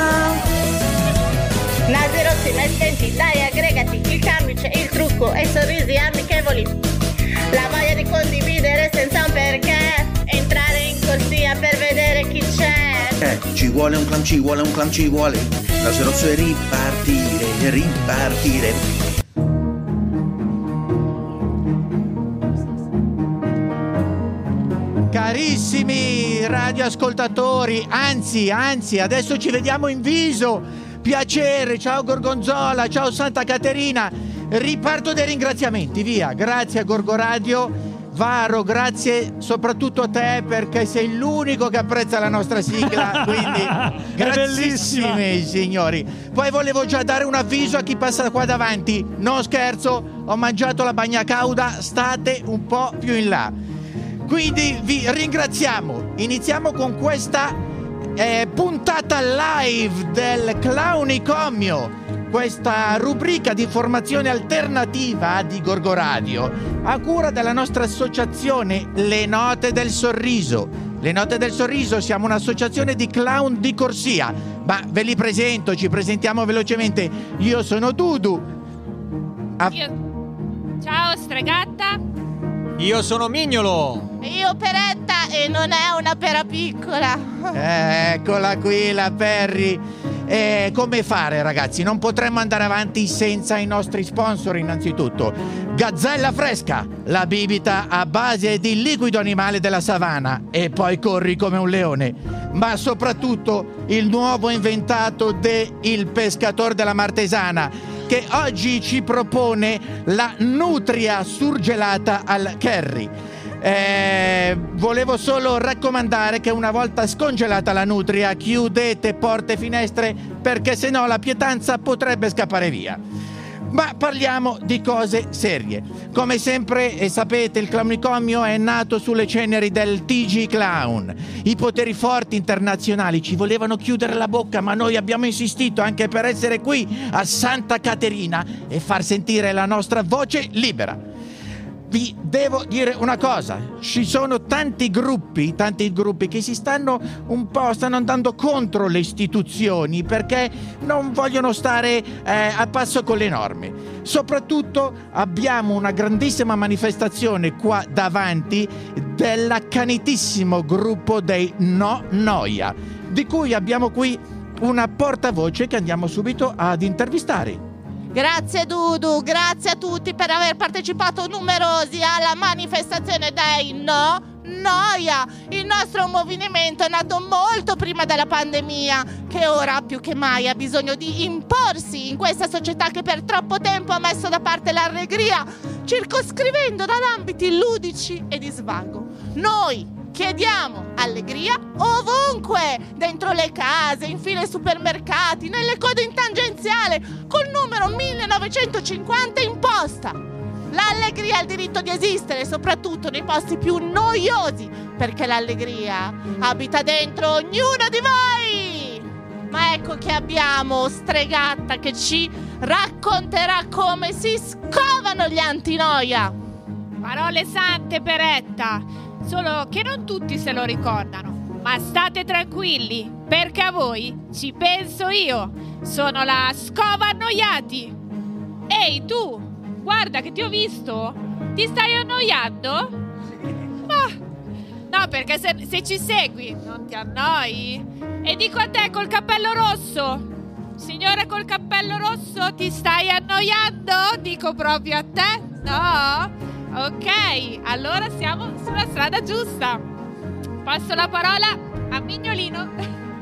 Speaker 23: Nasi rossi mai spenti, dai aggregati. Il camice, il trucco e i sorrisi amichevoli. La voglia di condividere senza un perché. Entrare in corsia per vedere chi c'è.
Speaker 24: Eh, ci vuole un clown, ci vuole un clown, ci vuole. Naso rosso e ripartire, ripartire.
Speaker 25: Carissimi radioascoltatori, anzi, anzi, adesso ci vediamo in viso. Piacere, ciao Gorgonzola, ciao Santa Caterina. Riparto dei ringraziamenti, via. Grazie a Gorgo Radio. Varo, grazie soprattutto a te perché sei l'unico che apprezza la nostra sigla, quindi grazie signori. Poi volevo già dare un avviso a chi passa qua davanti, no scherzo, ho mangiato la bagna cauda, state un po' più in là. Quindi vi ringraziamo, iniziamo con questa eh, puntata live del Clownicomio, questa rubrica di formazione alternativa di Gorgo Radio, a cura della nostra associazione Le Note del Sorriso. Le Note del Sorriso, siamo un'associazione di clown di corsia, ma ve li presento, ci presentiamo velocemente. Io sono Dudu. A-
Speaker 3: Io... Ciao Stregatta.
Speaker 4: Io sono Mignolo.
Speaker 23: Io Peretta e non è una pera piccola.
Speaker 25: Eccola qui la Perry. E come fare, ragazzi? Non potremmo andare avanti senza i nostri sponsor, innanzitutto. Gazzella Fresca, la bibita a base di liquido animale della savana, e poi corri come un leone. Ma soprattutto il nuovo inventato de Il Pescatore della Martesana, che oggi ci propone la nutria surgelata al curry. Eh, volevo solo raccomandare che una volta scongelata la nutria chiudete porte e finestre, perché sennò la pietanza potrebbe scappare via. Ma parliamo di cose serie. Come sempre, e sapete, il Clownicomio è nato sulle ceneri del T G Clown. I poteri forti internazionali ci volevano chiudere la bocca, ma noi abbiamo insistito anche per essere qui a Santa Caterina e far sentire la nostra voce libera. Vi devo dire una cosa, ci sono tanti gruppi, tanti gruppi che si stanno un po', stanno andando contro le istituzioni perché non vogliono stare eh, a passo con le norme. Soprattutto abbiamo una grandissima manifestazione qua davanti dell'accanitissimo gruppo dei No Noia, di cui abbiamo qui una portavoce che andiamo subito ad intervistare.
Speaker 23: Grazie Dudu, grazie a tutti per aver partecipato numerosi alla manifestazione dei No Noia. Il nostro movimento è nato molto prima della pandemia, che ora più che mai ha bisogno di imporsi in questa società che per troppo tempo ha messo da parte l'allegria, circoscrivendo ad ambiti ludici e di svago. Noi chiediamo allegria ovunque, dentro le case, in file ai supermercati, nelle code in tangenziale, col numero millenovecentocinquanta in posta. L'allegria ha il diritto di esistere, soprattutto nei posti più noiosi, perché l'allegria abita dentro ognuno di voi. Ma ecco che abbiamo Stregatta che ci racconterà come si scovano gli antinoia.
Speaker 3: Parole sante, Peretta. Solo che non tutti se lo ricordano. Ma state tranquilli, perché a voi ci penso io. Sono la Scova Annoiati. Ehi tu, guarda che ti ho visto. Ti stai annoiando? Ma no, perché se, se ci segui non ti annoi. E dico a te col cappello rosso, signore col cappello rosso, ti stai annoiando? Dico proprio a te? No? Ok, allora siamo sulla strada giusta. Passo la parola a Mignolino.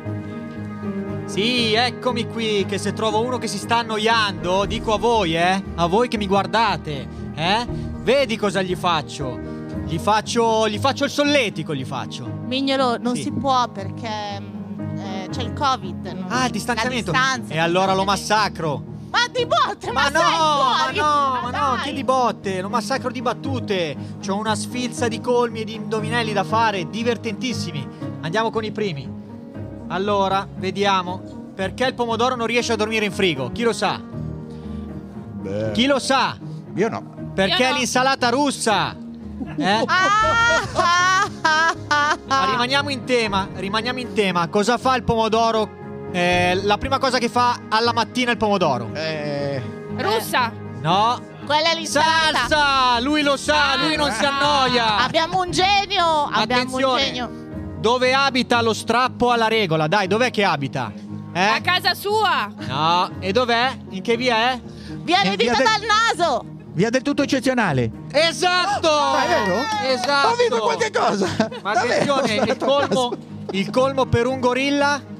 Speaker 4: Sì, eccomi qui, che se trovo uno che si sta annoiando, dico a voi, eh, a voi che mi guardate, eh, vedi cosa gli faccio? Gli faccio, gli faccio il solletico, gli faccio.
Speaker 23: Mignolo, non
Speaker 4: Sì.
Speaker 23: si può perché eh, c'è il Covid. non-
Speaker 4: Ah, il distanziamento.
Speaker 23: la distanza,
Speaker 4: E allora lo massacro.
Speaker 23: Ma di botte, ma,
Speaker 4: Ma no,
Speaker 23: sei
Speaker 4: ma
Speaker 23: fuori?
Speaker 4: no, ma no,
Speaker 23: dai.
Speaker 4: che di botte, lo massacro di battute. C'ho una sfilza di colmi e di indovinelli da fare, divertentissimi. Andiamo con i primi. Allora, vediamo. Perché il pomodoro non riesce a dormire in frigo? Chi lo sa?
Speaker 25: Beh.
Speaker 4: Chi lo sa?
Speaker 25: Io no.
Speaker 4: Perché
Speaker 23: Io no.
Speaker 4: l'insalata russa? Eh?
Speaker 23: Ah, ah, ah,
Speaker 4: Ma
Speaker 23: ah.
Speaker 4: rimaniamo in tema, rimaniamo in tema. Cosa fa il pomodoro? Eh, la prima cosa che fa alla mattina il pomodoro.
Speaker 25: Eh,
Speaker 3: Russa.
Speaker 4: No.
Speaker 23: Quella è l'insalata.
Speaker 4: Salsa! Lui lo sa, lui non si annoia.
Speaker 23: Abbiamo un genio, abbiamo
Speaker 4: Attenzione.
Speaker 23: un genio.
Speaker 4: Dove abita lo strappo alla regola? Dai, dov'è che abita?
Speaker 3: A
Speaker 4: Eh?
Speaker 3: casa sua.
Speaker 4: No. E dov'è? In che via è?
Speaker 23: Viene
Speaker 25: Eh,
Speaker 23: dita
Speaker 25: via del-
Speaker 23: dal naso.
Speaker 25: via del tutto eccezionale.
Speaker 4: Esatto!
Speaker 25: Ma è vero?
Speaker 4: Esatto!
Speaker 25: Ho visto qualche cosa.
Speaker 4: Ma
Speaker 25: Davvero?
Speaker 4: attenzione, il colmo, il colmo per un gorilla?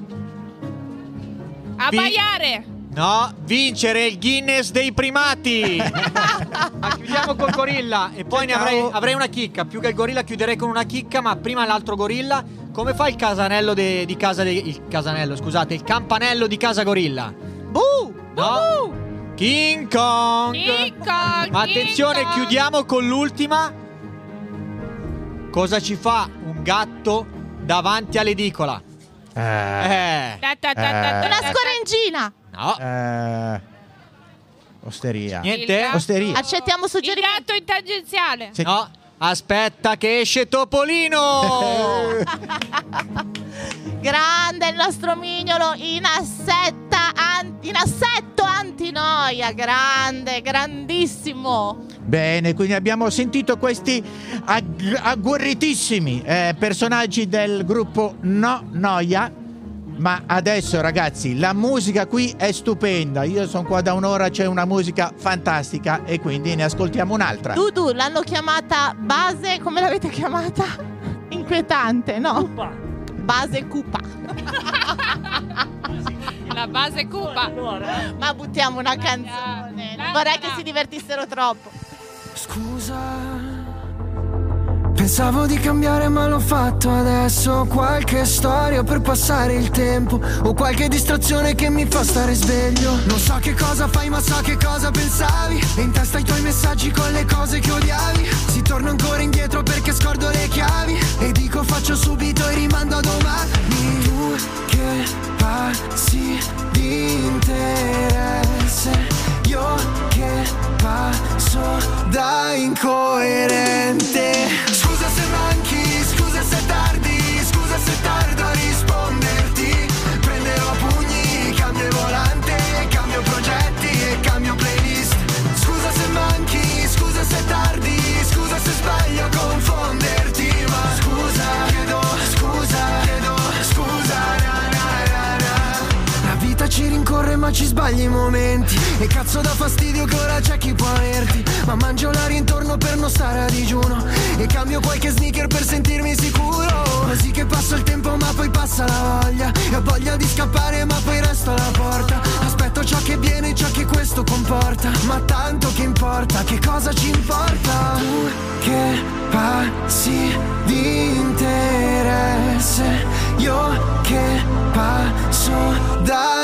Speaker 3: Abbaiare.
Speaker 4: No, vincere il Guinness dei primati. Ma chiudiamo col gorilla. E poi ne avrei, avrei una chicca. Più che il gorilla chiuderei con una chicca. Ma prima l'altro gorilla. Come fa il casanello de- di casa de- Il casanello, scusate, il campanello di casa gorilla?
Speaker 23: Buh!
Speaker 4: No. King Kong.
Speaker 3: King Kong,
Speaker 4: Ma
Speaker 3: King
Speaker 4: attenzione,
Speaker 3: Kong.
Speaker 4: chiudiamo con l'ultima. Cosa ci fa un gatto davanti all'edicola?
Speaker 25: Eh.
Speaker 3: Ta ta ta ta ta
Speaker 5: Una
Speaker 3: ta ta.
Speaker 5: scorengina.
Speaker 4: No.
Speaker 25: Eh, osteria.
Speaker 4: Niente?
Speaker 25: Osteria.
Speaker 5: Accettiamo
Speaker 3: Il
Speaker 5: suggerimenti.
Speaker 3: gatto in tangenziale.
Speaker 25: Sì.
Speaker 4: No. Aspetta che esce Topolino.
Speaker 5: Grande il nostro mignolo in assetta an- in assetto antinoia. Grande, grandissimo.
Speaker 25: Bene, quindi abbiamo sentito questi ag- agguerritissimi eh, personaggi del gruppo No Noia. Ma adesso, ragazzi, la musica qui è stupenda. Io sono qua da un'ora, c'è una musica fantastica e quindi ne ascoltiamo un'altra.
Speaker 5: Dudu, l'hanno chiamata base, come l'avete chiamata? Inquietante, no?
Speaker 8: Cupa.
Speaker 5: Base cupa.
Speaker 3: La base cupa.
Speaker 5: Ma buttiamo una canzone. Non vorrei che si divertissero troppo.
Speaker 6: Scusa, pensavo di cambiare ma l'ho fatto adesso. Qualche storia per passare il tempo o qualche distrazione che mi fa stare sveglio. Non so che cosa fai ma so che cosa pensavi. E in testa i tuoi messaggi con le cose che odiavi. Si torna ancora indietro perché scordo le chiavi. E dico faccio subito e rimando a domani. Tu che passi di interesse, io che passo da incoerente. Scusa se manchi, scusa se tardi, scusa se tardo a risponderti. Prenderò pugni, cambio volante, cambio progetti e cambio playlist. Scusa se manchi, scusa se tardi, scusa se sbaglio a confonderti. Ma scusa, chiedo scusa, chiedo scusa, na na na na. La vita ci rincorre ma ci sbagli i momenti. E cazzo da fastidio che ora c'è chi può averti. Ma mangio l'aria intorno per non stare a digiuno. E cambio qualche sneaker per sentirmi sicuro. Così che passo il tempo ma poi passa la voglia. E ho voglia di scappare ma poi resto alla porta. Aspetto ciò che viene e ciò che questo comporta. Ma tanto che importa, che cosa ci importa? Tu che passi di interesse, io che passo da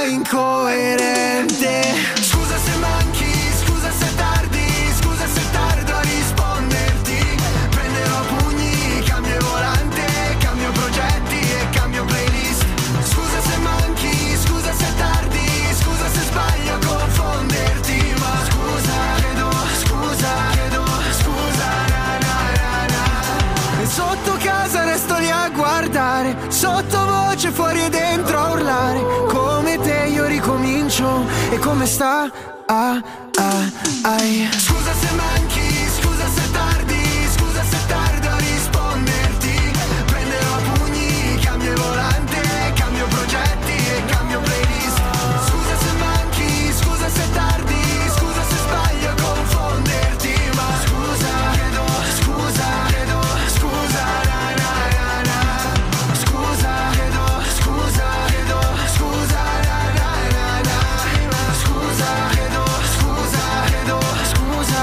Speaker 6: incoerente. Scusa se manchi, scusa se tardi, scusa se tardo a risponderti. Prenderò pugni, cambio volante, cambio progetti e cambio playlist. Scusa se manchi, scusa se tardi, scusa se sbaglio a confonderti. Ma scusa, chiedo scusa, chiedo scusa, na na na na. E sotto casa resto lì a guardare, sottovoce fuori e dentro a urlare. Come te io ricomincio, e come sta? Ah, ah, ai. Scusa se manchi, scusa se tardi, scusa se tardo a risponderti. Prenderò pugni, cambio volante, cambio progetti e cambio playlist. Scusa se manchi, scusa se tardi, scusa se sbaglio a confonderti. Ma scusa, chiedo scusa, chiedo scusa, na na na na. Scusa, chiedo scusa, chiedo scusa, na na na na. Scusa, chiedo scusa, chiedo scusa.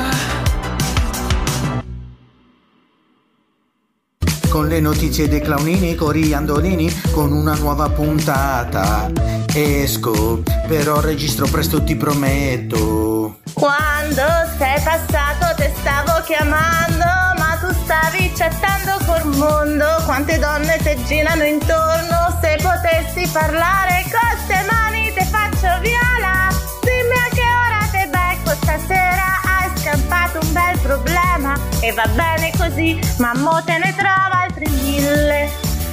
Speaker 24: Con le notizie dei clownini, coriandolini, con una nuova puntata. Esco, però registro presto, ti prometto.
Speaker 23: Quando sei passato te stavo chiamando, ma tu stavi chattando col mondo. Quante donne te girano intorno, se potessi parlare con ste mani te faccio viola. Dimmi a che ora te becco stasera, hai scampato un bel problema. E va bene così, ma mo te ne trova altri mille.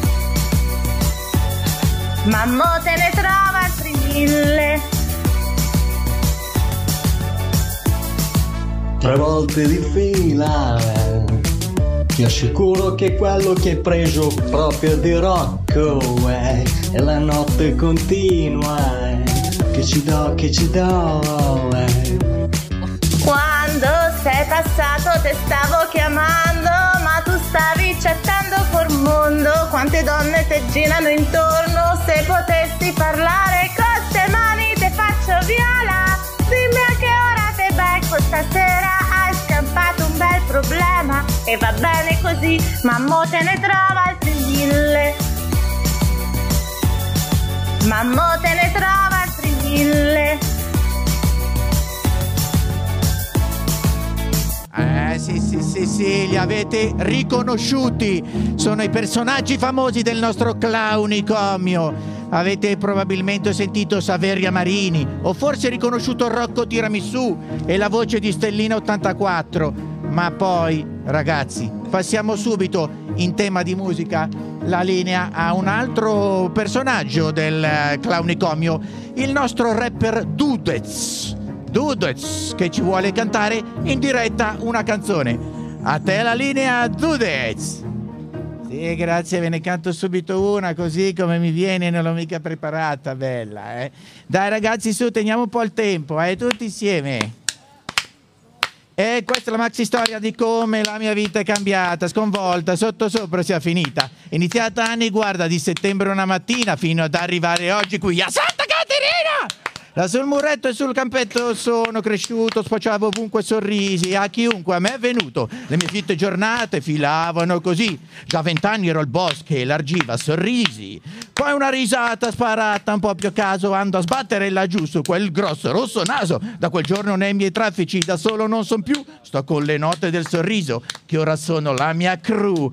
Speaker 23: Ma mo te ne trova altri mille.
Speaker 1: Tre volte di fila, eh. Ti assicuro che quello che hai preso proprio di Rocco, eh. E la notte continua, eh. Che ci do, che ci do, eh.
Speaker 23: Quando sei passato te stavo chiamando, ma tu stavi chattando col mondo. Quante donne te girano intorno, se potessi parlare con ste mani te faccio viola. Dimmi a che ora te becco stasera, hai scampato un bel problema. E va bene così, ma mo te ne trova altri mille. Ma mo te ne trova altri mille.
Speaker 25: Eh sì sì sì ragazzi, li avete riconosciuti. Sono i personaggi famosi del nostro clownicomio. Avete probabilmente sentito Saveria Marini o forse riconosciuto Rocco Tiramisù e la voce di Stellina ottantaquattro. Ma poi, ragazzi, passiamo subito in tema di musica la linea a un altro personaggio del clownicomio, il nostro rapper Dudez. Dudez che ci vuole cantare in diretta una canzone. A te la linea, Dudez. Sì, grazie, ve ne canto subito una così come mi viene, non l'ho mica preparata, bella, eh. Dai ragazzi, su, teniamo un po' il tempo, eh, tutti insieme. E questa è la maxi storia di come la mia vita è cambiata, sconvolta, sotto sopra sia finita. Iniziata anni, guarda, di settembre una mattina fino ad arrivare oggi qui a Santa Caterina! Da sul muretto e sul campetto sono cresciuto, sfociavo ovunque sorrisi a chiunque a me è venuto. Le mie fitte giornate filavano così. Già vent'anni ero il boss che elargiva sorrisi. Poi una risata sparata un po' più a caso, ando a sbattere laggiù su quel grosso rosso naso. Da quel giorno nei miei traffici da solo non son più. Sto con le note del sorriso, che ora sono la mia crew.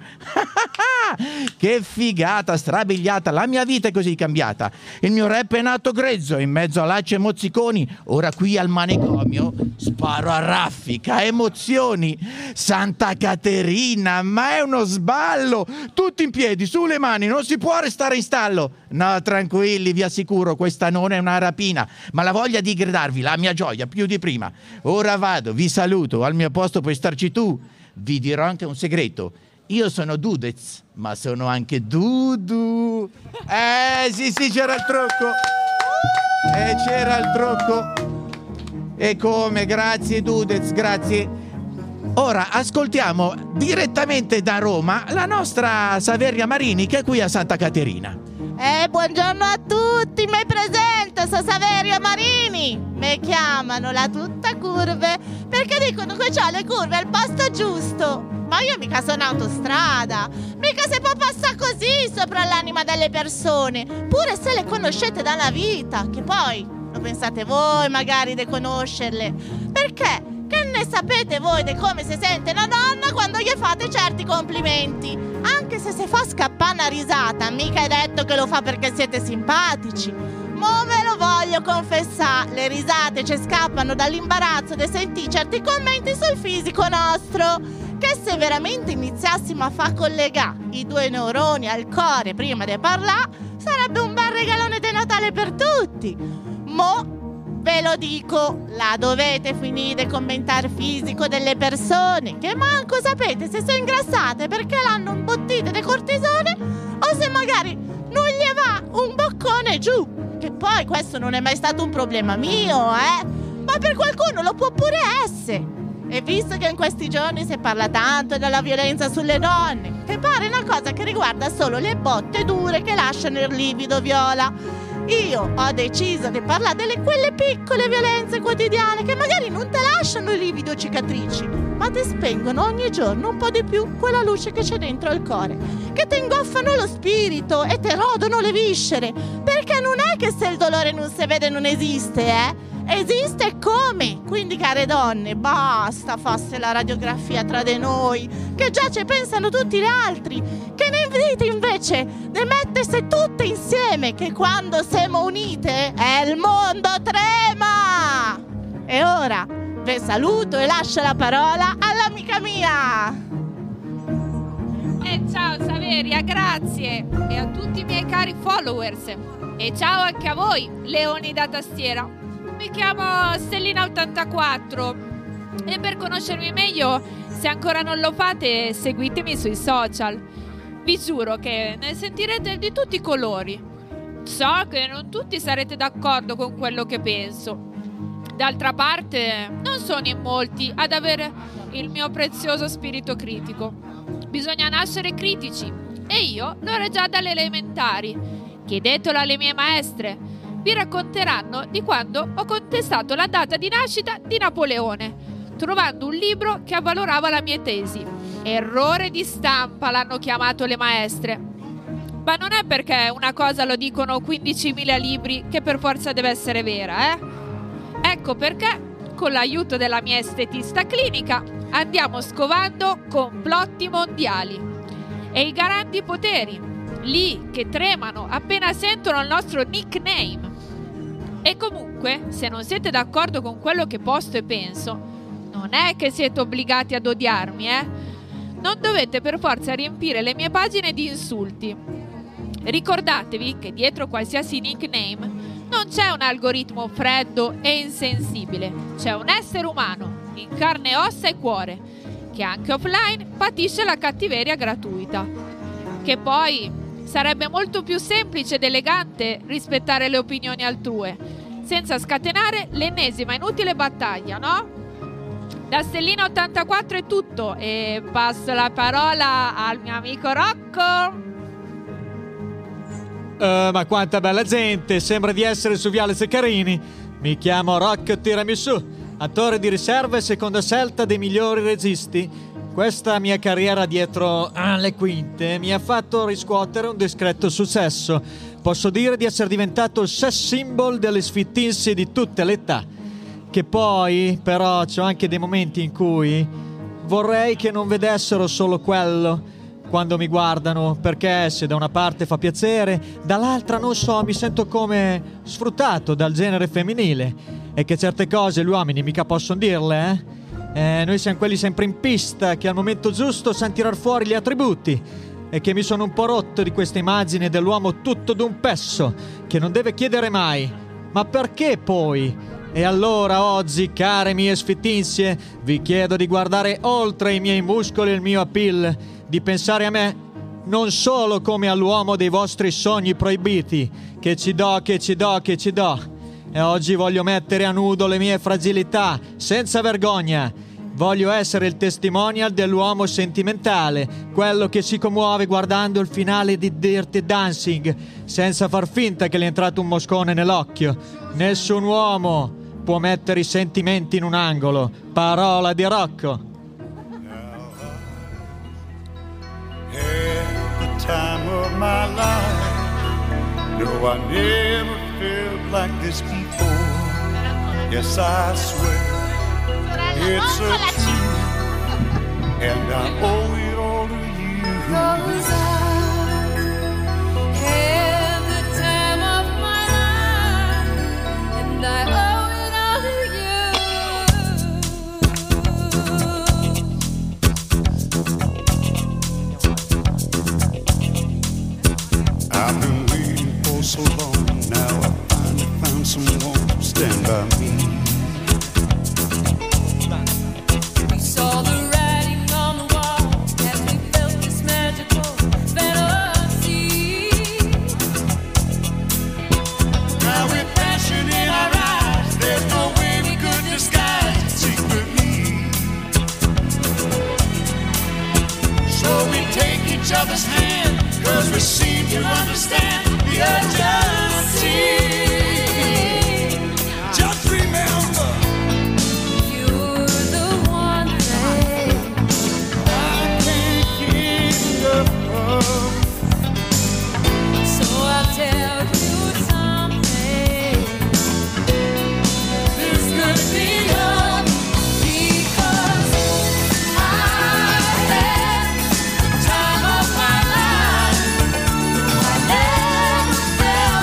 Speaker 25: Che figata, strabiliata, la mia vita è così cambiata. Il mio rap è nato grezzo, in mezzo a lacci e mozziconi. Ora qui al manicomio sparo a raffica, emozioni. Santa Caterina, ma è uno sballo. Tutti in piedi, sulle mani, non si può restare in stallo. No, tranquilli, vi assicuro, questa non è una rapina, ma la voglia di gridarvi la mia gioia più di prima. Ora vado, vi saluto, al mio posto puoi starci tu. Vi dirò anche un segreto. Io sono Dudez, ma sono anche Dudu. Eh sì sì, c'era il trucco. Eh c'era il trucco. E come, grazie Dudez, grazie. Ora ascoltiamo direttamente da Roma la nostra Saveria Marini che è qui a Santa Caterina.
Speaker 5: Eh, buongiorno a tutti, mi presento, sono Saveria Marini. Mi chiamano la tutta curve perché dicono che ho le curve al posto giusto. Ma io mica sono autostrada, mica si può passare così sopra l'anima delle persone, pure se le conoscete dalla vita, che poi lo pensate voi magari di conoscerle. Perché? Che ne sapete voi di come si sente una donna quando gli fate certi complimenti? Anche se si fa scappare una risata, mica è detto che lo fa perché siete simpatici. Mo ve lo voglio confessare, le risate ci scappano dall'imbarazzo di sentire certi commenti sul fisico nostro. Che se veramente iniziassimo a far collegare i due neuroni al cuore prima di parlare, sarebbe un bel regalone di Natale per tutti. Mo ve lo dico, la dovete finire di commentare fisico delle persone, che manco sapete se sono ingrassate perché l'hanno un bottino di cortisone o se magari non gli va un boccone giù. Che poi questo non è mai stato un problema mio, eh? Ma per qualcuno lo può pure essere. E visto che in questi giorni si parla tanto della violenza sulle donne, che pare una cosa che riguarda solo le botte dure che lasciano il livido viola, io ho deciso di parlare delle quelle piccole violenze quotidiane che magari non te lasciano il livido cicatrici, ma ti spengono ogni giorno un po' di più quella luce che c'è dentro il cuore, che ti ingoffano lo spirito e ti rodono le viscere, perché non è che se il dolore non si vede non esiste, eh? Esiste come? Quindi care donne, basta fasse la radiografia tra di noi, che già ci pensano tutti gli altri, che ne dite invece di mettersi tutte insieme, che quando siamo unite è il mondo trema. E ora vi saluto e lascio la parola all'amica mia.
Speaker 3: E ciao Saveria, grazie, e a tutti i miei cari followers, e ciao anche a voi leoni da tastiera. Mi chiamo Stellina ottantaquattro e per conoscermi meglio, se ancora non lo fate, seguitemi sui social. Vi giuro che ne sentirete di tutti i colori. So che non tutti sarete d'accordo con quello che penso. D'altra parte, non sono in molti ad avere il mio prezioso spirito critico. Bisogna nascere critici e io lo ero già dalle elementari. Chiedetelo alle mie maestre. Vi racconteranno di quando ho contestato la data di nascita di Napoleone, trovando un libro che avvalorava la mia tesi. Errore di stampa l'hanno chiamato le maestre. Ma non è perché una cosa lo dicono quindicimila libri che per forza deve essere vera, eh? Ecco perché, con l'aiuto della mia estetista clinica, andiamo scovando complotti mondiali e i garanti poteri, lì che tremano appena sentono il nostro nickname. E comunque, se non siete d'accordo con quello che posto e penso, non è che siete obbligati ad odiarmi, eh? Non dovete per forza riempire le mie pagine di insulti. Ricordatevi che dietro qualsiasi nickname non c'è un algoritmo freddo e insensibile, c'è un essere umano in carne, ossa e cuore che anche offline patisce la cattiveria gratuita. Che poi sarebbe molto più semplice ed elegante rispettare le opinioni altrui, senza scatenare l'ennesima inutile battaglia, no? Da Stellina ottantaquattro è tutto e passo la parola al mio amico Rocco.
Speaker 4: Uh, ma quanta bella gente, sembra di essere su Viale Zaccarini. Mi chiamo Rocco Tiramisù, attore di riserva e seconda scelta dei migliori registi. Questa mia carriera dietro alle quinte mi ha fatto riscuotere un discreto successo. Posso dire di essere diventato il sex symbol delle sfittinze di tutte le età. Che poi, però, c'ho anche dei momenti in cui vorrei che non vedessero solo quello quando mi guardano, perché se da una parte fa piacere, dall'altra non so, mi sento come sfruttato dal genere femminile, e che certe cose gli uomini mica possono dirle, eh? Eh, noi siamo quelli sempre in pista che al momento giusto sanno tirar fuori gli attributi, e che mi sono un po' rotto di questa immagine dell'uomo tutto d'un pesso che non deve chiedere mai ma perché poi. E allora oggi, care mie sfittinzie, vi chiedo di guardare oltre i miei muscoli e il mio appeal, di pensare a me non solo come all'uomo dei vostri sogni proibiti, che ci do, che ci do, che ci do. E oggi voglio mettere a nudo le mie fragilità, senza vergogna. Voglio essere il testimonial dell'uomo sentimentale, quello che si commuove guardando il finale di Dirty Dancing, senza far finta che gli è entrato un moscone nell'occhio. Nessun uomo può mettere i sentimenti in un angolo. Parola di Rocco.
Speaker 10: Time of my life, no, I never felt like this before. Yes, I swear it's a truth, and I owe it all to you. 'Cause I had the time of my life, and I owe it all to I've been waiting for so long, now I finally found someone to stand by me. We saw the writing on the wall as we felt this magical fantasy. Now with passion in our eyes, there's no way we could disguise it secretly. So we take each other's hand, 'cause we seem to understand the urgency. Just remember, you're the one that I can't get enough of. So I'll tell you something. This could be love, because I had the time of my life. I never felt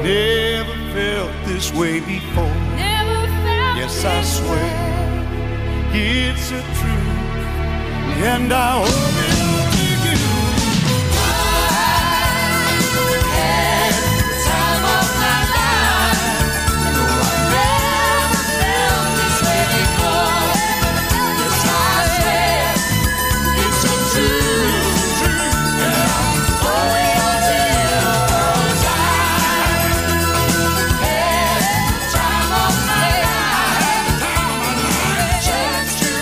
Speaker 10: Never felt this way before.
Speaker 2: Never felt
Speaker 10: Yes, I swear it's a truth, and I owe it all to you. I had the time of my life. No, I never felt this way before. Yes, I swear it's a truth, truth, and I owe it all to you. 'Cause I had the time of my life. Chance to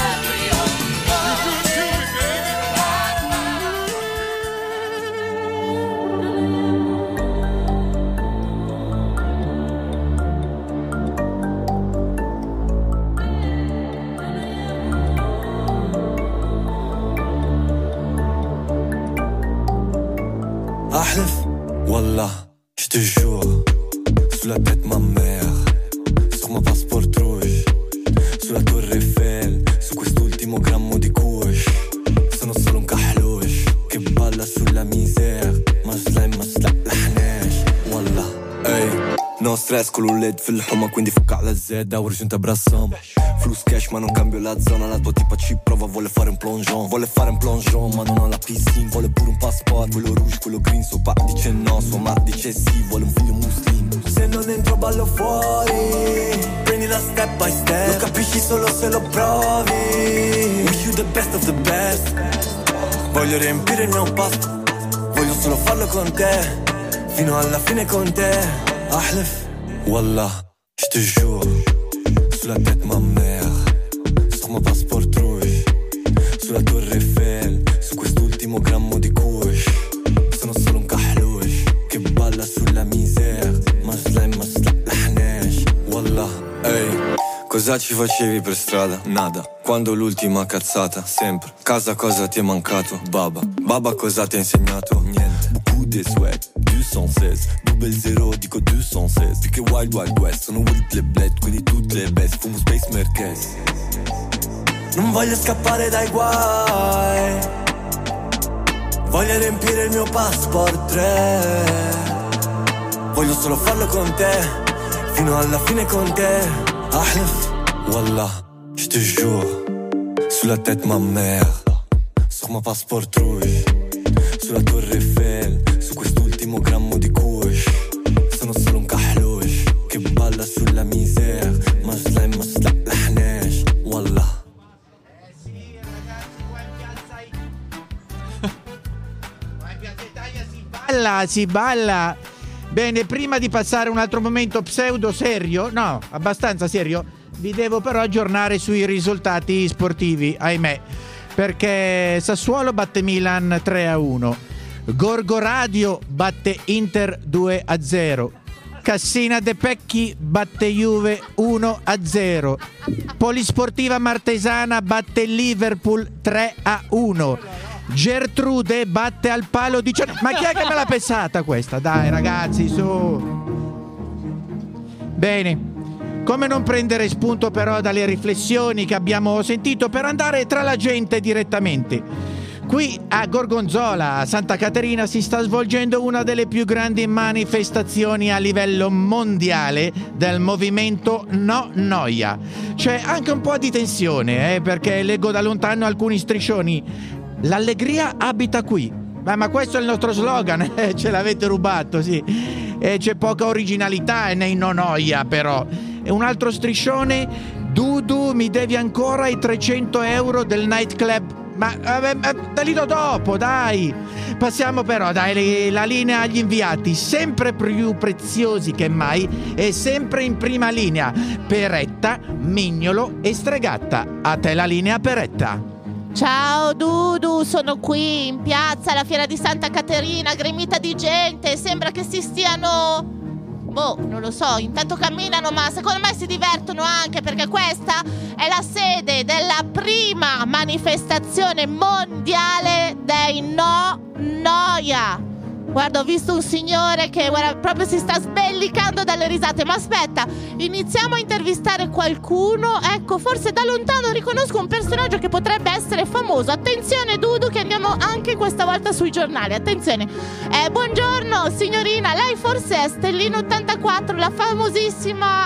Speaker 20: أحلف والله je te jure sous la tête ma mère sur ma passport rouge sulla torre Eiffel su quest'ultimo grammo di kush sono solo un kahloush che balla sulla misère ma slime ma slaḥlaḥnax والله اي no stress con un led fil-ħuma quindi fucca la zedda urġenta brassam flus cash ma non cambio la zona la tua tipa ci prova vuole fare un plongeon vuole fare un plongeon ma non ho la piscina vuole pure un passport quello rouge quello green suo pa dice no sua ma dice sì vuole un figlio muslim se non entro ballo fuori prendi la step by step lo capisci solo se lo provi wish you the best of the best voglio riempire il mio pasto voglio solo farlo con te fino alla fine con te أحلف والله je te jure sous la tête ma mère sur ma passport rouge sulla torre Eiffel su quest'ultimo grammo di kush sono solo un kahloush che balla sulla misère ma slime ma slaḥlaḥnax والله ehi cosa ci facevi per strada? Nada quando l'ultima cazzata? Sempre casa cosa ti è mancato? Baba Baba cosa ti ha insegnato? Niente beaucoup de sweat duecentoseize double zero dico duecentoseize più che Wild Wild West sono Wild le Bled quindi tutte le best fumo Space Marquez non voglio scappare dai guai voglio riempire il mio passport tre voglio solo farlo con te fino alla fine con te أحلف والله je te jure sous la tête ma mère sur ma passport rouge sulla torre Eiffel su quest'ultimo grammo di kush sono solo un kahloush che balla sulla misère ma slime ma slaḥlaḥnax والله
Speaker 25: Balla, si balla. Bene, prima di passare a un altro momento pseudo serio, no, abbastanza serio, vi devo però aggiornare sui risultati sportivi, ahimè, perché Sassuolo batte Milan tre a uno, Gorgoradio batte Inter due a zero, Cassina De Pecchi batte Juve uno a zero, Polisportiva Martesana batte Liverpool tre a uno, Gertrude batte al palo diciannove. Ma chi è che me l'ha pensata questa? Dai ragazzi, su. Bene. Come non prendere spunto però dalle riflessioni che abbiamo sentito per andare tra la gente direttamente. Qui a Gorgonzola, a Santa Caterina, si sta svolgendo una delle più grandi manifestazioni a livello mondiale del movimento No Noia. C'è anche un po' di tensione, eh, perché leggo da lontano alcuni striscioni. L'allegria abita qui. Beh, ma questo è il nostro slogan, eh? Ce l'avete rubato, sì. E c'è poca originalità nei No Noia, però. E un altro striscione: Dudu, mi devi ancora i trecento euro del nightclub. Ma eh, eh, te li do dopo, dai. Passiamo però, dai, la linea agli inviati, sempre più preziosi che mai e sempre in prima linea. Peretta, Mignolo e Stregatta. A te la linea, Peretta.
Speaker 5: Ciao Dudu, sono qui in piazza alla fiera di Santa Caterina, gremita di gente, sembra che si stiano... Boh, non lo so, intanto camminano, ma secondo me si divertono anche perché questa è la sede della prima manifestazione mondiale dei No Noia. Guarda, ho visto un signore che guarda, proprio si sta sbellicando dalle risate. Ma aspetta, iniziamo a intervistare qualcuno. Ecco, forse da lontano riconosco un personaggio che potrebbe essere famoso. Attenzione Dudu, che andiamo anche questa volta sui giornali. Attenzione. Eh, buongiorno signorina, lei forse è Stellina ottantaquattro, la famosissima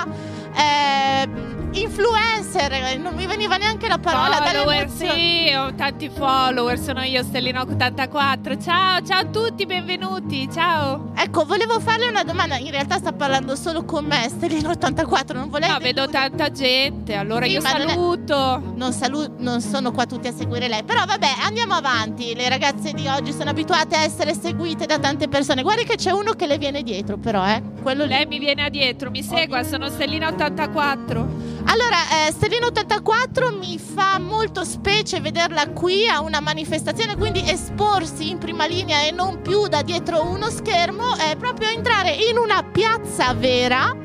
Speaker 5: eh, influencer, non mi veniva neanche la parola.
Speaker 3: Follower, sì, ho tanti follower, sono io Stellina ottantaquattro. Ciao, ciao a tutti, benvenuti, ciao.
Speaker 5: Ecco, volevo farle una domanda, in realtà sta parlando solo con me, Stellina ottantaquattro, non volete?
Speaker 3: No, vedo tanta gente, allora
Speaker 5: Sì,
Speaker 3: io
Speaker 5: ma non è-
Speaker 3: saluto.
Speaker 5: Non, salu- non sono qua tutti a seguire lei. Però vabbè, andiamo avanti. Le ragazze di oggi sono abituate a essere seguite da tante persone. Guardi che c'è uno che le viene dietro, però, eh. Quello lì.
Speaker 3: Lei mi viene a dietro, mi segua, sono Stellina ottantaquattro.
Speaker 5: Allora, eh, Stellina ottantaquattro mi fa molto specie vederla qui a una manifestazione, quindi esporsi in prima linea e non più da dietro uno schermo, è proprio entrare in una piazza vera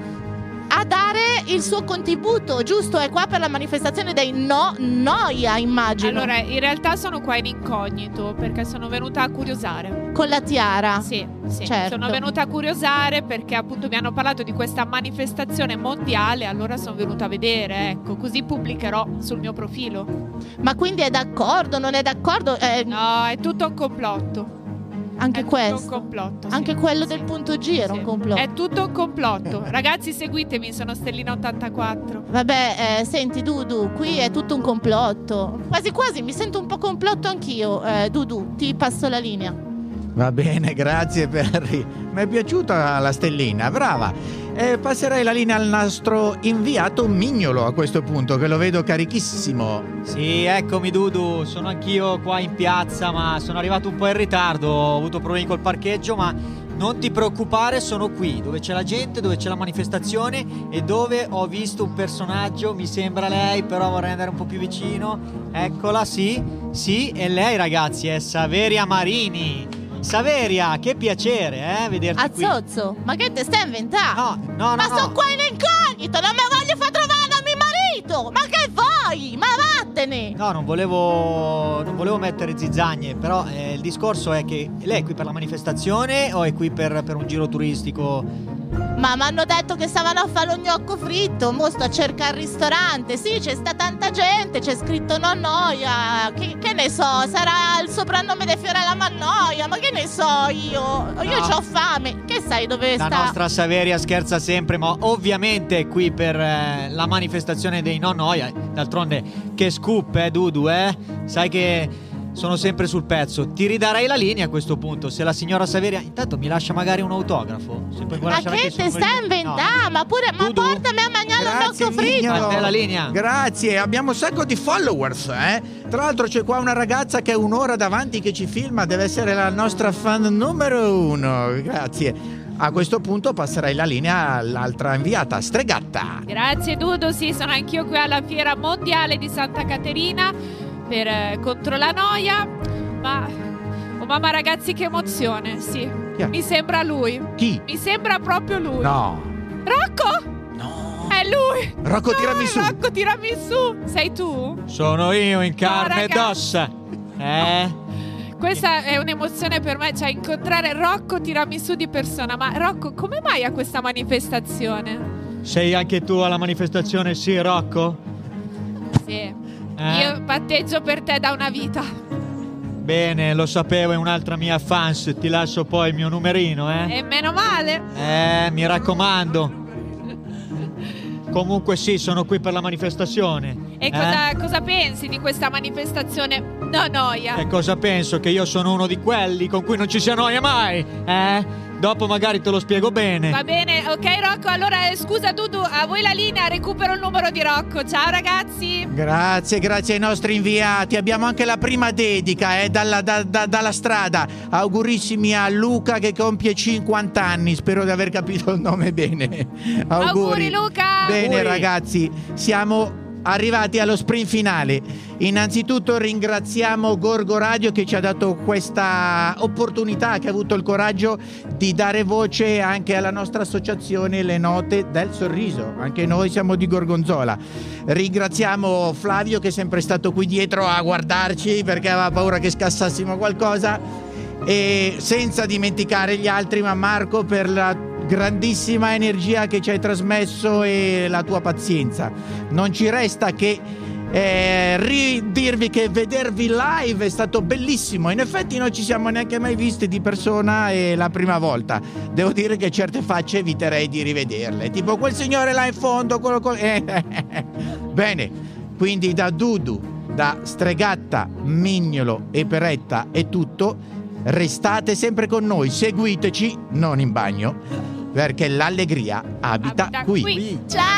Speaker 5: a dare il suo contributo, giusto? È qua per la manifestazione dei no noia, immagino.
Speaker 3: Allora, in realtà sono qua in incognito perché sono venuta a curiosare.
Speaker 5: Con la tiara?
Speaker 3: Sì, sì.
Speaker 5: Certo.
Speaker 3: Sono venuta a curiosare perché appunto mi hanno parlato di questa manifestazione mondiale, allora sono venuta a vedere, ecco, così pubblicherò sul mio profilo.
Speaker 5: Ma quindi è d'accordo, non è d'accordo? Eh,
Speaker 3: No, è tutto un complotto.
Speaker 5: Anche
Speaker 3: È tutto
Speaker 5: questo?
Speaker 3: un complotto, sì.
Speaker 5: Anche quello del punto G era un complotto?
Speaker 3: È tutto un complotto. Ragazzi, seguitemi, sono Stellina ottantaquattro.
Speaker 5: Vabbè, eh, senti Dudu, qui è tutto un complotto. Quasi quasi mi sento un po' complotto anch'io. Eh, Dudu, ti passo la linea.
Speaker 25: Va bene, grazie Perry. Mi è piaciuta la stellina, brava. E passerei la linea al nostro inviato Mignolo a questo punto, che lo vedo carichissimo.
Speaker 4: Sì, eccomi Dudu, sono anch'io qua in piazza, ma sono arrivato un po' in ritardo, ho avuto problemi col parcheggio, ma non ti preoccupare, sono qui, dove c'è la gente, dove c'è la manifestazione e dove ho visto un personaggio, mi sembra lei, però vorrei andare un po' più vicino. Eccola, sì, sì, è lei ragazzi, è Saveria Marini. Saveria, che piacere, eh, vederti qui.
Speaker 5: Azzozzo, ma che te stai inventando?
Speaker 4: No, no,
Speaker 5: Ma
Speaker 4: no,
Speaker 5: sono
Speaker 4: no.
Speaker 5: qua in incognito, non mi voglio far trovare a mio marito! Ma che vuoi? Ma vattene!
Speaker 4: No, non volevo, non volevo mettere zizzagne, però eh, il discorso è che lei è qui per la manifestazione o è qui per, per un giro turistico?
Speaker 5: Ma mi hanno detto che stavano a fare lo gnocco fritto, mo sto a cercare il ristorante. Sì, c'è sta tanta gente, c'è scritto Nonnoia. Che, che ne so, sarà il soprannome di Fiorella Mannoia, ma che ne so io? Io
Speaker 4: No.
Speaker 5: c'ho fame. Che sai dove
Speaker 4: La
Speaker 5: sta?
Speaker 4: nostra Saveria scherza sempre, ma ovviamente è qui per eh, la manifestazione dei Nonnoia. D'altronde, che scoop, eh, Dudu, eh? Sai che sono sempre sul pezzo. Ti ridarei la linea a questo punto. Se la signora Saveria intanto mi lascia magari un autografo. Se poi puoi
Speaker 5: Ma
Speaker 4: lasciare
Speaker 5: che
Speaker 4: anche il
Speaker 5: te
Speaker 4: suo
Speaker 5: stai
Speaker 4: numero di-
Speaker 5: inventando? Ma pure, ma portami a mangiare un
Speaker 25: Grazie,
Speaker 5: gnocco fritto.
Speaker 25: Mignolo.
Speaker 4: A te la linea.
Speaker 25: Grazie, abbiamo un sacco di followers, eh? Tra l'altro c'è qua una ragazza che è un'ora davanti che ci filma, deve essere la nostra fan numero uno. Grazie. A questo punto passerai la linea all'altra inviata, Stregatta.
Speaker 3: Grazie Dudu, sì, sono anch'io qui alla Fiera Mondiale di Santa Caterina per, eh, contro la noia. Ma, oh mamma ragazzi, che emozione, sì.
Speaker 25: Chi è?
Speaker 3: Mi sembra lui.
Speaker 25: Chi?
Speaker 3: Mi sembra proprio lui.
Speaker 25: No.
Speaker 3: Rocco? No. È lui.
Speaker 25: Rocco
Speaker 3: No,
Speaker 25: Tiramisù.
Speaker 3: è Rocco Tiramisù. Sei tu?
Speaker 4: Sono io in carne ed
Speaker 3: ragazzi.
Speaker 4: ossa. Eh?
Speaker 3: Questa è un'emozione per me, cioè incontrare Rocco Tiramisù di persona. Ma Rocco, come mai a questa manifestazione?
Speaker 4: Sei anche tu alla manifestazione, sì, Rocco?
Speaker 3: Sì.
Speaker 4: Eh?
Speaker 3: Io patteggio per te da una vita.
Speaker 4: Bene, lo sapevo, è un'altra mia fans. Ti lascio poi il mio numerino, eh?
Speaker 3: E meno male.
Speaker 4: Eh, mi raccomando. Comunque sì, sono qui per la manifestazione.
Speaker 3: E
Speaker 4: Eh?
Speaker 3: cosa, cosa pensi di questa manifestazione? No, noia.
Speaker 4: E cosa penso? Che io sono uno di quelli con cui non ci si annoia mai? Eh? Dopo magari te lo spiego bene.
Speaker 3: Va bene, ok Rocco, allora eh, scusa Dudu, a voi la linea, recupero il numero di Rocco. Ciao ragazzi.
Speaker 25: Grazie, grazie ai nostri inviati. Abbiamo anche la prima dedica eh, dalla, da- da- dalla strada. Augurissimi a Luca che compie cinquanta anni. Spero di aver capito il nome bene. Auguri,
Speaker 3: Auguri, Luca.
Speaker 25: Bene
Speaker 3: Auguri.
Speaker 25: ragazzi, siamo arrivati allo sprint finale. Innanzitutto ringraziamo Gorgo Radio che ci ha dato questa opportunità, che ha avuto il coraggio di dare voce anche alla nostra associazione Le Note del Sorriso. Anche noi siamo di Gorgonzola. Ringraziamo Flavio che è sempre stato qui dietro a guardarci perché aveva paura che scassassimo qualcosa. e senza dimenticare gli altri, ma Marco, per la grandissima energia che ci hai trasmesso e la tua pazienza. Non ci resta che eh, ridirvi che vedervi live è stato bellissimo. In effetti non ci siamo neanche mai visti di persona, è la prima volta. Devo dire che certe facce eviterei di rivederle, tipo quel signore là in fondo, quello con... Bene, quindi da Dudu, da Stregatta, Mignolo e Peretta è tutto. Restate sempre con noi, seguiteci, non in bagno, perché l'allegria abita, abita qui. qui.
Speaker 5: Ciao!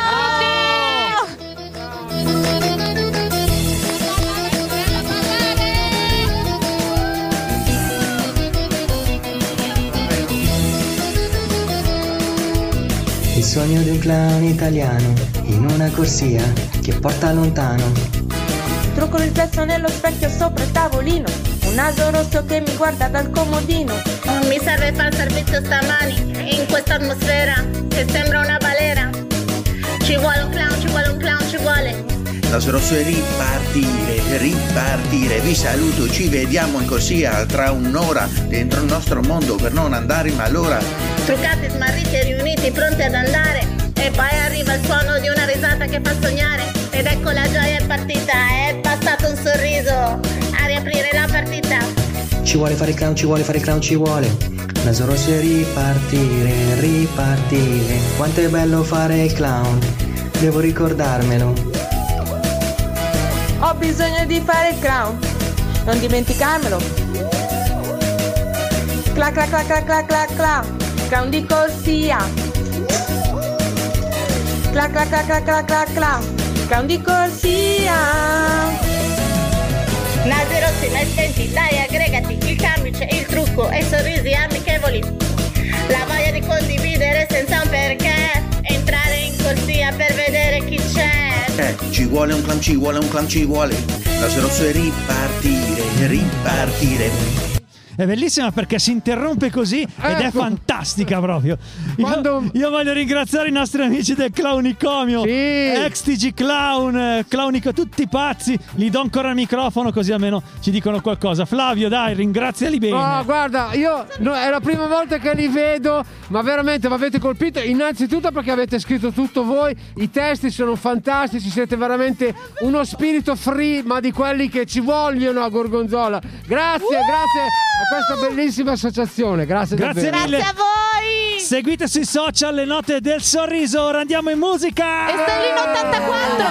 Speaker 1: Il sogno di un clown italiano in una corsia che porta lontano.
Speaker 22: Trucco il pezzo nello specchio sopra il tavolino, un naso rosso che mi guarda dal comodino.
Speaker 23: Mi serve far servizio stamani in questa atmosfera che sembra una balera. Ci vuole un clown, ci vuole un clown, ci vuole.
Speaker 24: Naso rosso e ripartire, ripartire. Vi saluto, ci vediamo in corsia tra un'ora dentro il nostro mondo per non andare in malora.
Speaker 23: Truccati, smarriti e riuniti, pronti ad andare. E poi arriva il suono di una risata che fa sognare. Ed ecco la gioia è partita, è passato un sorriso a riaprire la partita.
Speaker 1: Ci vuole fare il clown, ci vuole fare il clown, ci vuole. Naso rosso e ripartire, ripartire. Quanto è bello fare il clown, devo ricordarmelo.
Speaker 22: Ho bisogno di fare il clown, non dimenticarmelo. Cla cla cla cla cla cla cla, clown di corsia. Cla cla cla cla cla cla cla, clown di corsia.
Speaker 23: Nasi rossi, mai spenti, dai aggregati, il camice, il trucco e sorrisi amichevoli. La voglia di condividere senza un perché, entrare in corsia per vedere chi c'è.
Speaker 24: Eh, ci vuole un clown, ci vuole un clown, ci vuole. Naso rosso e ripartire, ripartire.
Speaker 8: È bellissima perché si interrompe così ed ecco. È fantastica proprio. Io, Quando... io voglio ringraziare i nostri amici del Clownicomio, sì. Ex T G Clown, Clownico, tutti pazzi. Gli do ancora il microfono così almeno ci dicono qualcosa. Flavio, dai, ringraziali bene.
Speaker 9: No, guarda, io no, è la prima volta che li vedo, ma veramente mi avete colpito. Innanzitutto perché avete scritto tutto voi, i testi sono fantastici, siete veramente uno spirito free, ma di quelli che ci vogliono a Gorgonzola. Grazie, uh! grazie a questa bellissima associazione. Grazie,
Speaker 8: grazie
Speaker 9: davvero.
Speaker 8: mille.
Speaker 5: Grazie a voi.
Speaker 8: Seguite sui social le note del sorriso. Ora andiamo in musica.
Speaker 5: E Stellino ottantaquattro.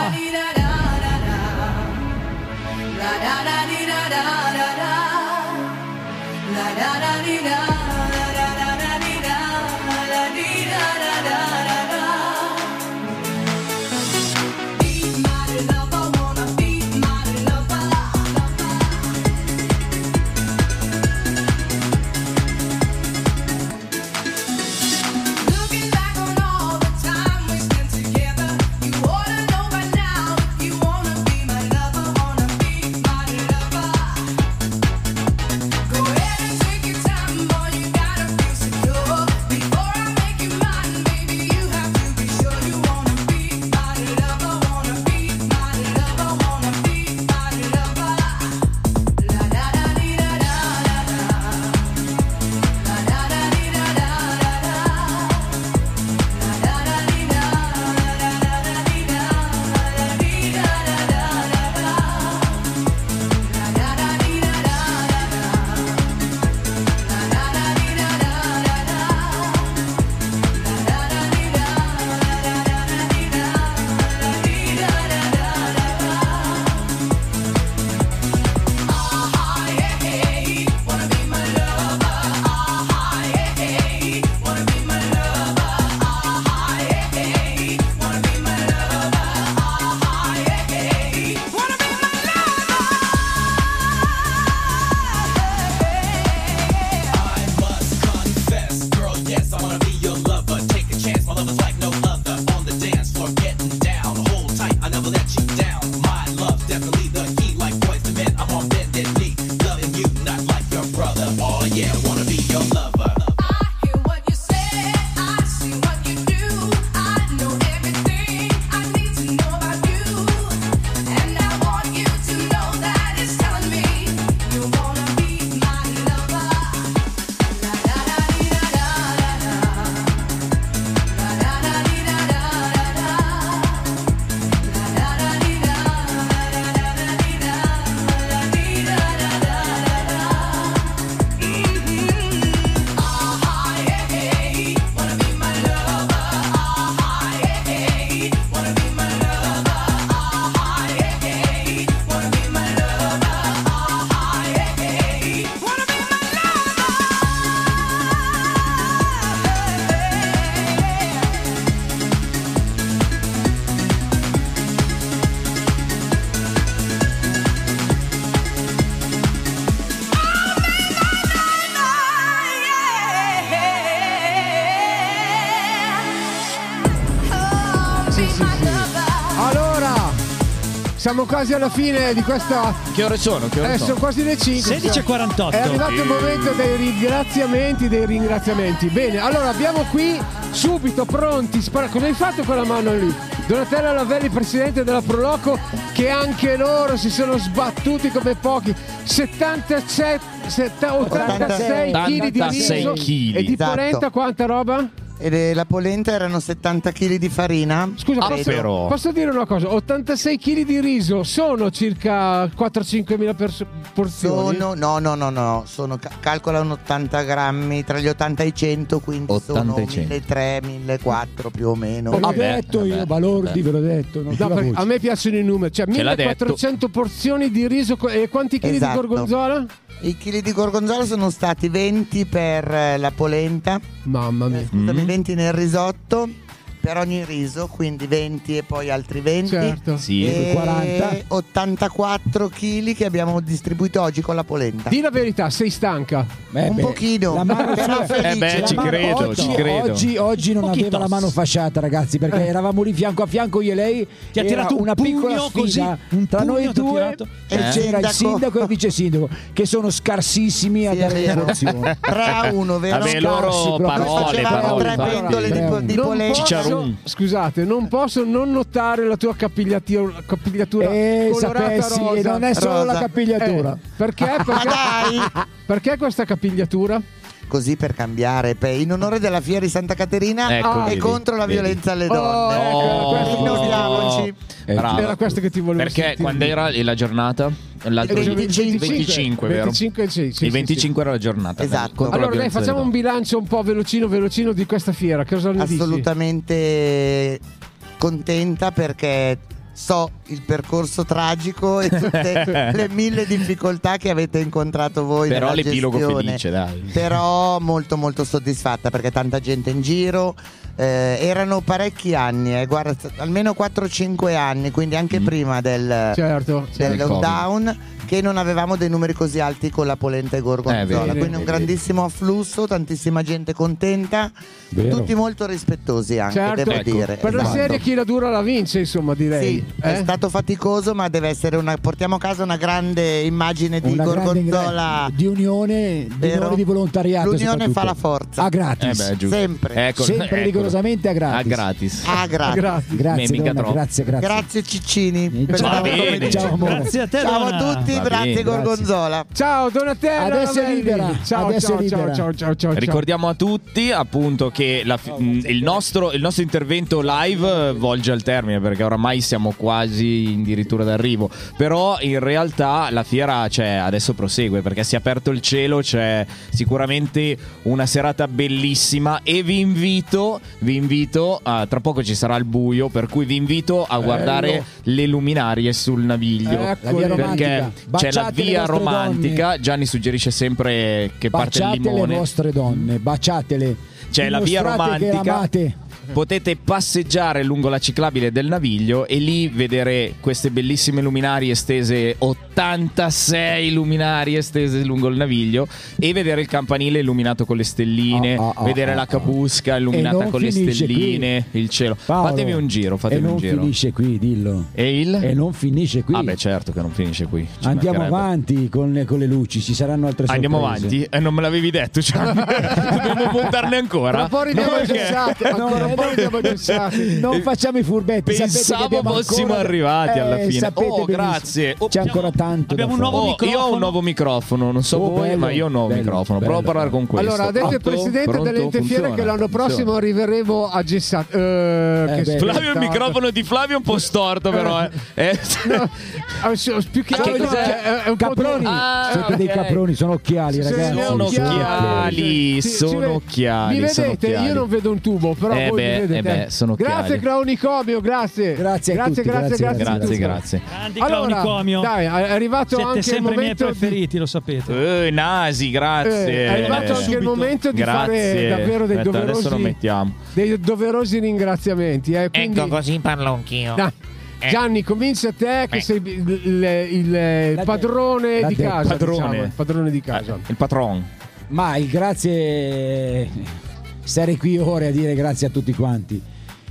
Speaker 9: sì. Allora, siamo quasi alla fine di questa.
Speaker 7: Che ore sono? Che ore
Speaker 9: Eh,
Speaker 7: sono?
Speaker 9: sono quasi le cinque.
Speaker 8: sedici e quarantotto.
Speaker 9: È arrivato il momento dei ringraziamenti, dei ringraziamenti. Bene, allora abbiamo qui subito pronti. Spara- Cosa hai fatto con la mano lì? Donatella Lavelli, presidente della Proloco, che anche loro si sono sbattuti come pochi. settantasette, setta- ottantasei chili di riso
Speaker 7: chili.
Speaker 9: e di
Speaker 11: Esatto.
Speaker 9: polenta, quanta roba?
Speaker 11: E la polenta erano settanta chili di farina.
Speaker 9: Scusa, posso,
Speaker 7: però.
Speaker 9: posso dire una cosa? ottantasei chili di riso sono circa quattro cinque mila pers- porzioni?
Speaker 11: Sono, no, no, no, no, sono, ca- calcolano ottanta grammi, tra gli ottanta e i cento, quindi sono
Speaker 7: ottanta e cento.
Speaker 11: milletrecento, millequattrocento più o meno.
Speaker 9: Ve l'ho
Speaker 7: Vabbè,
Speaker 9: detto
Speaker 7: vabbè,
Speaker 9: io, Balordi,
Speaker 7: vabbè.
Speaker 9: ve l'ho detto. No, perché a me piacciono i numeri. Cioè,
Speaker 7: Ce l'ha
Speaker 9: millequattrocento porzioni di riso co- e quanti chili
Speaker 11: Esatto.
Speaker 9: di gorgonzola?
Speaker 11: I chili di gorgonzola sono stati venti per eh, la polenta.
Speaker 9: Mamma mia.
Speaker 11: Eh, scusami,
Speaker 7: Mm.
Speaker 11: venti nel risotto per ogni riso, quindi venti e poi altri venti.
Speaker 9: Certo.
Speaker 7: Sì.
Speaker 11: E
Speaker 9: quaranta.
Speaker 11: ottantaquattro chili che abbiamo distribuito oggi con la polenta.
Speaker 9: Di la verità, sei stanca?
Speaker 12: Beh,
Speaker 11: Un
Speaker 12: beh,
Speaker 11: pochino,
Speaker 12: la mano
Speaker 11: però
Speaker 12: sua-
Speaker 11: felice.
Speaker 7: Eh beh,
Speaker 12: La
Speaker 7: ci
Speaker 12: mano-
Speaker 7: credo,
Speaker 12: oggi,
Speaker 7: ci credo.
Speaker 12: Oggi, oggi non
Speaker 8: Pochi
Speaker 12: aveva la
Speaker 8: toss.
Speaker 12: mano fasciata, ragazzi, perché eravamo lì fianco a fianco io e lei.
Speaker 8: Ti ha
Speaker 12: Era
Speaker 8: tirato un
Speaker 12: una piccola
Speaker 8: pugno
Speaker 12: sfida
Speaker 8: così, un
Speaker 12: tra
Speaker 8: pugno
Speaker 12: noi
Speaker 8: ti ha
Speaker 12: due
Speaker 8: tirato.
Speaker 12: e
Speaker 11: Eh?
Speaker 12: c'era il
Speaker 11: Sindaco.
Speaker 12: sindaco e il vice sindaco, che sono scarsissimi a
Speaker 11: Sì, è
Speaker 12: dare
Speaker 11: vero.
Speaker 12: soluzioni.
Speaker 11: tre a uno, vero?
Speaker 7: Vabbè, loro
Speaker 12: Scarsi, proprio.
Speaker 7: parole,
Speaker 11: Facevano
Speaker 7: parole.
Speaker 11: tre
Speaker 7: parole.
Speaker 11: pentole di, po- di
Speaker 9: Non
Speaker 11: polenta.
Speaker 9: posso,
Speaker 7: Cicciarun.
Speaker 9: scusate, non posso non notare la tua capigliatura, capigliatura
Speaker 12: Eh,
Speaker 9: colorata
Speaker 12: sapessi,
Speaker 9: rosa.
Speaker 12: e non è solo
Speaker 11: Rosa.
Speaker 12: la capigliatura.
Speaker 9: Eh, perché?
Speaker 11: Ma
Speaker 9: Perché,
Speaker 11: dai!
Speaker 9: perché questa capigliatura?
Speaker 11: Così per cambiare, pe- in onore della Fiera di Santa Caterina
Speaker 7: Ecco,
Speaker 11: e
Speaker 7: vedi,
Speaker 11: contro la
Speaker 7: vedi.
Speaker 11: violenza alle
Speaker 9: Oh,
Speaker 11: donne.
Speaker 9: ecco, questo-
Speaker 11: Ricordiamoci.
Speaker 12: Eh,
Speaker 7: Bravo.
Speaker 9: Era questo che ti volevo
Speaker 7: Perché
Speaker 9: sentire.
Speaker 7: quando era la giornata? L'altro
Speaker 11: Il
Speaker 7: giorno?
Speaker 11: venticinque.
Speaker 7: venticinque, vero?
Speaker 9: venticinque, sì, sì,
Speaker 7: Il
Speaker 9: sì,
Speaker 7: venticinque era la giornata.
Speaker 11: Esatto.
Speaker 7: contro la
Speaker 9: Allora dai,
Speaker 7: violenza
Speaker 9: facciamo
Speaker 7: delle
Speaker 9: un bilancio un po' velocino velocino di questa fiera. Cosa ne dici?
Speaker 11: Assolutamente contenta perché so il percorso tragico e tutte le mille difficoltà che avete incontrato voi
Speaker 7: Però
Speaker 11: nella
Speaker 7: l'epilogo
Speaker 11: gestione.
Speaker 7: felice, dai.
Speaker 11: Però molto molto soddisfatta perché tanta gente in giro. Eh, erano parecchi anni, eh, guarda, almeno quattro cinque anni, quindi anche
Speaker 7: Mm.
Speaker 11: prima del,
Speaker 9: Certo,
Speaker 11: del
Speaker 7: Del
Speaker 11: lockdown, che non avevamo dei numeri così alti con la polenta e
Speaker 7: Eh,
Speaker 11: gorgonzola.
Speaker 7: vedi,
Speaker 11: quindi
Speaker 7: vedi,
Speaker 11: un grandissimo afflusso, tantissima gente contenta,
Speaker 12: Vero.
Speaker 11: tutti molto rispettosi anche,
Speaker 9: Certo.
Speaker 11: devo
Speaker 9: Ecco,
Speaker 11: dire.
Speaker 9: per la
Speaker 11: Esatto.
Speaker 9: serie chi la dura la vince, insomma, direi.
Speaker 11: Sì, è
Speaker 9: Eh?
Speaker 11: stato faticoso, ma deve essere una. Portiamo a casa una grande immagine di
Speaker 12: una grande
Speaker 11: gorgonzola.
Speaker 12: ingra- di unione, di,
Speaker 11: Vero?
Speaker 12: unione di volontariato.
Speaker 11: L'unione
Speaker 12: soprattutto.
Speaker 11: fa la forza.
Speaker 12: A gratis.
Speaker 7: Eh beh, giusto.
Speaker 11: Sempre.
Speaker 7: Ecco,
Speaker 12: Sempre
Speaker 7: eccolo.
Speaker 12: rigorosamente a gratis.
Speaker 7: A gratis.
Speaker 11: Ah, grazie.
Speaker 9: Grazie.
Speaker 12: Grazie,
Speaker 7: Beh, mica
Speaker 12: donna,
Speaker 7: troppo.
Speaker 12: grazie, grazie.
Speaker 11: Grazie Ciccini.
Speaker 12: Eh,
Speaker 11: per
Speaker 12: ciao,
Speaker 11: la
Speaker 7: bene.
Speaker 11: commedia.
Speaker 12: Ciao, amore.
Speaker 8: Grazie a te,
Speaker 11: Ciao
Speaker 8: Donna.
Speaker 11: a tutti,
Speaker 7: Va
Speaker 11: grazie
Speaker 7: bene,
Speaker 11: Gorgonzola.
Speaker 9: Ciao Donatella
Speaker 12: Adesso è
Speaker 9: Lavelli.
Speaker 12: libera,
Speaker 9: Ciao,
Speaker 12: adesso
Speaker 9: ciao,
Speaker 12: è libera.
Speaker 9: ciao, ciao, ciao, ciao.
Speaker 7: Ricordiamo a tutti appunto che la fi- mh, il, nostro, il nostro intervento live eh, volge al termine perché oramai siamo quasi addirittura d'arrivo. Però in realtà la fiera cioè, adesso prosegue perché si è aperto il cielo, c'è sicuramente una serata bellissima e vi invito, vi invito a, tra poco ci sarà il buio, per cui vi invito a guardare le luminarie sul Naviglio.
Speaker 12: Ecco, la via
Speaker 7: perché
Speaker 12: romantica.
Speaker 7: c'è la
Speaker 12: Baciate le
Speaker 7: via
Speaker 12: vostre
Speaker 7: romantica. Gianni suggerisce sempre che parte il
Speaker 12: Baciate le
Speaker 7: limone.
Speaker 12: vostre donne, baciatele.
Speaker 7: C'è la via
Speaker 12: Dimostrate che
Speaker 7: romantica.
Speaker 12: amate.
Speaker 7: Potete passeggiare lungo la ciclabile del Naviglio e lì vedere queste bellissime luminarie estese, ottantasei luminarie estese lungo il Naviglio, e vedere il campanile illuminato con le stelline,
Speaker 12: Ah, ah, ah,
Speaker 7: vedere
Speaker 12: ah,
Speaker 7: la capusca illuminata
Speaker 12: E non
Speaker 7: con le
Speaker 12: finisce
Speaker 7: stelline, il cielo.
Speaker 12: Paolo,
Speaker 7: Fatemi un giro,
Speaker 12: e
Speaker 7: fatemi
Speaker 12: non
Speaker 7: un giro.
Speaker 12: finisce qui, dillo.
Speaker 7: E il?
Speaker 12: E non finisce qui.
Speaker 7: Ah beh, certo che non finisce qui. Ci
Speaker 12: Andiamo
Speaker 7: mancherebbe.
Speaker 12: avanti con le, con le luci, ci saranno altre sorprese.
Speaker 7: Andiamo avanti? E non me l'avevi detto, cioè, dobbiamo puntarne ancora?
Speaker 9: Un po' ridiamo
Speaker 7: Perché?
Speaker 9: gessati, ancora un po' ridiamo gessati.
Speaker 12: Non facciamo i furbetti. sapete che
Speaker 7: Pensavo
Speaker 12: abbiamo
Speaker 7: fossimo
Speaker 12: ancora-
Speaker 7: arrivati alla
Speaker 12: Eh,
Speaker 7: fine.
Speaker 12: sapete
Speaker 7: Oh,
Speaker 12: benissimo.
Speaker 7: grazie. Oh,
Speaker 12: C'è ancora tanto.
Speaker 8: abbiamo
Speaker 12: da
Speaker 8: un nuovo
Speaker 12: fare.
Speaker 7: Oh,
Speaker 8: microfono.
Speaker 7: io ho un nuovo microfono, non so
Speaker 12: Oh,
Speaker 7: voi,
Speaker 12: bello,
Speaker 7: ma io ho un nuovo
Speaker 12: bello,
Speaker 7: microfono. Provo a
Speaker 12: bello,
Speaker 7: parlare con questo.
Speaker 9: Allora, ha detto il
Speaker 7: Pronto?
Speaker 9: presidente
Speaker 7: Pronto?
Speaker 9: dell'Ente Fiera
Speaker 7: Funziona?
Speaker 9: che l'anno prossimo
Speaker 7: Funziona.
Speaker 9: arriveremo a Gessato. Eh,
Speaker 12: Eh,
Speaker 9: che
Speaker 12: beh.
Speaker 7: Flavio, il
Speaker 9: spettacolo.
Speaker 7: microfono di Flavio è un po' storto, però. Eh. Eh.
Speaker 9: No, ah, sì, più che
Speaker 7: Ah, che
Speaker 9: altro
Speaker 7: cos'è?
Speaker 9: è, è un
Speaker 12: Caproni,
Speaker 9: po' di...
Speaker 7: Ah,
Speaker 12: siete dei
Speaker 7: ok.
Speaker 12: caproni, sono occhiali,
Speaker 9: Sì,
Speaker 12: ragazzi.
Speaker 7: sono occhiali,
Speaker 9: Sì, sì,
Speaker 7: sono
Speaker 9: sì,
Speaker 7: occhiali,
Speaker 9: Mi
Speaker 7: sono
Speaker 9: vedete?
Speaker 7: occhiali.
Speaker 9: Io non vedo un tubo, però
Speaker 7: Eh
Speaker 9: voi
Speaker 7: beh,
Speaker 9: mi vedete.
Speaker 7: eh beh, sono occhiali.
Speaker 9: Grazie Claunicomio, grazie.
Speaker 12: Grazie a
Speaker 9: grazie,
Speaker 12: tutti,
Speaker 9: grazie,
Speaker 12: grazie,
Speaker 9: grazie,
Speaker 7: Grazie,
Speaker 9: a tutti.
Speaker 7: grazie.
Speaker 8: Grandi
Speaker 9: Allora,
Speaker 8: Claunicomio.
Speaker 9: dai, è arrivato
Speaker 8: Siete
Speaker 9: anche il
Speaker 8: sempre i miei
Speaker 9: momento di...
Speaker 8: preferiti, lo sapete.
Speaker 7: Eh, Nasi, grazie.
Speaker 9: Eh, è arrivato anche il
Speaker 8: Subito.
Speaker 9: momento di
Speaker 7: Grazie.
Speaker 9: fare davvero dei
Speaker 7: Aspetta, adesso lo
Speaker 9: doverosi,
Speaker 7: mettiamo.
Speaker 9: dei doverosi ringraziamenti. Eh. Quindi,
Speaker 13: Ecco, così parlo anch'io.
Speaker 9: Dai, Gianni, comincia a te che
Speaker 13: Eh.
Speaker 9: sei il, il- il
Speaker 12: La
Speaker 9: padrone
Speaker 12: de-
Speaker 9: di
Speaker 12: la de-
Speaker 9: casa.
Speaker 7: padrone.
Speaker 9: diciamo, il padrone di casa.
Speaker 7: Il patron.
Speaker 12: Ma il grazie, stare qui ore a dire grazie a tutti quanti.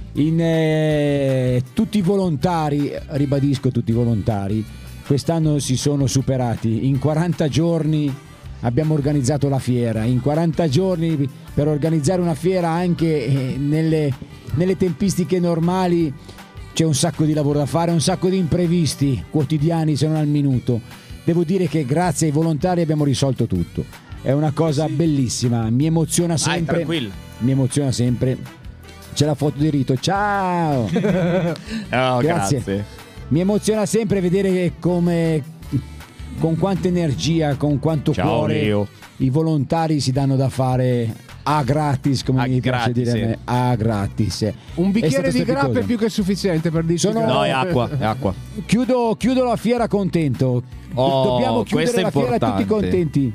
Speaker 12: in eh, tutti i volontari, ribadisco tutti i volontari, quest'anno si sono superati. In quaranta giorni abbiamo organizzato la fiera, in quaranta giorni per organizzare una fiera anche eh, nelle, nelle tempistiche normali c'è un sacco di lavoro da fare, un sacco di imprevisti quotidiani se non al minuto. Devo dire che grazie ai volontari abbiamo risolto tutto. È una cosa sì. bellissima, mi emoziona sempre.
Speaker 7: Vai, tranquillo.
Speaker 12: Mi emoziona sempre. C'è la foto di Rito. Ciao.
Speaker 7: Oh, grazie.
Speaker 12: grazie. Mi emoziona sempre vedere come, con quanta energia, con quanto
Speaker 7: Ciao,
Speaker 12: cuore
Speaker 7: Leo.
Speaker 12: i volontari si danno da fare a gratis, come
Speaker 7: a
Speaker 12: mi piace
Speaker 7: gratis,
Speaker 12: dire a me, a gratis.
Speaker 9: Un bicchiere di grappa
Speaker 12: grappa
Speaker 9: è più che sufficiente per dirci
Speaker 12: Sono-
Speaker 9: che-
Speaker 7: No, è acqua, è acqua.
Speaker 12: Chiudo, chiudo la fiera contento.
Speaker 7: Oh,
Speaker 12: Dobbiamo
Speaker 7: questo
Speaker 12: chiudere
Speaker 7: è
Speaker 12: la fiera tutti
Speaker 7: importante.
Speaker 12: contenti.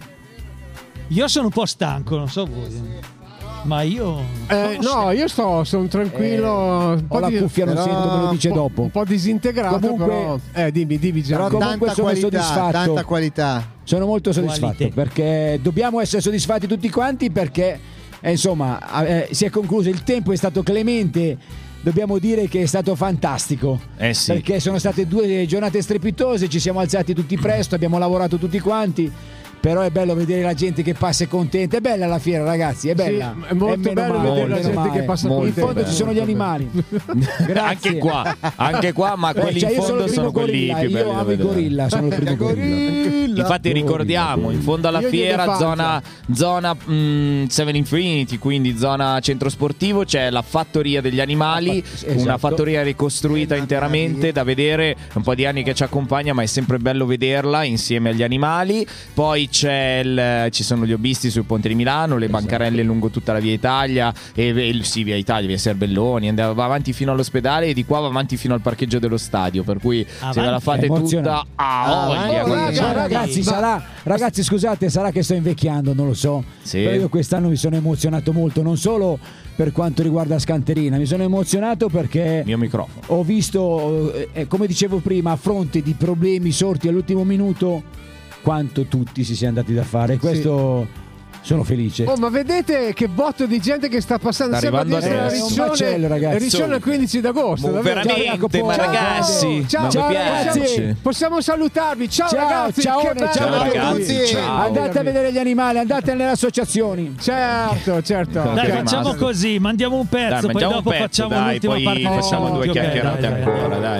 Speaker 8: Io sono un po' stanco, non so voi. Ma io.
Speaker 9: Eh, no, io sto, sono tranquillo. un po'
Speaker 12: ho la
Speaker 9: di-
Speaker 12: cuffia, non
Speaker 9: però
Speaker 12: sento, me lo dice
Speaker 9: un po'-
Speaker 12: dopo.
Speaker 9: Un po' disintegrato,
Speaker 12: Comunque-
Speaker 9: però. Eh, dimmi, dimmi già.
Speaker 14: Però
Speaker 12: Comunque
Speaker 14: tanta
Speaker 12: sono
Speaker 14: qualità,
Speaker 12: soddisfatto.
Speaker 14: tanta qualità.
Speaker 12: Sono molto soddisfatto
Speaker 8: Qualità.
Speaker 12: perché dobbiamo essere soddisfatti tutti quanti perché eh, insomma eh, si è concluso, il tempo è stato clemente, dobbiamo dire che è stato fantastico
Speaker 7: Eh sì.
Speaker 12: perché sono state due giornate strepitose, ci siamo alzati tutti presto, abbiamo lavorato tutti quanti. Però è bello vedere la gente che passa e contenta. È bella la fiera, ragazzi, è bella.
Speaker 9: Sì, è molto
Speaker 12: meno
Speaker 9: bello
Speaker 12: male,
Speaker 9: vedere la
Speaker 12: meno
Speaker 9: gente
Speaker 12: male.
Speaker 9: che passa
Speaker 12: Molto
Speaker 9: contenta.
Speaker 12: In fondo ci sono gli
Speaker 9: Molto
Speaker 12: animali.
Speaker 7: Anche qua, anche qua, ma
Speaker 12: Eh,
Speaker 7: quelli
Speaker 12: cioè,
Speaker 7: in
Speaker 12: io sono
Speaker 7: fondo
Speaker 12: il primo
Speaker 7: sono quelli
Speaker 12: gorilla,
Speaker 7: più belli
Speaker 12: io
Speaker 7: da
Speaker 12: amo i
Speaker 7: vedere.
Speaker 12: gorilla, sono il primo gorilla.
Speaker 7: Infatti ricordiamo, in fondo alla
Speaker 9: Io di
Speaker 7: fiera,
Speaker 9: elefanza.
Speaker 7: zona, zona mh, Seven Infinity, quindi zona centro sportivo, c'è la fattoria degli animali,
Speaker 12: Esatto.
Speaker 7: una fattoria ricostruita interamente da vedere, è un po' di anni che ci accompagna, ma è sempre bello vederla insieme agli animali. Poi c'è il, ci sono gli obisti sul ponte di Milano, le bancarelle lungo tutta la via Italia, e e- sì, via Italia, via Serbelloni, andava va avanti fino all'ospedale e di qua va avanti fino al parcheggio dello stadio, per cui se ve la fate tutta
Speaker 12: Emozionante.
Speaker 7: a voglia.
Speaker 12: Oh,
Speaker 7: quindi-
Speaker 12: raga, ragazzi, sarà, ragazzi, scusate, sarà che sto invecchiando, non lo so.
Speaker 7: Sì.
Speaker 12: Però io quest'anno mi sono emozionato molto, non solo per quanto riguarda Scanterina, mi sono emozionato perché
Speaker 7: Mio microfono.
Speaker 12: ho visto, eh, come dicevo prima, a fronte di problemi sorti all'ultimo minuto, quanto tutti si siano dati da fare. Questo sono felice.
Speaker 9: Oh, ma vedete che botto di gente che sta passando.
Speaker 12: Sta
Speaker 9: Sembra di
Speaker 12: arrivando
Speaker 9: essere a
Speaker 12: adesso.
Speaker 9: Riccione,
Speaker 12: Un macello, ragazzi.
Speaker 9: Riccione il quindici d'agosto.
Speaker 7: Mo-
Speaker 9: davvero.
Speaker 7: veramente,
Speaker 9: Ciao, Jacopo.
Speaker 7: ma
Speaker 9: Ciao.
Speaker 7: ragazzi,
Speaker 9: ciao,
Speaker 7: ma mi
Speaker 9: ciao,
Speaker 7: piace.
Speaker 9: ragazzi. Possiamo salutarvi. Ciao,
Speaker 12: Ciao,
Speaker 9: ragazzi.
Speaker 12: ciao,
Speaker 9: che
Speaker 12: ciao,
Speaker 9: bello
Speaker 7: ragazzi.
Speaker 9: tutti.
Speaker 7: Ciao.
Speaker 12: Andate a vedere gli animali, andate nelle associazioni.
Speaker 9: Certo, certo.
Speaker 8: Dai,
Speaker 7: Che è
Speaker 8: facciamo
Speaker 7: rimasto.
Speaker 8: così, mandiamo un pezzo,
Speaker 7: Dai,
Speaker 8: poi
Speaker 7: mangiamo
Speaker 8: dopo
Speaker 7: un pezzo,
Speaker 8: facciamo
Speaker 7: dai,
Speaker 8: l'ultima
Speaker 7: poi
Speaker 8: parte.
Speaker 7: facciamo due
Speaker 8: Ok,
Speaker 7: chiacchierate
Speaker 8: dai, dai, dai.
Speaker 7: ancora, dai.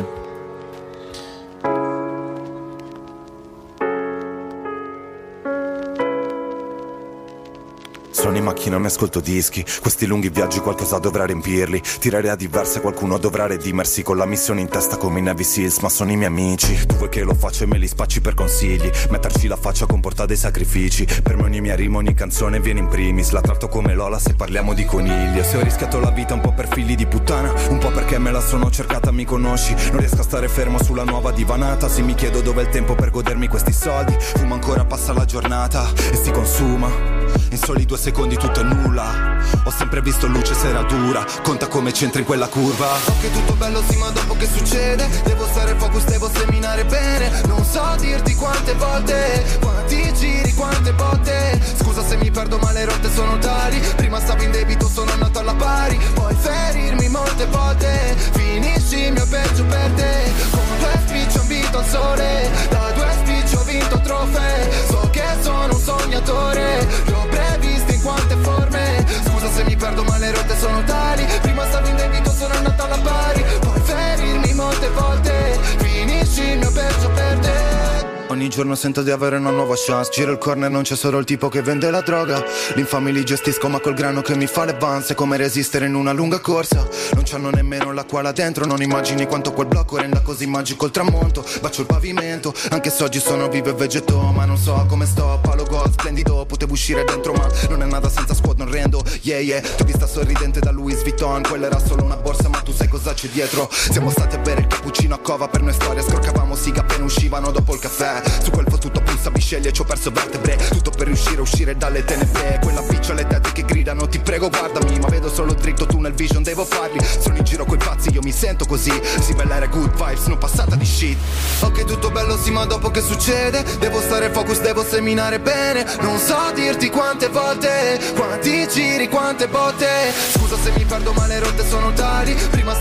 Speaker 13: Sono in macchina, mi ascolto dischi. Questi lunghi viaggi qualcosa dovrà riempirli. Tirare a diverse, qualcuno dovrà redimersi. Con la missione in testa come i Navy Seals. Ma sono i miei amici. Tu vuoi che lo faccia e me li spacci per consigli. Metterci la faccia comporta dei sacrifici. Per me ogni mia rima, ogni canzone viene in primis. La tratto come Lola se parliamo di conigli. E se ho rischiato la vita un po' per figli di puttana, un po' perché me la sono cercata, mi conosci. Non riesco a stare fermo sulla nuova divanata. Se mi chiedo dove è il tempo per godermi questi soldi, fumo ancora, passa la giornata e si consuma. In soli due secondi tutto è nulla. Ho sempre visto luce se era dura. Conta come c'entri in quella curva.
Speaker 6: So che tutto bello sì, ma dopo che succede devo stare focus, devo seminare bene. Non so dirti quante volte, quanti giri, quante botte. Scusa se mi perdo ma le rotte sono tali. Prima stavo in debito, sono andato alla pari. Puoi ferirmi molte volte, finisci il mio peggio per te. Con due spicci ho vinto al sole, da due spicci ho vinto trofei. So che sono un sognatore, li ho previsti in quante forme. Scusa se mi perdo ma le rotte sono tali. Prima stavo in debito, sono andato alla pari. Puoi ferirmi molte volte, finisci il mio peggio per te. Ogni giorno sento di avere una nuova chance. Giro il corner, non c'è solo il tipo che vende la droga. L'infami li gestisco ma col grano che mi fa le vanze. Come resistere in una lunga corsa. Non c'hanno nemmeno l'acqua là dentro. Non immagini quanto quel blocco renda così magico il tramonto. Bacio il pavimento, anche se oggi sono vivo e vegeto. Ma non so come sto, palo gol, splendido. Potevo uscire dentro ma non è nada senza squad, non rendo. Yeah yeah, tu vista sorridente da Louis Vuitton. Quella era solo una borsa ma tu sai cosa c'è dietro. Siamo stati a bere il cappuccino a cova, per noi storia. Scorcavamo siga appena uscivano dopo il caffè. Su quel fottuto puzza bisceglie, ci ho perso vertebre. Tutto per riuscire a uscire dalle tenebre. Quella piccia alle tette che gridano ti prego guardami. Ma vedo solo dritto tunnel vision, devo farli. Sono in giro coi pazzi, io mi sento così. Si bella era good vibes, non passata di shit. Ok tutto bello sì ma dopo che succede devo stare focus, devo seminare bene. Non so dirti quante volte, quanti giri, quante botte. Scusa se mi perdo ma le rotte sono tali. Prima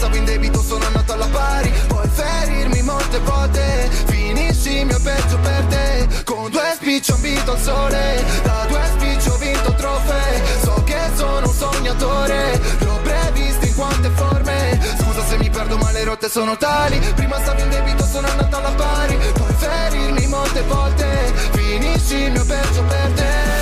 Speaker 6: il sole, da due spicci ho vinto trofei. So che sono un sognatore, l'ho previsto in quante forme. Scusa se mi perdo ma le rotte sono tali. Prima stavi in debito, sono andato alla pari. Puoi ferirmi molte volte, finisci il mio peggio per te.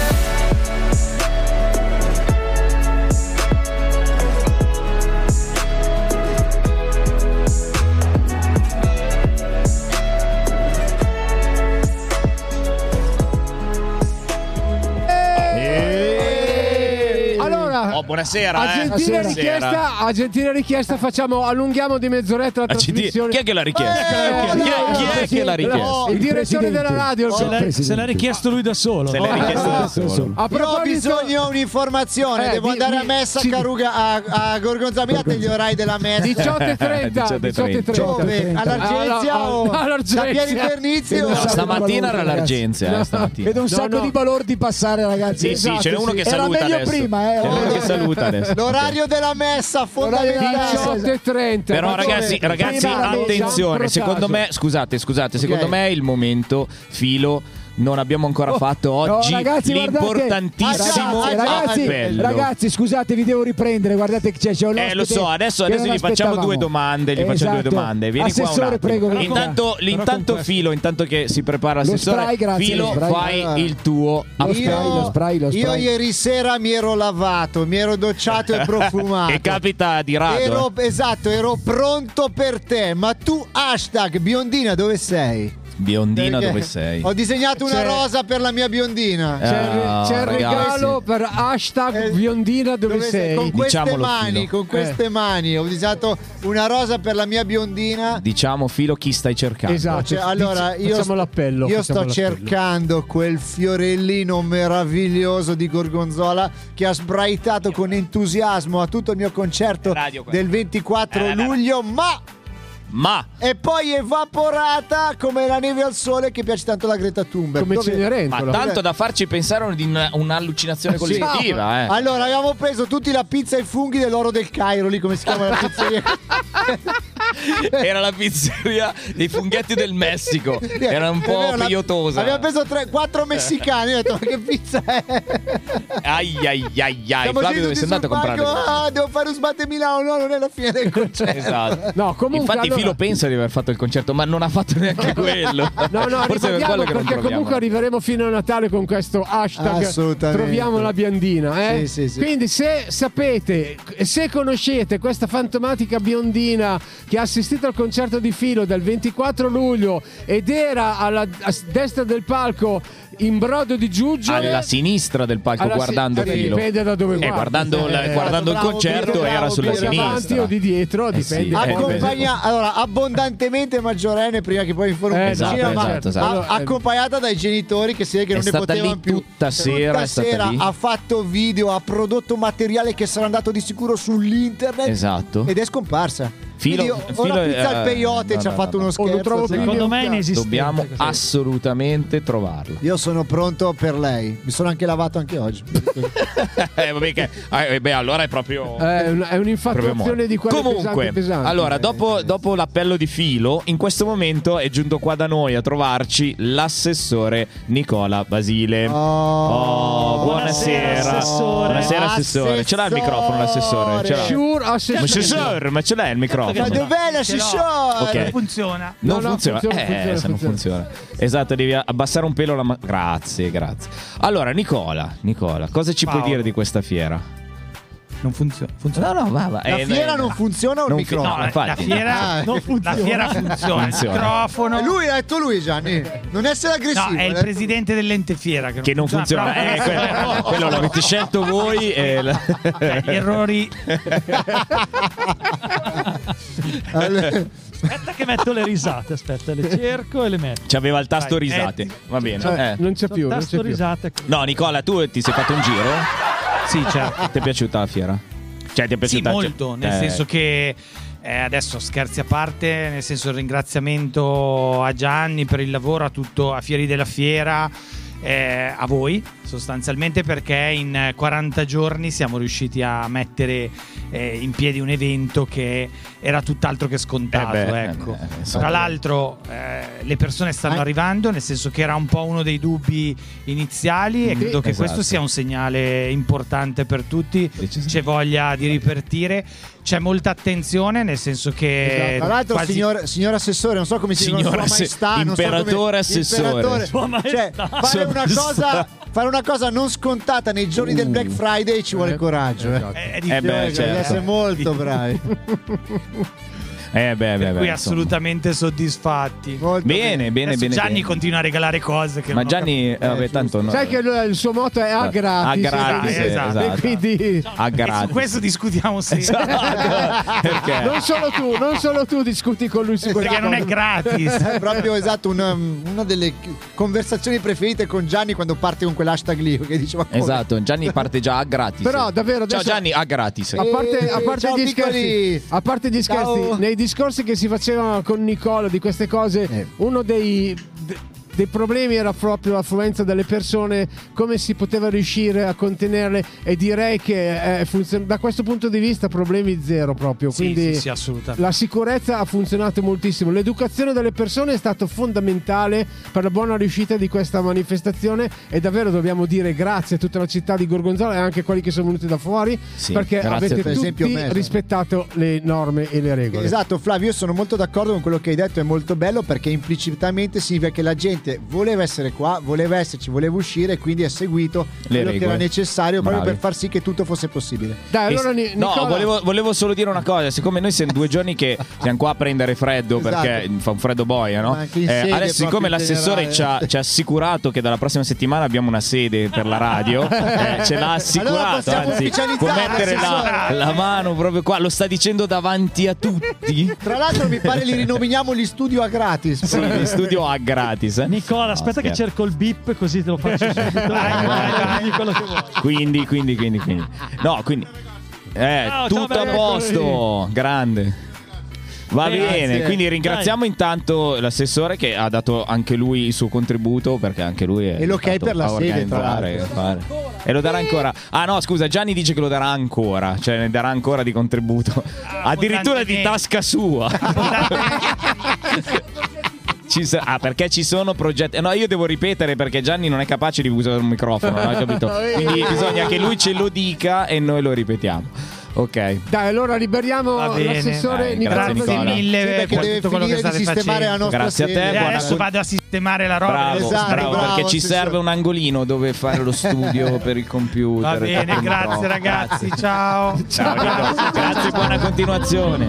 Speaker 7: Oh, buonasera.
Speaker 9: A
Speaker 7: eh.
Speaker 9: gentile,
Speaker 7: Buonasera.
Speaker 9: richiesta, a gentile richiesta facciamo, allunghiamo di mezz'oretta la
Speaker 7: A gentile-
Speaker 9: trasmissione.
Speaker 7: chi è che l'ha richiesto?
Speaker 9: Eh,
Speaker 7: Chi è-
Speaker 9: no,
Speaker 7: chi è che l'ha richiesto?
Speaker 9: Il direttore della radio. il
Speaker 8: Se l'ha,
Speaker 9: presidente.
Speaker 8: se l'ha richiesto lui da solo.
Speaker 7: Se l'ha richiesto da solo.
Speaker 9: A
Speaker 14: Io ho
Speaker 9: proposito-
Speaker 14: bisogno di un'informazione,
Speaker 9: Eh,
Speaker 14: devo
Speaker 9: di-
Speaker 14: andare a
Speaker 9: di-
Speaker 14: messa
Speaker 9: sì.
Speaker 14: a Caruga a, a Gorgonzola. Mi date gli orari della messa?
Speaker 9: diciotto e trenta
Speaker 7: diciotto e trenta.
Speaker 14: Dove? All'Argenzia
Speaker 9: Alla-
Speaker 14: o
Speaker 9: all'Argenzia.
Speaker 14: da Pieri Vernizio?
Speaker 7: No, stamattina era l'Argenzia, eh, stamattina.
Speaker 12: Vedo un
Speaker 9: No,
Speaker 12: sacco
Speaker 9: no.
Speaker 12: di balordi passare, ragazzi.
Speaker 7: Sì, sì, ce n'è uno che
Speaker 12: Era
Speaker 7: saluta
Speaker 12: meglio
Speaker 7: adesso.
Speaker 12: prima, eh.
Speaker 7: Ce n'è uno che saluta adesso.
Speaker 14: L'orario della messa fondamentale.
Speaker 9: diciotto e trenta.
Speaker 7: Però
Speaker 9: Ma dove?
Speaker 7: ragazzi, ragazzi,
Speaker 9: Prima,
Speaker 7: attenzione,
Speaker 9: San
Speaker 7: secondo me, scusate, scusate, secondo
Speaker 14: Ok.
Speaker 7: me è il momento, Filo, non abbiamo ancora fatto
Speaker 12: No,
Speaker 7: oggi
Speaker 12: ragazzi, guardate.
Speaker 7: l'importantissimo
Speaker 12: ragazzi, ragazzi,
Speaker 7: appello.
Speaker 12: ragazzi, scusate, vi devo riprendere. Guardate che c'è, c'è un
Speaker 7: Eh, lo
Speaker 12: ospite
Speaker 7: so, adesso,
Speaker 12: che
Speaker 7: adesso
Speaker 12: non
Speaker 7: gli facciamo
Speaker 12: aspettavamo.
Speaker 7: due domande, gli facciamo due
Speaker 12: Esatto.
Speaker 7: domande. Vieni qua un
Speaker 12: Assessore,
Speaker 7: attimo.
Speaker 12: prego, venga.
Speaker 7: Intanto,
Speaker 8: Però
Speaker 7: intanto
Speaker 8: con
Speaker 7: Filo, intanto che si prepara
Speaker 12: Lo
Speaker 7: l'assessore,
Speaker 12: spray, grazie,
Speaker 7: Filo,
Speaker 12: lo spray.
Speaker 7: fai
Speaker 14: Allora.
Speaker 7: il tuo
Speaker 12: Lo
Speaker 7: appello.
Speaker 12: spray, lo spray, lo
Speaker 14: Io
Speaker 12: spray.
Speaker 14: ieri sera mi ero lavato, mi ero docciato e profumato.
Speaker 7: E capita di rado.
Speaker 14: Ero, esatto, ero pronto per te. Ma tu, hashtag biondina, dove sei?
Speaker 7: Biondina,
Speaker 14: Perché
Speaker 7: dove sei?
Speaker 14: Ho disegnato una
Speaker 9: C'è-
Speaker 14: rosa per la mia biondina.
Speaker 9: C'è,
Speaker 7: Ah,
Speaker 9: c'è il
Speaker 7: ragazzi.
Speaker 9: regalo per hashtag biondina dove,
Speaker 14: Dove
Speaker 9: sei.
Speaker 14: Con queste
Speaker 7: Diciamolo,
Speaker 14: mani,
Speaker 7: Filo.
Speaker 14: con queste mani ho disegnato una rosa per la mia biondina.
Speaker 7: Diciamo, Filo, chi stai cercando?
Speaker 9: Esatto.
Speaker 14: Cioè, allora,
Speaker 9: Dici-
Speaker 14: io,
Speaker 9: facciamo l'appello.
Speaker 14: io
Speaker 9: facciamo
Speaker 14: sto
Speaker 9: l'appello.
Speaker 14: cercando quel fiorellino meraviglioso di Gorgonzola che ha sbraitato con entusiasmo a tutto il mio concerto
Speaker 7: Radio questo.
Speaker 14: del ventiquattro
Speaker 7: Eh, no, no.
Speaker 14: luglio, ma
Speaker 7: Ma
Speaker 14: è poi evaporata come la neve al sole che piace tanto alla Greta Thunberg.
Speaker 9: Come
Speaker 14: Dove-
Speaker 7: Ma
Speaker 9: Cenerentola.
Speaker 7: tanto da farci pensare ad una- un'allucinazione
Speaker 14: Sì.
Speaker 7: collettiva, eh.
Speaker 14: Allora, abbiamo preso tutti la pizza ai funghi dell'oro del Cairo, lì come si chiama la pizzeria.
Speaker 7: Era la pizzeria dei funghetti del Messico. Era un
Speaker 14: È
Speaker 7: po'
Speaker 14: vero, la-
Speaker 7: pigliotosa.
Speaker 14: Abbiamo preso tre, quattro messicani. Ho detto, ma che pizza è?
Speaker 7: Ai ai ai ai.
Speaker 14: Siamo
Speaker 7: Flavio,
Speaker 14: seduti
Speaker 7: dove sei
Speaker 14: sul
Speaker 7: andato a comprare?
Speaker 14: palco, ah, devo fare un sbatte Milano. No, non è la fine del concerto.
Speaker 7: Esatto.
Speaker 9: No, comunque,
Speaker 7: Infatti
Speaker 9: allora-
Speaker 7: Filo pensa di aver fatto il concerto, ma non ha fatto neanche quello.
Speaker 9: No, no,
Speaker 7: Forse è per
Speaker 9: ripetiamo
Speaker 7: quello che non
Speaker 9: perché
Speaker 7: troviamo.
Speaker 9: comunque arriveremo fino a Natale con questo hashtag.
Speaker 14: Assolutamente.
Speaker 9: Troviamo la biondina, eh?
Speaker 14: Sì, sì, sì.
Speaker 9: Quindi se sapete, se conoscete questa fantomatica biondina che ha assistito al concerto di Filo del ventiquattro luglio ed era alla a destra del palco in brodo di giuggiole,
Speaker 7: alla sinistra del palco,
Speaker 9: alla si-
Speaker 7: guardando
Speaker 9: eh,
Speaker 7: Filo.
Speaker 9: dipende da dove
Speaker 7: Eh,
Speaker 9: guardi.
Speaker 7: guardando, la-
Speaker 9: Eh,
Speaker 7: guardando il
Speaker 14: bravo,
Speaker 7: concerto
Speaker 14: bravo,
Speaker 7: era
Speaker 14: bravo,
Speaker 7: sulla
Speaker 14: bravo,
Speaker 9: di avanti
Speaker 7: sinistra.
Speaker 9: o di dietro,
Speaker 7: Eh sì,
Speaker 9: dipende.
Speaker 7: eh,
Speaker 14: Accompagna- allora, abbondantemente maggiorenne prima che poi in fuori un
Speaker 9: Eh,
Speaker 14: po'
Speaker 7: esatto,
Speaker 14: vicino, ma
Speaker 7: esatto, esatto.
Speaker 14: a-
Speaker 9: Allora, eh,
Speaker 14: accompagnata dai genitori che si vede che
Speaker 7: È
Speaker 14: non ne
Speaker 7: stata
Speaker 14: potevano
Speaker 7: lì
Speaker 14: più.
Speaker 7: tutta sera,
Speaker 14: Tutta
Speaker 7: è stata
Speaker 14: sera
Speaker 7: lì.
Speaker 14: ha fatto video, ha prodotto materiale che sarà andato di sicuro sull'internet
Speaker 7: Esatto.
Speaker 14: ed è scomparsa.
Speaker 7: Filo-
Speaker 14: Quindi, o
Speaker 7: Filo
Speaker 14: la
Speaker 7: è-
Speaker 14: pizza al peyote
Speaker 7: no,
Speaker 14: ci ha
Speaker 7: no,
Speaker 14: fatto
Speaker 7: no.
Speaker 14: uno
Speaker 9: Oh, lo
Speaker 14: scherzo.
Speaker 9: trovo
Speaker 14: sì.
Speaker 9: più
Speaker 8: Secondo me è
Speaker 9: Dobbiamo
Speaker 8: inesistente.
Speaker 7: Dobbiamo
Speaker 8: questa-
Speaker 7: assolutamente trovarla.
Speaker 14: Io sono pronto per lei. Mi sono anche lavato anche oggi.
Speaker 7: eh, vabbè, che, eh, beh, allora è proprio.
Speaker 9: È, un- è
Speaker 7: proprio
Speaker 9: un'infatuazione
Speaker 7: morto.
Speaker 9: di quelle
Speaker 7: Comunque,
Speaker 9: pesanti, pesanti.
Speaker 7: allora, dopo, dopo l'appello di Filo, in questo momento è giunto qua da noi a trovarci l'assessore Nicola Basile.
Speaker 14: Oh,
Speaker 7: buonasera.
Speaker 8: assessore.
Speaker 7: Buonasera, assessore. Ce l'ha il microfono l'assessore? Ce l'ha.
Speaker 9: Sure,
Speaker 7: Ma
Speaker 9: assessore.
Speaker 7: assessore, ma ce l'hai il microfono?
Speaker 14: Ma dov'è l'assessore?
Speaker 7: Ok.
Speaker 15: Non funziona.
Speaker 7: Non
Speaker 9: No, no,
Speaker 7: funziona,
Speaker 9: funziona,
Speaker 7: eh,
Speaker 9: funziona,
Speaker 7: se non
Speaker 9: funziona.
Speaker 7: funziona. Esatto, devi abbassare un pelo la ma- Grazie, grazie. Allora, Nicola, Nicola, cosa ci puoi
Speaker 15: Paolo.
Speaker 7: dire di questa fiera?
Speaker 15: Non funziona. funziona.
Speaker 7: No, no, va, va.
Speaker 14: La
Speaker 7: Eh,
Speaker 14: fiera
Speaker 7: eh,
Speaker 14: non funziona o il
Speaker 7: non fi-
Speaker 14: microfono?
Speaker 7: no,
Speaker 15: La
Speaker 7: infatti.
Speaker 15: fiera,
Speaker 14: Ah,
Speaker 15: non funziona. La fiera funziona.
Speaker 7: Funziona.
Speaker 15: Il microfono.
Speaker 14: E lui ha detto lui, Gianni. Non essere aggressivo.
Speaker 15: No, è il
Speaker 14: eh.
Speaker 15: presidente dell'ente fiera che non,
Speaker 7: Che non funziona,
Speaker 15: però-
Speaker 7: eh, quello, quello l'avete scelto voi. E la-
Speaker 15: Eh, gli errori.
Speaker 14: Allora,
Speaker 8: Aspetta che metto le risate, aspetta, le cerco e le metto.
Speaker 7: C'aveva il tasto
Speaker 15: Vai,
Speaker 7: risate.
Speaker 15: eh,
Speaker 7: Va bene.
Speaker 9: Cioè,
Speaker 7: eh.
Speaker 9: non c'è più, non c'è
Speaker 8: Tasto
Speaker 9: più.
Speaker 8: risate.
Speaker 7: No, Nicola, tu ti sei fatto un giro?
Speaker 15: Sì, certo.
Speaker 7: Ti è piaciuta la fiera? Cioè, ti è
Speaker 15: Sì,
Speaker 7: piaciuta?
Speaker 15: molto, nel
Speaker 7: Eh,
Speaker 15: senso che eh, adesso scherzi a parte, nel senso il ringraziamento a Gianni per il lavoro, a tutto a Fieri della Fiera. eh, a voi, sostanzialmente, perché in quaranta giorni siamo riusciti a mettere eh, in piedi un evento che era tutt'altro che scontato.
Speaker 7: Eh beh,
Speaker 15: ecco.
Speaker 7: eh, insomma.
Speaker 15: Tra l'altro eh, le persone stanno
Speaker 14: Ah.
Speaker 15: arrivando, nel senso che era un po' uno dei dubbi iniziali e
Speaker 7: Sì,
Speaker 15: credo che
Speaker 7: esatto.
Speaker 15: questo sia un segnale importante per tutti. C'è voglia di ripartire, c'è molta attenzione, nel senso che
Speaker 14: Esatto. Tra l'altro,
Speaker 15: quasi-
Speaker 14: signor, signor assessore, non so come si chiama,
Speaker 7: Signor
Speaker 14: sua
Speaker 7: asse-
Speaker 14: maestà, non so come-
Speaker 7: imperatore assessore.
Speaker 14: imperatore.
Speaker 8: Sua maestà.
Speaker 14: Cioè, fare
Speaker 7: Sua
Speaker 14: una
Speaker 7: maestà.
Speaker 14: cosa fare una cosa non scontata nei giorni del Black Friday ci vuole
Speaker 9: Eh,
Speaker 14: coraggio. eh.
Speaker 9: esatto.
Speaker 15: è
Speaker 7: Eh
Speaker 15: difficile,
Speaker 7: beh,
Speaker 14: Bisogna
Speaker 7: certo.
Speaker 14: essere molto bravi.
Speaker 7: Eh beh, beh,
Speaker 15: per
Speaker 7: beh,
Speaker 15: cui
Speaker 7: insomma.
Speaker 15: assolutamente soddisfatti.
Speaker 14: Molto
Speaker 7: Bene, bene,
Speaker 15: Adesso
Speaker 7: bene.
Speaker 15: Gianni
Speaker 7: bene.
Speaker 15: continua a regalare cose che
Speaker 7: Ma
Speaker 15: non ho
Speaker 7: Gianni, eh, vabbè, tanto no.
Speaker 9: Sai che il, il suo motto è a gratis.
Speaker 7: A gratis,
Speaker 9: e
Speaker 15: esatto.
Speaker 9: quindi- e quindi
Speaker 7: A
Speaker 15: E
Speaker 7: gratis.
Speaker 15: su questo discutiamo sempre.
Speaker 7: Esatto. Perché?
Speaker 9: non solo tu, non solo tu discuti con lui su questo.
Speaker 15: Perché non è gratis.
Speaker 14: È proprio esatto una, una delle conversazioni preferite con Gianni quando parte con quell'hashtag lì che diceva
Speaker 7: Esatto, Gianni parte già a gratis.
Speaker 9: Però davvero
Speaker 7: Ciao
Speaker 9: adesso-
Speaker 7: Gianni, a gratis.
Speaker 9: A parte, a parte
Speaker 14: Ciao,
Speaker 9: gli
Speaker 14: piccoli.
Speaker 9: scherzi, a parte gli scherzi,
Speaker 14: Ciao.
Speaker 9: nei discorsi che si facevano con Nicola di queste cose,
Speaker 14: Eh.
Speaker 9: uno dei, de- dei problemi era proprio l'affluenza delle persone, come si poteva riuscire a contenerle, e direi che eh, funzion- da questo punto di vista problemi zero proprio.
Speaker 15: Sì,
Speaker 9: Quindi
Speaker 15: sì, sì, assolutamente.
Speaker 9: la sicurezza ha funzionato moltissimo, l'educazione delle persone è stato fondamentale per la buona riuscita di questa manifestazione, e davvero dobbiamo dire grazie a tutta la città di Gorgonzola e anche a quelli che sono venuti da fuori,
Speaker 7: Sì,
Speaker 9: perché
Speaker 7: grazie
Speaker 9: avete
Speaker 7: per
Speaker 9: tutti
Speaker 14: esempio me.
Speaker 9: rispettato le norme e le regole.
Speaker 14: Esatto, Flavio, io sono molto d'accordo con quello che hai detto, è molto bello perché implicitamente significa che la gente voleva essere qua, voleva esserci, voleva uscire, e quindi ha seguito quello che
Speaker 7: regole.
Speaker 14: era necessario proprio
Speaker 7: Bravi.
Speaker 14: per far sì che tutto fosse possibile.
Speaker 9: Dai, allora
Speaker 7: E-
Speaker 9: Ni-
Speaker 7: no,
Speaker 9: Nicola,
Speaker 7: volevo, volevo solo dire una cosa. Siccome noi siamo due giorni che siamo qua a prendere freddo,
Speaker 14: Esatto.
Speaker 7: perché fa un freddo boia, no?
Speaker 14: Ma anche in
Speaker 7: Eh,
Speaker 14: sede
Speaker 7: adesso, siccome
Speaker 14: proprio in
Speaker 7: l'assessore ci ha,
Speaker 14: generale.
Speaker 7: ci ha assicurato che dalla prossima settimana abbiamo una sede per la radio, eh, ce l'ha assicurato.
Speaker 14: Allora possiamo
Speaker 7: Anzi, può
Speaker 14: ufficializzare,
Speaker 7: mettere la,
Speaker 14: assessore.
Speaker 7: la mano proprio qua. Lo sta dicendo davanti a tutti.
Speaker 14: Tra l'altro mi pare li rinominiamo gli studio a gratis.
Speaker 7: Sì, in studio a gratis. eh.
Speaker 8: Nicola, aspetta
Speaker 7: No,
Speaker 8: che
Speaker 7: scherzo.
Speaker 8: cerco il bip così te lo faccio subito. Vai, vai, vai, quello che vuoi.
Speaker 7: Quindi, quindi, quindi, quindi. No, quindi. Eh,
Speaker 8: Ciao, ciao,
Speaker 7: tutto a
Speaker 8: belli,
Speaker 7: posto. Grande. Va
Speaker 8: Bene,
Speaker 7: bene,
Speaker 14: grazie.
Speaker 7: quindi ringraziamo intanto l'assessore che ha dato anche lui il suo contributo, perché anche lui è
Speaker 14: E l'ok
Speaker 7: stato
Speaker 14: per la
Speaker 7: a
Speaker 14: sede, tra
Speaker 7: organizzare,
Speaker 14: l'altro.
Speaker 7: fare. E lo darà ancora. Ah no, scusa, Gianni dice che lo darà ancora, cioè ne darà ancora di contributo. Addirittura di
Speaker 15: abbondantemente.
Speaker 7: tasca sua. Ci sa- ah, perché ci sono progetti. No, io devo ripetere perché Gianni non è capace di usare un microfono, no? Hai capito? Quindi bisogna che lui ce lo dica e noi lo ripetiamo. Ok.
Speaker 9: dai, allora liberiamo
Speaker 15: Va bene,
Speaker 9: l'assessore
Speaker 7: dai,
Speaker 9: Nicola
Speaker 7: grazie,
Speaker 15: Grazie
Speaker 7: Nicola.
Speaker 15: mille
Speaker 14: Sì, perché
Speaker 15: per
Speaker 14: deve
Speaker 15: tutto quello che
Speaker 14: finire di
Speaker 15: state
Speaker 14: sistemare la
Speaker 15: facendo.
Speaker 14: nostra
Speaker 7: Grazie a te,
Speaker 14: sede.
Speaker 15: E
Speaker 7: buona
Speaker 15: adesso vado a sistemare la roba.
Speaker 7: Bravo,
Speaker 14: Esatto,
Speaker 7: bravo,
Speaker 14: bravo,
Speaker 7: perché ci
Speaker 14: assessore.
Speaker 7: serve un angolino dove fare lo studio per il computer.
Speaker 15: Va
Speaker 7: per il
Speaker 15: bene,
Speaker 7: microfono.
Speaker 15: grazie ragazzi, ciao.
Speaker 7: Ciao, Nicola. Grazie, buona continuazione.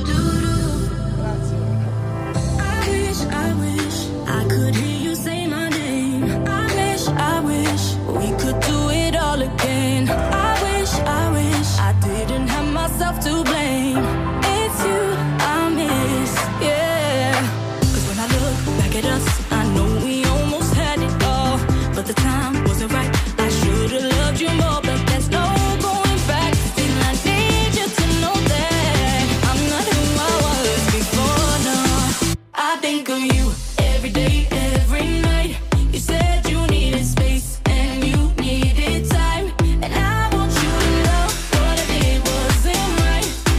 Speaker 2: I wish, I wish I could hear you say my name. I wish, I wish we could do it all again. I wish, I wish I didn't have myself to blame. It's you I miss, yeah. 'Cause when I look back at us, I know we almost had it all, but the time wasn't right. I should've loved you more, but there's no going back. Still I need you to know that I'm not who I was before, no. I think of you every day, every night. You said you needed space and you needed time, and I want you to know what I did wasn't right.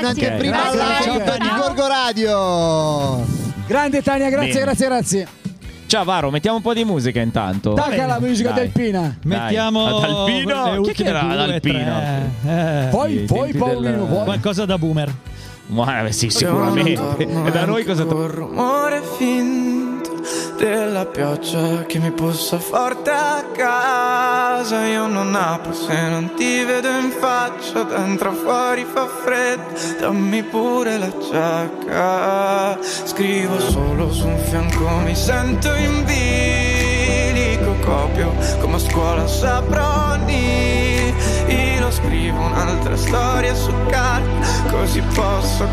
Speaker 14: un'anteprima
Speaker 12: Grazie.
Speaker 14: live
Speaker 12: Grazie.
Speaker 14: di Gorgo Radio.
Speaker 12: Grande Tania, grazie,
Speaker 7: Bene.
Speaker 12: grazie, grazie.
Speaker 7: Ciao Varo, mettiamo un po' di musica intanto.
Speaker 12: Tacca la musica
Speaker 7: Dai.
Speaker 12: del
Speaker 8: Mettiamo
Speaker 7: Ad Alpino?
Speaker 8: le
Speaker 7: Chi
Speaker 8: ultime
Speaker 7: che era
Speaker 8: due,
Speaker 7: ad Alpino?
Speaker 8: tre. Eh.
Speaker 12: Poi,
Speaker 7: Ai
Speaker 12: poi
Speaker 7: tempi
Speaker 12: Paolino,
Speaker 7: del-
Speaker 12: poi.
Speaker 8: Qualcosa da boomer.
Speaker 7: Ma sì, sicuramente. E da noi cosa
Speaker 20: Un rumore finto della pioggia che mi bussa forte a casa. Io non apro se non ti vedo in faccia. Dentro fuori fa freddo, dammi pure la giacca. Scrivo solo su un fianco, mi sento in bilico. Copio come a scuola Saproni. Io scrivo un'altra storia su carta, così posso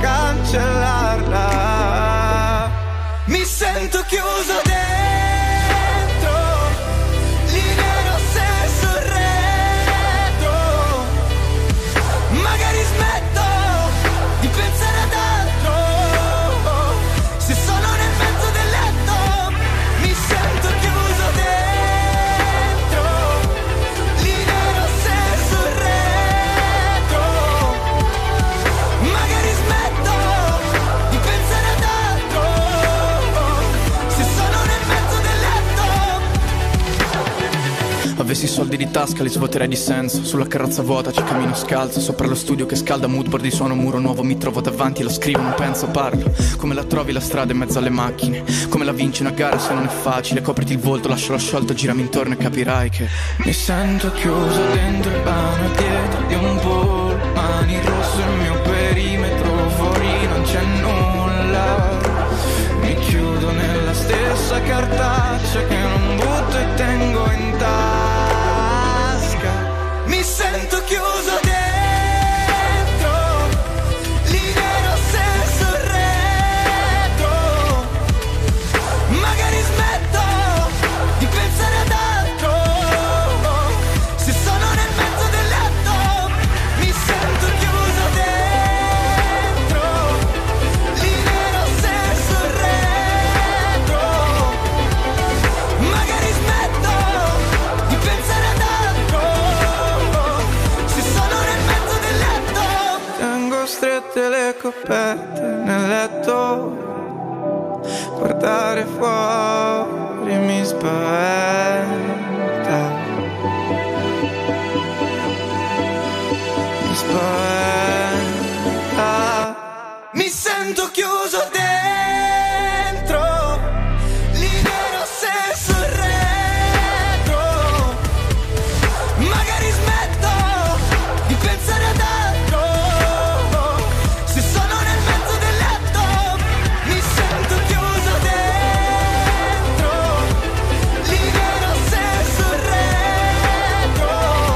Speaker 20: cancellarla. Mi sento chiuso dentro, lì nero senso retro. Magari smetto di pensare ad altro. Se sono nel mezzo del letto, mi sento chiuso dentro, lì nero senso retro. Magari smetto di pensare ad altro. Se sono nel mezzo del letto. Avessi i soldi di tasca li svuoterei di senso. Sulla carrozza vuota ci cammino scalzo. Sopra lo studio che scalda moodboard di suono, muro nuovo mi trovo davanti. Lo scrivo, non penso, parlo. Come la trovi la strada in mezzo alle macchine? Come la vinci una gara se non è facile? Copriti il volto, lascialo sciolto, girami intorno e capirai che mi sento chiuso dentro il bagno dietro di un pullman. Il rosso è il mio perimetro, fuori non c'è nulla. Mi chiudo nella stessa cartaccia che non butto e tengo in tasca. Mi sento chiuso dentro, lì nero senso retro. Magari smetto di pensare ad altro. Se sono nel mezzo del letto, mi sento chiuso dentro, lì nero senso retro. Magari smetto di pensare ad altro. Se sono nel mezzo del letto, tengo strette le coperte nel letto. Guardare fuori mi spaventa. Mi spaventa. Mi sento chiuso dentro, lì nero senso retro. Magari smetto di pensare ad altro. Se sono nel mezzo del letto, mi sento chiuso dentro, lì nero senso retro.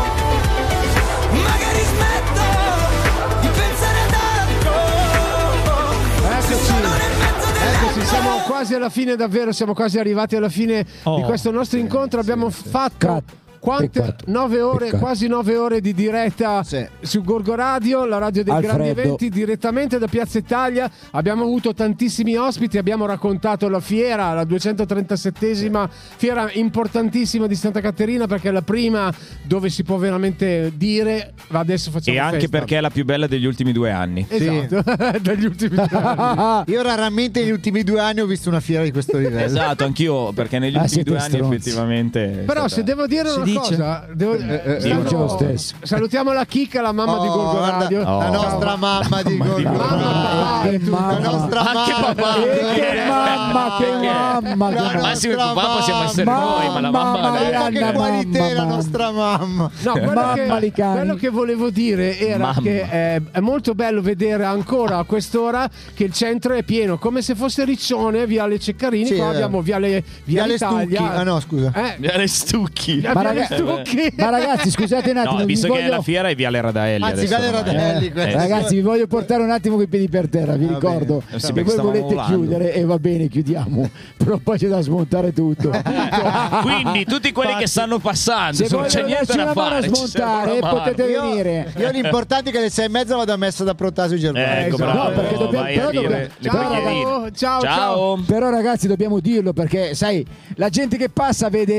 Speaker 20: Magari smetto di pensare ad altro. Se sono nel mezzo del
Speaker 9: Eccoci,
Speaker 20: letto.
Speaker 9: siamo quasi alla fine, davvero, siamo quasi arrivati alla fine
Speaker 8: Oh,
Speaker 9: di questo nostro incontro. Abbiamo fatto quante?
Speaker 12: Peccato.
Speaker 9: Nove ore,
Speaker 12: Peccato.
Speaker 9: quasi nove ore di diretta su Gorgo Radio, la radio dei
Speaker 12: Alfredo.
Speaker 9: grandi eventi, direttamente da Piazza Italia. Abbiamo avuto tantissimi ospiti, abbiamo raccontato la fiera, la duecentotrentaseiesima fiera importantissima di Santa Caterina, perché è la prima dove si può veramente dire, ma adesso facciamo
Speaker 7: E anche
Speaker 9: festa.
Speaker 7: perché è la più bella degli ultimi due anni.
Speaker 9: Esatto, dagli ultimi due anni.
Speaker 14: Io raramente negli ultimi due anni ho visto una fiera di questo livello.
Speaker 7: Esatto, anch'io, perché negli
Speaker 12: Ah,
Speaker 7: ultimi
Speaker 12: siete
Speaker 7: due anni
Speaker 12: stronzi.
Speaker 7: effettivamente è
Speaker 9: Però
Speaker 7: stata-
Speaker 9: se devo dire
Speaker 7: Si
Speaker 9: una
Speaker 7: dice?
Speaker 9: cosa, devo-
Speaker 12: Eh, eh,
Speaker 9: stanno-
Speaker 12: dice lo stesso.
Speaker 9: salutiamo la Chicca, la mamma di
Speaker 14: Oh,
Speaker 9: Gorgo
Speaker 14: guarda,
Speaker 9: Radio.
Speaker 14: la
Speaker 9: Ciao.
Speaker 14: nostra mamma di Gorgo
Speaker 9: Mamma,
Speaker 14: Radio.
Speaker 9: papà,
Speaker 12: Che
Speaker 9: e tu-
Speaker 12: mamma.
Speaker 14: La nostra
Speaker 7: Anche
Speaker 14: mamma.
Speaker 7: papà.
Speaker 12: Eh, che mamma, che mamma, che
Speaker 14: La
Speaker 12: mamma.
Speaker 7: Massimo e
Speaker 14: nostra
Speaker 7: papà possiamo essere noi, ma la mamma
Speaker 12: Mamma,
Speaker 7: è-
Speaker 14: Mamma, che
Speaker 12: Anna,
Speaker 14: qualità
Speaker 12: mamma,
Speaker 14: la
Speaker 12: mamma.
Speaker 14: nostra mamma.
Speaker 9: No, quello,
Speaker 12: Mamma
Speaker 9: che,
Speaker 12: di cani.
Speaker 9: quello che volevo dire era
Speaker 7: Mamma.
Speaker 9: che eh, è molto bello vedere ancora a quest'ora che il centro è pieno, come se fosse Riccione, Viale Ceccarini.
Speaker 14: Sì,
Speaker 9: Qua
Speaker 14: eh.
Speaker 9: abbiamo Viale, Viale
Speaker 14: Viale Stucchi.
Speaker 9: Italia.
Speaker 14: Ah no, scusa.
Speaker 9: Eh,
Speaker 7: Viale Stucchi.
Speaker 9: Via-
Speaker 12: Ma,
Speaker 9: Viale
Speaker 12: raga-
Speaker 9: Stucchi.
Speaker 12: ma ragazzi, scusate un attimo.
Speaker 7: No,
Speaker 12: vi
Speaker 7: visto che è
Speaker 12: voglio-
Speaker 7: la fiera è Viale Radaelli.
Speaker 14: Anzi,
Speaker 7: adesso
Speaker 14: Viale
Speaker 7: ormai.
Speaker 14: Radaelli,
Speaker 7: Eh,
Speaker 14: questo.
Speaker 7: eh,
Speaker 12: Ragazzi, vi voglio portare un attimo coi piedi per terra. Vi
Speaker 14: Va
Speaker 12: ricordo,
Speaker 14: bene.
Speaker 7: Sì,
Speaker 12: se
Speaker 7: perché
Speaker 12: voi
Speaker 7: stavamo
Speaker 12: volete
Speaker 7: volando.
Speaker 12: chiudere, e va bene, chiudiamo. Però poi c'è da smontare tutto.
Speaker 7: Quindi tutti quelli che stanno passando,
Speaker 12: Se
Speaker 7: se non c'è
Speaker 12: vogliono
Speaker 7: niente
Speaker 12: darci
Speaker 7: da
Speaker 12: una mano a
Speaker 7: fare, ci
Speaker 12: smontare,
Speaker 7: serve una mano.
Speaker 12: potete
Speaker 14: Io,
Speaker 12: venire.
Speaker 14: io l'importante è che alle sei e mezza vado a messa da Protasio Gervasio.
Speaker 7: Ecco,
Speaker 9: Esatto.
Speaker 7: bravo,
Speaker 12: No, perché dobbiamo-
Speaker 7: vai
Speaker 12: però
Speaker 7: a dire
Speaker 12: dobbiamo-
Speaker 7: le
Speaker 9: Ciao,
Speaker 7: preghierine.
Speaker 9: ciao, ciao.
Speaker 12: Però ragazzi, dobbiamo dirlo, perché sai, la gente che passa vede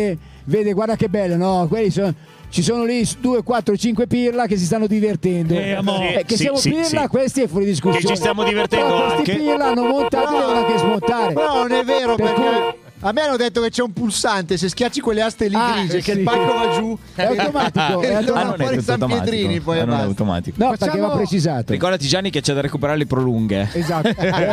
Speaker 12: vede, guarda che bello, no? Quelli sono, ci sono lì due, quattro, cinque pirla che si stanno divertendo.
Speaker 8: Eh, amore.
Speaker 12: Eh, che
Speaker 7: Sì,
Speaker 12: siamo
Speaker 7: sì,
Speaker 12: pirla,
Speaker 7: sì.
Speaker 12: questi è fuori discussione.
Speaker 7: Che ci stiamo divertendo
Speaker 12: Però questi
Speaker 7: anche.
Speaker 12: pirla hanno montato e devono anche smontare.
Speaker 14: Però non è vero,
Speaker 12: Per
Speaker 14: perché
Speaker 12: cui-
Speaker 14: a me hanno detto che c'è un pulsante, se schiacci quelle aste lì
Speaker 12: Ah,
Speaker 14: grigie,
Speaker 12: eh,
Speaker 14: che
Speaker 12: sì.
Speaker 14: il pacco va giù,
Speaker 12: È automatico, è
Speaker 14: e
Speaker 12: automatico.
Speaker 14: torna
Speaker 7: Ah, non è
Speaker 14: fuori
Speaker 7: tutto
Speaker 14: San Pietrini,
Speaker 7: automatico.
Speaker 14: poi
Speaker 7: Ah,
Speaker 14: e
Speaker 7: non è
Speaker 14: basta.
Speaker 7: automatico.
Speaker 12: No, perché
Speaker 9: Facciamo-
Speaker 12: va precisato.
Speaker 7: Ricordati Gianni che c'è da recuperare le prolunghe.
Speaker 9: Esatto.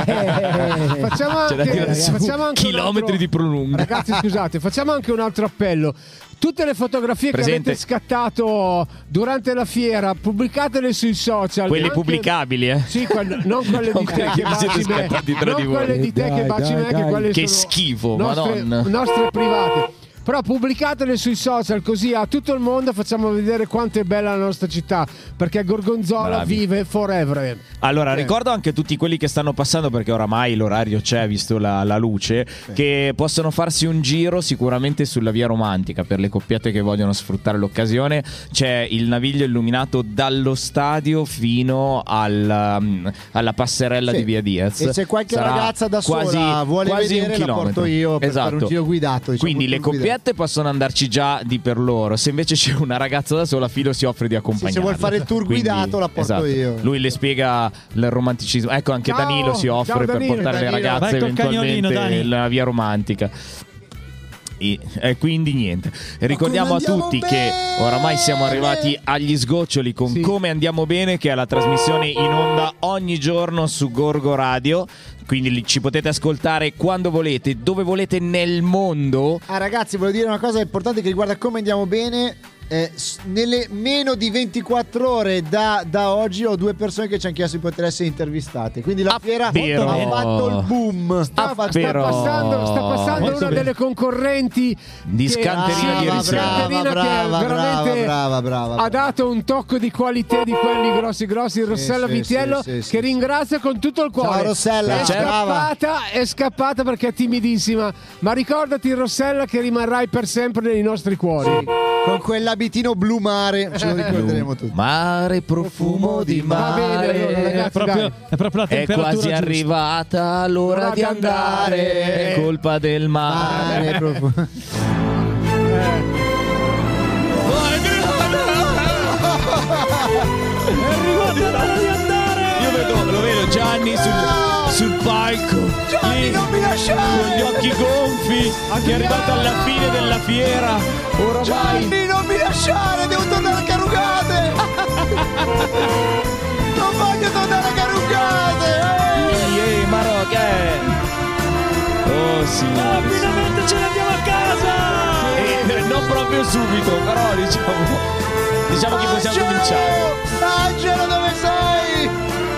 Speaker 9: Facciamo
Speaker 7: C'è da
Speaker 9: anche,
Speaker 7: tirare su
Speaker 9: facciamo anche un
Speaker 7: chilometri
Speaker 9: altro-
Speaker 7: di prolunghe.
Speaker 9: Ragazzi, scusate, facciamo anche un altro appello. Tutte le fotografie
Speaker 7: Presente.
Speaker 9: che avete scattato durante la fiera, pubblicatele sui social.
Speaker 7: Quelle
Speaker 9: Anche-
Speaker 7: pubblicabili, eh.
Speaker 9: Sì, quelle- non quelle
Speaker 7: Non
Speaker 9: di te
Speaker 7: quelle
Speaker 9: che
Speaker 7: che vi siete
Speaker 9: baci me.
Speaker 7: scattati tra
Speaker 9: Non
Speaker 7: di voi.
Speaker 9: quelle di te
Speaker 12: Dai,
Speaker 9: che baci
Speaker 12: dai,
Speaker 9: me, che
Speaker 12: dai.
Speaker 9: quelle
Speaker 7: Che
Speaker 9: sono
Speaker 7: schifo,
Speaker 9: nostre,
Speaker 7: madonna.
Speaker 9: nostre private. Però pubblicatele sui social così a tutto il mondo facciamo vedere quanto è bella la nostra città, perché Gorgonzola
Speaker 7: Bravi.
Speaker 9: vive forever.
Speaker 7: Allora,
Speaker 9: Eh.
Speaker 7: ricordo anche tutti quelli che stanno passando, perché oramai l'orario c'è, visto la, la luce, che possono farsi un giro sicuramente sulla via romantica per le coppiette che vogliono sfruttare l'occasione. C'è il naviglio illuminato dallo stadio fino al, um, alla passerella
Speaker 14: Sì.
Speaker 7: di via Diaz.
Speaker 14: E se qualche
Speaker 7: Sarà
Speaker 14: ragazza da
Speaker 7: quasi-
Speaker 14: sola vuole
Speaker 7: quasi un
Speaker 14: vedere, la porto
Speaker 7: chilometro.
Speaker 14: io per
Speaker 7: Esatto.
Speaker 14: fare un giro guidato. diciamo,
Speaker 7: Quindi
Speaker 14: un
Speaker 7: le
Speaker 14: tour guidato.
Speaker 7: coppiette possono andarci già di per loro. Se invece c'è una ragazza da sola, Filo si offre di accompagnarla.
Speaker 14: se vuol fare il tour
Speaker 7: Quindi,
Speaker 14: guidato, la porto
Speaker 7: esatto.
Speaker 14: io.
Speaker 7: Lui le spiega il romanticismo. Ecco, anche
Speaker 9: Ciao.
Speaker 7: Danilo si offre
Speaker 9: Ciao,
Speaker 7: per
Speaker 9: Danilo.
Speaker 7: portare
Speaker 14: Danilo.
Speaker 7: le ragazze
Speaker 8: Vai col cagnolino,
Speaker 7: eventualmente
Speaker 8: Dani.
Speaker 7: la via romantica. E, e quindi niente. E ricordiamo a
Speaker 24: andiamo
Speaker 7: tutti
Speaker 24: bene!
Speaker 7: che oramai siamo arrivati agli sgoccioli con
Speaker 9: Sì.
Speaker 7: Come Andiamo Bene, che è la trasmissione in onda ogni giorno su Gorgo Radio. Quindi li- ci potete ascoltare quando volete, dove volete nel mondo.
Speaker 14: Ah, ragazzi, voglio dire una cosa importante che riguarda Come Andiamo Bene. Eh, s- nelle meno di ventiquattro ore da, da oggi ho due persone che ci hanno chiesto di poter essere intervistate. Quindi la
Speaker 7: Ah,
Speaker 14: fiera
Speaker 7: vero.
Speaker 14: ha fatto il boom.
Speaker 9: Sta,
Speaker 7: Ah,
Speaker 9: sta
Speaker 7: però-
Speaker 9: passando, sta passando
Speaker 8: Molto
Speaker 9: una
Speaker 8: bene.
Speaker 9: delle concorrenti
Speaker 7: Di
Speaker 9: che-
Speaker 7: Scanterina
Speaker 9: sì,
Speaker 7: di
Speaker 9: di
Speaker 7: Riserva.
Speaker 9: Scanterina che
Speaker 14: brava,
Speaker 9: veramente
Speaker 14: brava, brava, brava.
Speaker 9: ha dato un tocco di qualità di quelli grossi grossi. Rossella
Speaker 14: sì,
Speaker 9: Vitiello,
Speaker 14: sì, sì, sì,
Speaker 9: che
Speaker 14: sì.
Speaker 9: ringrazio con tutto il cuore.
Speaker 14: Ciao, Rossella,
Speaker 9: è
Speaker 14: brava.
Speaker 9: scappata, è scappata perché è timidissima, ma ricordati, Rossella, che rimarrai per sempre nei nostri cuori.
Speaker 14: Con quell'abitino blu mare, ce lo ricorderemo tutti.
Speaker 7: Mare, profumo di
Speaker 9: Va bene, allora,
Speaker 7: mare.
Speaker 9: ragazzi,
Speaker 8: È proprio,
Speaker 9: dai.
Speaker 8: è proprio la
Speaker 7: È
Speaker 8: temperatura
Speaker 7: quasi
Speaker 8: giusta.
Speaker 7: arrivata l'ora
Speaker 9: L'ora
Speaker 7: di
Speaker 9: di
Speaker 7: andare,
Speaker 9: andare.
Speaker 7: è colpa del mare.
Speaker 14: Mare, profumo.
Speaker 8: È arrivata l'ora di andare!
Speaker 7: Io vedo, lo vedo Gianni sul, sul palco, lì,
Speaker 14: non mi lasciare!
Speaker 7: con gli occhi gonfi, che è arrivato alla fine della fiera. Oramai
Speaker 14: Gianni, non mi lasciare, devo tornare a Carugate! Non voglio tornare a Carugate!
Speaker 7: Ehi, Marò, che è? Oh signore.
Speaker 8: Finalmente ce ne andiamo a casa!
Speaker 7: Eh, non proprio subito, però diciamo, diciamo che possiamo
Speaker 14: Angelo!
Speaker 7: cominciare.
Speaker 14: Angelo, dove sei?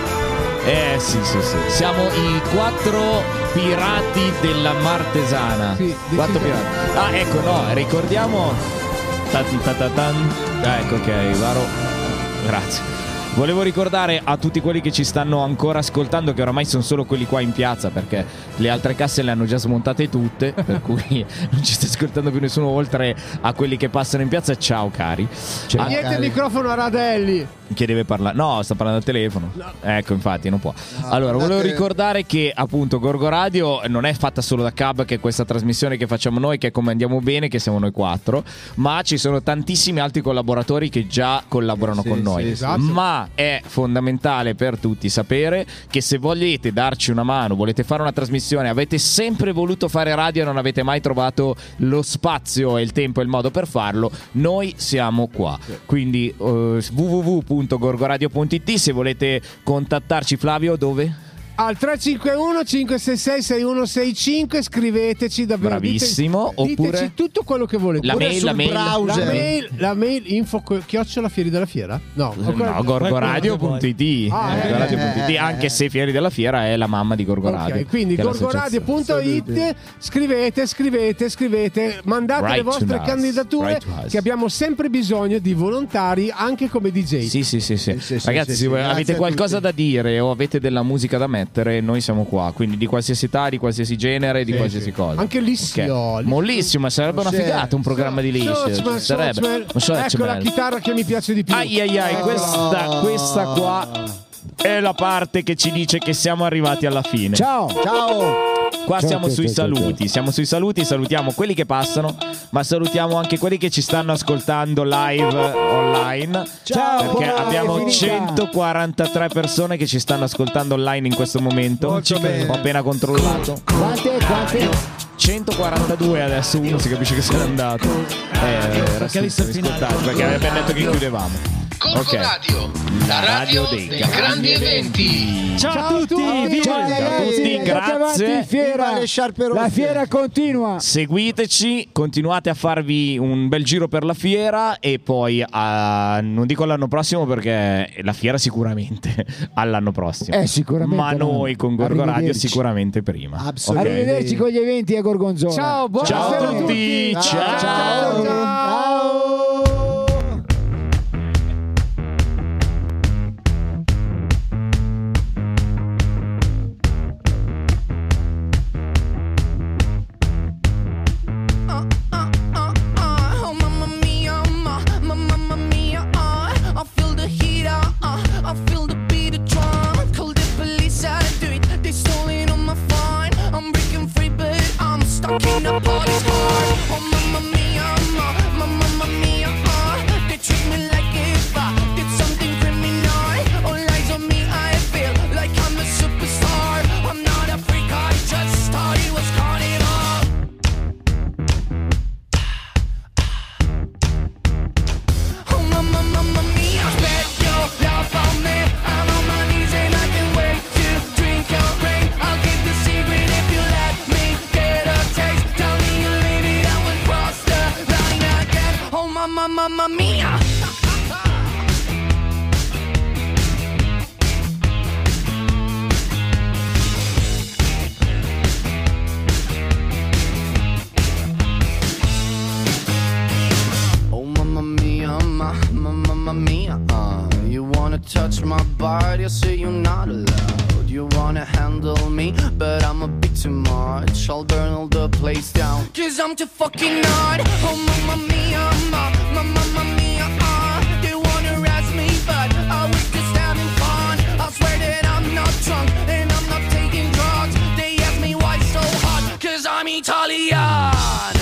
Speaker 7: Eh sì, sì, sì. Siamo i quattro pirati della Martesana.
Speaker 9: Sì,
Speaker 7: quattro
Speaker 9: decisamente.
Speaker 7: pirati. Ah, ecco, no, ricordiamo. Tan, tan, tan, tan. Ah, ecco, ok, Varo. Grazie. Volevo ricordare a tutti quelli che ci stanno ancora ascoltando che oramai sono solo quelli qua in piazza, perché le altre casse le hanno già smontate tutte, per cui non ci sta ascoltando più nessuno oltre a quelli che passano in piazza. Ciao cari. Ah,
Speaker 9: Niente il microfono a Radelli.
Speaker 7: che deve parlare? No, sta parlando al telefono. Ecco, infatti, non può. Allora, volevo
Speaker 14: guardate-
Speaker 7: ricordare che appunto Gorgo Radio non è fatta solo da Cab, che è questa trasmissione che facciamo noi, che è Come Andiamo Bene, che siamo noi quattro, ma ci sono tantissimi altri collaboratori che già collaborano
Speaker 14: Sì,
Speaker 7: con
Speaker 14: sì,
Speaker 7: noi.
Speaker 14: esatto.
Speaker 7: Ma è fondamentale per tutti sapere che se volete darci una mano, volete fare una trasmissione, avete sempre voluto fare radio e non avete mai trovato lo spazio e il tempo e il modo per farlo, noi siamo qua. Quindi uh, w w w punto gorgoradio punto i t. Se volete contattarci, Flavio, dove?
Speaker 9: Al tre cinque uno cinque sei sei sei uno sei cinque scriveteci davvero.
Speaker 7: Bravissimo.
Speaker 9: Dite-
Speaker 7: Oppure
Speaker 9: diteci tutto quello che volete.
Speaker 7: La
Speaker 9: Oppure
Speaker 7: mail,
Speaker 9: sul
Speaker 7: la mail.
Speaker 9: browser. La mail, la mail info co- chiocciola Fieri della Fiera? No,
Speaker 7: No, gorgoradio punto i t.
Speaker 9: Ah, eh,
Speaker 7: gorgoradio punto i t,
Speaker 9: eh,
Speaker 7: anche se Fieri della Fiera è la mamma di Gorgoradio.
Speaker 9: Ok, quindi
Speaker 7: che è
Speaker 9: gorgoradio punto it,
Speaker 7: l'associazione.
Speaker 9: scrivete, scrivete, scrivete, mandate
Speaker 7: Right
Speaker 9: le vostre
Speaker 7: to us,
Speaker 9: candidature,
Speaker 7: right to us.
Speaker 9: che abbiamo sempre bisogno di volontari anche come D J.
Speaker 7: Sì, sì, sì, sì.
Speaker 9: sì,
Speaker 7: Ragazzi,
Speaker 9: sì,
Speaker 7: se
Speaker 9: sì,
Speaker 7: voi
Speaker 9: grazie
Speaker 7: avete
Speaker 9: a
Speaker 7: qualcosa
Speaker 9: tutti.
Speaker 7: da dire o avete della musica da mettere, noi siamo qua. Quindi di qualsiasi età, di qualsiasi genere, di
Speaker 9: Sì,
Speaker 7: qualsiasi
Speaker 9: sì.
Speaker 7: cosa.
Speaker 9: Anche Lissio,
Speaker 7: Ok.
Speaker 9: Lissio.
Speaker 7: Mollissimo, ma sarebbe una
Speaker 9: Sì.
Speaker 7: figata un programma di Lissio.
Speaker 9: Sochmel,
Speaker 7: Ci sarebbe.
Speaker 9: Sochmel.
Speaker 7: Un Sochmel.
Speaker 9: Ecco la chitarra che mi piace di più.
Speaker 7: Ai ai ai, questa, questa qua è la parte che ci dice che siamo arrivati alla fine.
Speaker 12: Ciao.
Speaker 14: Ciao.
Speaker 7: Qua
Speaker 12: Ciao,
Speaker 7: siamo
Speaker 12: ciao,
Speaker 7: sui
Speaker 12: ciao, ciao,
Speaker 7: saluti, siamo sui saluti, salutiamo quelli che passano, ma salutiamo anche quelli che ci stanno ascoltando live online.
Speaker 12: Ciao,
Speaker 7: perché
Speaker 12: buona,
Speaker 7: abbiamo
Speaker 12: è finita.
Speaker 7: centoquarantatré persone che ci stanno ascoltando online in questo momento.
Speaker 9: Molto bene.
Speaker 7: Ho appena controllato.
Speaker 12: Quante, quante?
Speaker 7: centoquarantadue adesso, uno si capisce che se n'è andato. Eh, era
Speaker 8: Perché ha visto il finale.
Speaker 7: ascoltato, perché abbiamo detto che chiudevamo.
Speaker 10: Corco
Speaker 7: Ok.
Speaker 10: Radio, la radio dei grandi eventi.
Speaker 8: Ciao, a tutti, viva!
Speaker 12: Ciao
Speaker 7: a
Speaker 12: ragazzi,
Speaker 7: tutti,
Speaker 12: andate
Speaker 7: grazie.
Speaker 12: avanti, fiera.
Speaker 14: Viva le sciarpe rosse.
Speaker 12: La fiera continua.
Speaker 7: Seguiteci, continuate a farvi un bel giro per la fiera e poi a, non dico l'anno prossimo perché la fiera sicuramente all'anno prossimo.
Speaker 12: Eh, sicuramente
Speaker 7: Ma
Speaker 12: no.
Speaker 7: noi con Gorgo Radio
Speaker 12: Arrivederci.
Speaker 7: sicuramente prima.
Speaker 14: Assolutamente.
Speaker 7: Ok?
Speaker 12: Arrivederci con gli eventi a Gorgonzola.
Speaker 9: Ciao, buona
Speaker 7: Ciao
Speaker 9: sera
Speaker 7: a tutti, ciao.
Speaker 9: ciao.
Speaker 12: Ciao.
Speaker 2: Oh, mamma mia, ma, ma, mamma mia, uh, I feel the heat, uh, uh, I feel the beat of drum. Call the police, I do it, they stolen on my phone. I'm breaking free, but I'm stuck in a party's heart. Oh, mamma mia, ma, ma, mamma mia, uh, they treat me like if I did something criminal. All eyes on me, I feel like I'm a superstar. I'm not a freak, I just thought it was carnival. Oh, mamma, mamma mia, bet your love on me. I'm on my knees and I can't wait to drink your rain. I'll keep the secret if you let me get a taste. Tell me you leave it, I will cross the line again. Oh, mamma, mamma mia.
Speaker 17: Oh mamma mia, ma, ma, mamma mia, uh, you wanna touch my body, I say you're not allowed. You wanna handle me, but I'm a bit too much. I'll burn all the place down.
Speaker 2: Cause I'm too fucking hard. Oh, mamma mia, ma, ma, mamma mia, uh, they wanna arrest me, but I was just having fun. I swear that I'm not drunk and I'm not taking drugs. They ask me why it's so hot, cause I'm Italiano.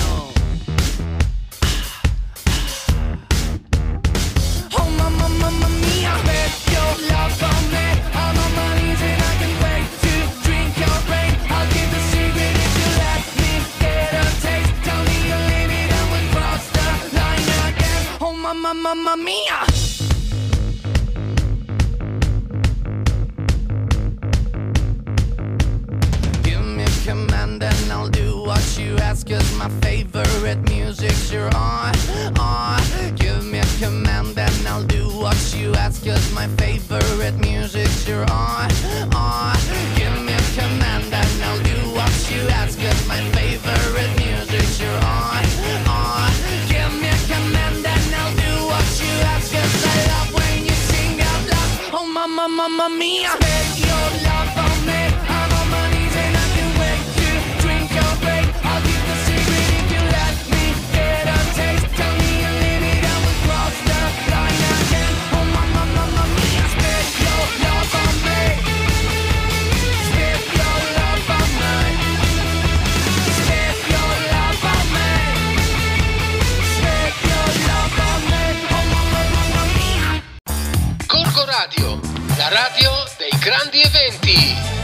Speaker 2: Oh, mamma, mamma mia, bet your love on me. I'm on my knees and I can't wait to drink your rain. I'll give the secret if you let me get a taste. Tell me you leave it and we'll cross the line again. Oh, mamma, mamma mia.
Speaker 17: Give me a command and I'll do what you ask. Cause my favorite music's you're on, on. Give me a command and I'll do what you ask. Cause my favorite music's you're on, on. Give me a command and I'll do what you ask. Cause my favorite music's you're on, on. Give me a command and I'll do what you ask. Cause I love when you sing out loud.
Speaker 2: Oh, mamma, mamma mia. Bet your love on me. I'm on my knees and I can't wait to drink your brain. I'll give the secret if you let me get a taste. Tell me you leave it and we'll cross the line again. Oh, mamma, mamma mia. Bet your love on me. Bet your love on me. Bet your love on me. Bet your love on me. Oh, mamma, mamma mia.
Speaker 10: Corco Radio, la radio dei grandi eventi.